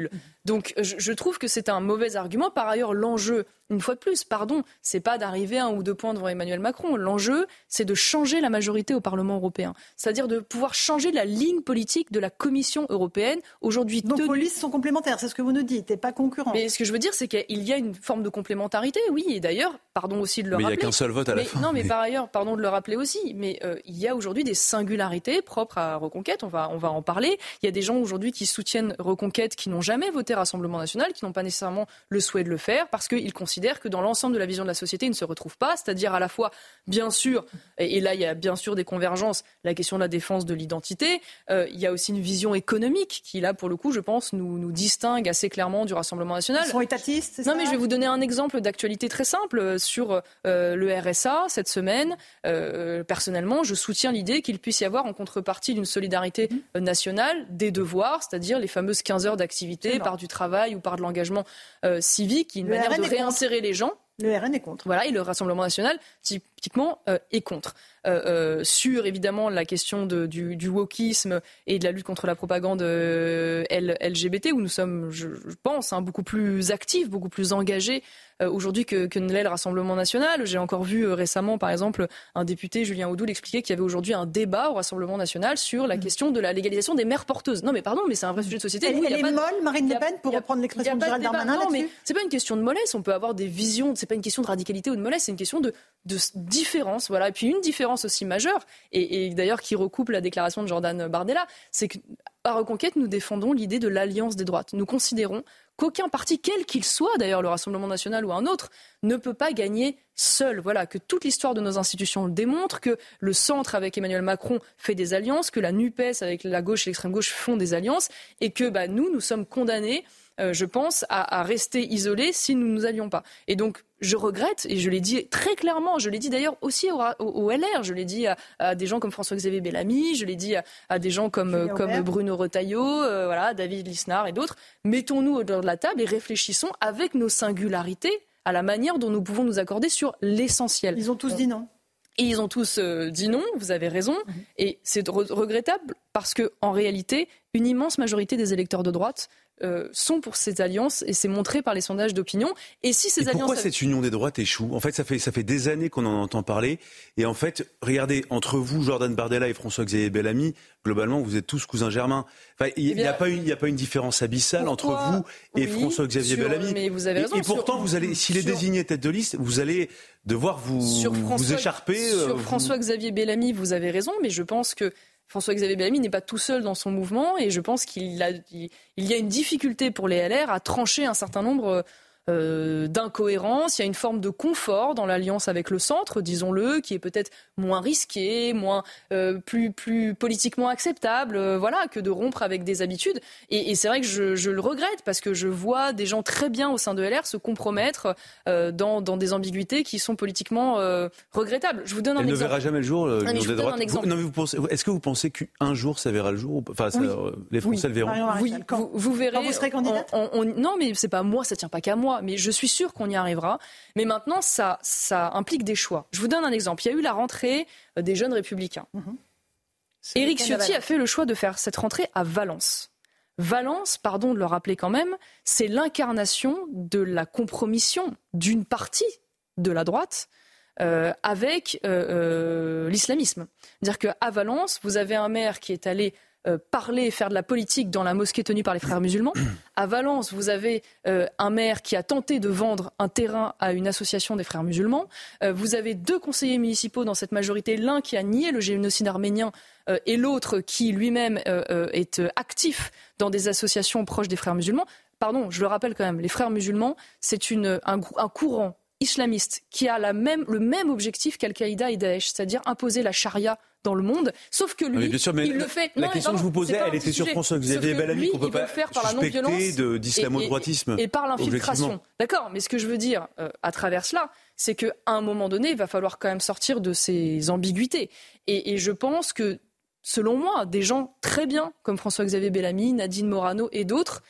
S17: Donc je, je trouve que c'est un mauvais argument. Par ailleurs, l'enjeu, une fois de plus, pardon, c'est pas d'arriver à un ou deux points devant Emmanuel Macron. L'enjeu, c'est de changer la majorité au Parlement européen. C'est-à-dire de pouvoir changer la ligne politique de la Commission européenne. Aujourd'hui,
S3: donc
S17: tenue...
S3: vos listes sont complémentaires, c'est ce que vous nous dites, et pas concurrents.
S17: Mais ce que je veux dire, c'est qu'il y a une forme de complémentarité, oui. Et d'ailleurs, pardon aussi de le
S10: mais
S17: rappeler.
S10: Mais il n'y a qu'un seul vote à la
S17: mais,
S10: fin.
S17: Non, mais,
S10: mais
S17: par ailleurs, pardon de le rappeler aussi, mais euh, il y a aujourd'hui des singularités propres à Reconquête. On va, on va en parler. Il y a des gens aujourd'hui qui soutiennent Reconquête, qui n'ont jamais voté Rassemblement national, qui n'ont pas nécessairement le souhait de le faire, parce qu'ils considèrent que dans l'ensemble de la vision de la société, ils ne se retrouvent pas, c'est-à-dire à la fois, bien sûr, et, et là il y a bien sûr des convergences, la question de la défense de l'identité, euh, il y a aussi une vision économique qui, là, pour le coup, je pense, nous, nous distingue assez clairement du Rassemblement national.
S3: Ils sont étatistes, c'est
S17: Non,
S3: ça
S17: mais je vais vous donner un exemple d'actualité très simple sur euh, le R S A cette semaine. Euh, personnellement, je soutiens l'idée qu'il puisse y avoir en contrepartie d'une solidarité mmh. nationale des devoirs, c'est-à-dire les fameuses quinze heures d'activité par du travail ou par de l'engagement euh, civique, qui est une
S3: le
S17: manière
S3: R N
S17: de réinsérer
S3: contre.
S17: les gens.
S3: Le R N est contre.
S17: Voilà, et le Rassemblement national, typiquement, euh, est contre. Euh, euh, sur, évidemment, la question de, du, du wokisme et de la lutte contre la propagande euh, L G B T, où nous sommes, je, je pense, hein, beaucoup plus actifs, beaucoup plus engagés euh, aujourd'hui que, que ne l'est le Rassemblement national. J'ai encore vu euh, récemment, par exemple, un député, Julien Audoul, expliquer qu'il y avait aujourd'hui un débat au Rassemblement national sur la mmh. question de la légalisation des mères porteuses. Non, mais pardon, mais c'est un vrai sujet de société.
S3: Elle,
S17: oui,
S3: elle est
S17: de...
S3: molle, Marine Le Pen, pour reprendre l'expression de Gérald Darmanin
S17: Non,
S3: là-dessus.
S17: mais c'est pas une question de mollesse. On peut avoir des visions. C'est pas une question de radicalité ou de mollesse. C'est une question de, de différence. Voilà. Et puis une différence aussi majeure, et, et d'ailleurs qui recoupe la déclaration de Jordan Bardella, c'est qu'à Reconquête, nous défendons l'idée de l'alliance des droites. Nous considérons qu'aucun parti, quel qu'il soit, d'ailleurs le Rassemblement national ou un autre, ne peut pas gagner seul. Voilà, que toute l'histoire de nos institutions le démontre, que le centre avec Emmanuel Macron fait des alliances, que la NUPES avec la gauche et l'extrême gauche font des alliances, et que bah, nous, nous sommes condamnés, euh, je pense, à, à rester isolés si nous ne nous allions pas. Et donc, je regrette, et je l'ai dit très clairement, je l'ai dit d'ailleurs aussi au, au, au L R, je l'ai dit à, à des gens comme François-Xavier Bellamy, je l'ai dit à, à des gens comme, comme Bruno Retailleau, euh, voilà, David Lisnard et d'autres. Mettons-nous autour de la table et réfléchissons avec nos singularités à la manière dont nous pouvons nous accorder sur l'essentiel.
S3: Ils ont tous dit non.
S17: Et ils ont tous euh, dit non, vous avez raison, mmh. et c'est re- regrettable parce qu'en réalité, une immense majorité des électeurs de droite Euh, sont pour ces alliances, et c'est montré par les sondages d'opinion. Et si ces
S10: et
S17: alliances...
S10: Pourquoi cette union des droites échoue ? En fait, ça fait, ça fait des années qu'on en entend parler. Et en fait, regardez, entre vous, Jordan Bardella et François-Xavier Bellamy, globalement, vous êtes tous cousins germains. Enfin, il n'y a, a, a pas une différence abyssale Pourquoi entre vous et oui, François-Xavier sur, Bellamy.
S17: Mais vous avez raison,
S10: et, et pourtant,
S17: sur,
S10: vous allez, s'il est sur, désigné tête de liste, vous allez devoir vous, vous écharper.
S17: Sur
S10: euh,
S17: François-Xavier Bellamy, vous avez raison, mais je pense que François-Xavier Bellamy n'est pas tout seul dans son mouvement, et je pense qu'il a, il, il y a une difficulté pour les L R à trancher un certain nombre euh, d'incohérences. Il y a une forme de confort dans l'alliance avec le centre, disons-le, qui est peut-être moins risqué, moins euh, plus plus politiquement acceptable, euh, voilà, que de rompre avec des habitudes. Et, et c'est vrai que je, je le regrette parce que je vois des gens très bien au sein de L R se compromettre euh, dans, dans des ambiguïtés qui sont politiquement euh, regrettables. Je vous donne un
S10: Elle
S17: exemple.
S10: Elle ne verra jamais le jour. Le
S17: non,
S10: des droites. Vous, non, mais vous pensez, est-ce que vous pensez qu'un jour ça verra le jour ? Enfin, ça, oui. Les Français
S17: oui.
S10: le verront.
S17: Oui, vous, vous verrez.
S3: Quand vous serez candidate ?
S17: on, on, on, non, mais c'est pas moi, ça tient pas qu'à moi. Mais je suis sûre qu'on y arrivera. Mais maintenant, ça, ça implique des choix. Je vous donne un exemple. Il y a eu la rentrée des jeunes républicains. Mm-hmm. Éric Ciotti a fait le choix de faire cette rentrée à Valence. Valence, pardon de le rappeler quand même, c'est l'incarnation de la compromission d'une partie de la droite euh, avec euh, euh, l'islamisme. C'est-à-dire qu'à Valence, vous avez un maire qui est allé Euh, parler et faire de la politique dans la mosquée tenue par les frères musulmans. À Valence, vous avez euh, un maire qui a tenté de vendre un terrain à une association des frères musulmans. Euh, vous avez deux conseillers municipaux dans cette majorité, l'un qui a nié le génocide arménien euh, et l'autre qui lui-même euh, euh, est euh, actif dans des associations proches des frères musulmans. Pardon, je le rappelle quand même, les frères musulmans, c'est une, un, un courant islamiste qui a la même, le même objectif qu'Al-Qaïda et Daesh, c'est-à-dire imposer la charia dans le monde, sauf que lui,
S10: bien sûr, mais
S17: il le fait.
S10: La
S17: non,
S10: question
S17: pardon,
S10: que je vous posais, elle était sur François-Xavier Bellamy, qu'on peut pas suspecter de, d'islamo-droitisme.
S17: Et, et, et par l'infiltration. D'accord, mais ce que je veux dire euh, à travers cela, c'est qu'à un moment donné, il va falloir quand même sortir de ces ambiguïtés. Et, et je pense que, selon moi, des gens très bien, comme François-Xavier Bellamy, Nadine Morano et d'autres,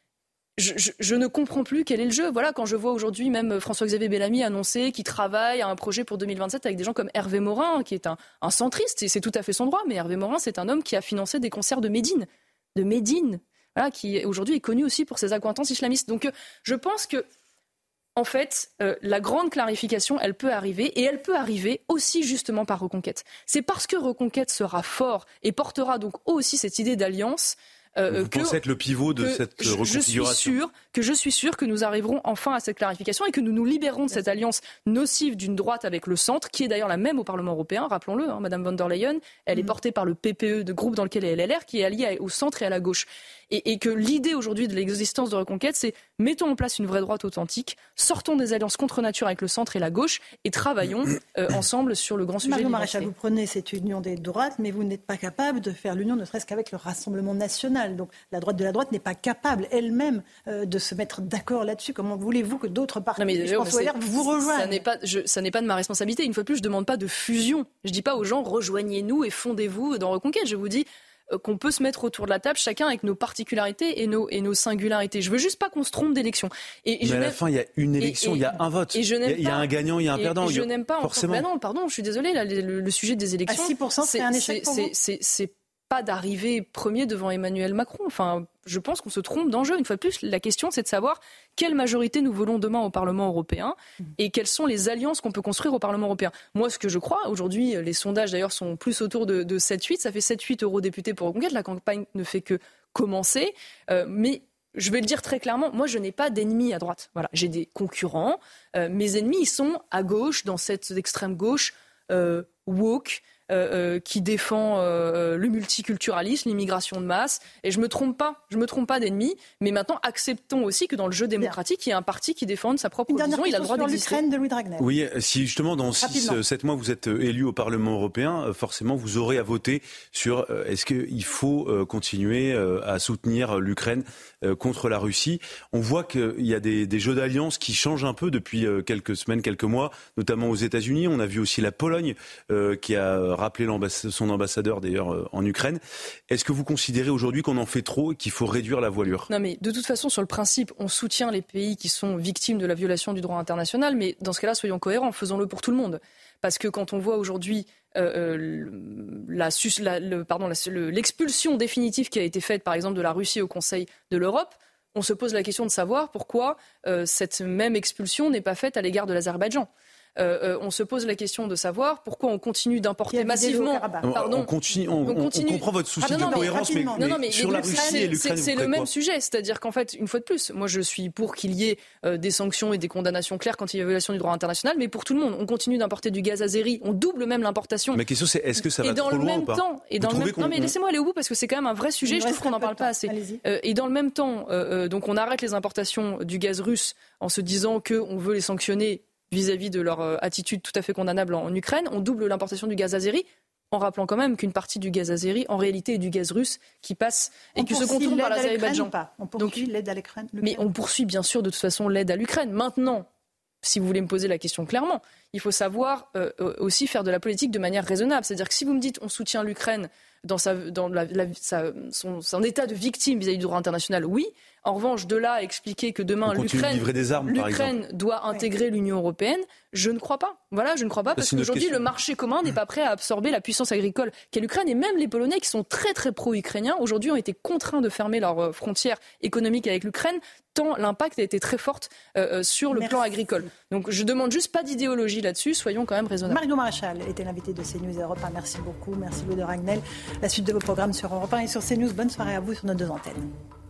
S17: Je, je, je ne comprends plus quel est le jeu. Voilà, quand je vois aujourd'hui même François-Xavier Bellamy annoncer qu'il travaille à un projet pour deux mille vingt-sept avec des gens comme Hervé Morin, qui est un, un centriste, et c'est tout à fait son droit, mais Hervé Morin, c'est un homme qui a financé des concerts de Médine. De Médine. voilà, qui aujourd'hui est connu aussi pour ses accointances islamistes. Donc euh, je pense que en fait, euh, la grande clarification, elle peut arriver, et elle peut arriver aussi justement par Reconquête. C'est parce que Reconquête sera fort et portera donc aussi cette idée d'alliance. Euh,
S10: Vous
S17: que,
S10: pensez être le pivot de cette
S17: je,
S10: reconfiguration
S17: je suis sûr, que je suis sûr que nous arriverons enfin à cette clarification et que nous nous libérons de cette alliance nocive d'une droite avec le centre, qui est d'ailleurs la même au Parlement européen, rappelons-le, hein, Madame von der Leyen, elle mmh. est portée par le P P E, de groupe dans lequel est L L R, qui est allié au centre et à la gauche. Et, et que l'idée aujourd'hui de l'existence de Reconquête, c'est mettons en place une vraie droite authentique, sortons des alliances contre nature avec le centre et la gauche, et travaillons euh, ensemble sur le grand sujet.
S3: Marion Maréchal, vous prenez cette union des droites, mais vous n'êtes pas capable de faire l'union, ne serait-ce qu'avec le Rassemblement national. Donc la droite de la droite n'est pas capable elle-même euh, de se mettre d'accord là-dessus. Comment voulez-vous que d'autres partis,
S17: non, mais
S3: je pense au L R, vous rejoignent?
S17: Ça n'est pas, je, ça n'est pas de ma responsabilité. Une fois de plus, je ne demande pas de fusion. Je ne dis pas aux gens rejoignez-nous et fondez-vous dans Reconquête. Je vous dis qu'on peut se mettre autour de la table, chacun avec nos particularités et nos, et nos singularités. Je veux juste pas qu'on se trompe d'élection. Et, et
S10: Mais à la fin, il y a une élection, il y a un vote.
S17: Et je n'aime
S10: il y a,
S17: pas,
S10: y a un gagnant, il y a un perdant.
S17: Et je n'aime pas
S10: forcément.
S17: Encore, bah non, pardon, je suis désolée, là, le, le sujet des élections.
S3: À six pour cent, c'est, c'est un échec pour vous.
S17: C'est, c'est pas d'arriver premier devant Emmanuel Macron. Enfin, je pense qu'on se trompe d'enjeu. Une fois de plus, la question, c'est de savoir quelle majorité nous voulons demain au Parlement européen et quelles sont les alliances qu'on peut construire au Parlement européen. Moi, ce que je crois, aujourd'hui, les sondages d'ailleurs sont plus autour de, de sept huit. Ça fait sept huit eurodéputés pour Reconquête. La campagne ne fait que commencer. Euh, mais je vais le dire très clairement, moi, je n'ai pas d'ennemis à droite. Voilà, j'ai des concurrents. Euh, mes ennemis, ils sont à gauche, dans cette extrême gauche euh, woke, Euh, euh, qui défend euh, le multiculturalisme, l'immigration de masse. Et je me trompe pas, je me trompe pas d'ennemis. Mais maintenant, acceptons aussi que dans le jeu démocratique, il y a un parti qui défend sa propre vision. Il a le droit d'exister.
S3: L'Ukraine de Louis Dragnel.
S10: Oui, si justement dans six sept mois vous êtes élu au Parlement européen, forcément vous aurez à voter sur euh, est-ce qu'il faut euh, continuer euh, à soutenir l'Ukraine euh, contre la Russie. On voit qu'il y a des, des jeux d'alliance qui changent un peu depuis euh, quelques semaines, quelques mois, notamment aux États-Unis. On a vu aussi la Pologne euh, qui a rappelé l'ambass- son ambassadeur d'ailleurs euh, en Ukraine. Est-ce que vous considérez aujourd'hui qu'on en fait trop et qu'il faut réduire la voilure ?
S17: Non mais de toute façon, sur le principe, on soutient les pays qui sont victimes de la violation du droit international, mais dans ce cas-là, soyons cohérents, faisons-le pour tout le monde. Parce que quand on voit aujourd'hui euh, la, la, le, pardon, la, le, l'expulsion définitive qui a été faite par exemple de la Russie au Conseil de l'Europe, on se pose la question de savoir pourquoi euh, cette même expulsion n'est pas faite à l'égard de l'Azerbaïdjan. Euh, euh, on se pose la question de savoir pourquoi on continue d'importer massivement.
S10: Pardon, on, continue, on, on, continue. on comprend votre souci ah, non, de non, cohérence, mais, mais, non, non, mais sur la Russie et l'Ukraine,
S17: c'est, c'est le même sujet. C'est-à-dire qu'en fait, une fois de plus, moi je suis pour qu'il y ait euh, des sanctions et des condamnations claires quand il y a violation du droit international, mais pour tout le monde, on continue d'importer du gaz azéri, on double même l'importation.
S10: Ma question c'est est-ce que ça va trop loin ou pas ?
S17: Temps, et dans le même temps, non mais laissez-moi aller au bout parce que c'est quand même un vrai sujet. Je trouve qu'on n'en parle pas assez. Euh, et dans le même temps, euh, donc on arrête les importations du gaz russe en se disant qu'on veut les sanctionner vis-à-vis de leur euh, attitude tout à fait condamnable en, en Ukraine. On double l'importation du gaz azéri, en rappelant quand même qu'une partie du gaz azéri, en réalité, est du gaz russe qui passe et
S3: on
S17: qui se contourne par l'Azerbaïdjan.
S3: On poursuit
S17: Donc,
S3: l'aide à l'Ukraine.
S17: Mais on poursuit bien sûr de toute façon l'aide à l'Ukraine. Maintenant, si vous voulez me poser la question clairement, il faut savoir euh, aussi faire de la politique de manière raisonnable. C'est-à-dire que si vous me dites on soutient l'Ukraine dans, sa, dans la, la, sa, son, son état de victime vis-à-vis du droit international, oui. En revanche, de là à expliquer que demain l'Ukraine,
S10: armes,
S17: l'Ukraine doit intégrer oui. l'Union européenne, je ne crois pas. Voilà, je ne crois pas parce qu'aujourd'hui le marché commun n'est pas prêt à absorber la puissance agricole qu'est l'Ukraine et même les Polonais qui sont très très pro-ukrainiens aujourd'hui ont été contraints de fermer leurs frontières économiques avec l'Ukraine tant l'impact a été très fort euh, sur le Merci. plan agricole. Donc je demande juste pas d'idéologie là-dessus, soyons quand même raisonnables.
S3: Marion Maréchal était l'invitée de CNews Europe un. Merci beaucoup, merci Louis de Ragnel. La suite de vos programmes sur Europe un et sur CNews. Bonne soirée à vous sur nos deux antennes.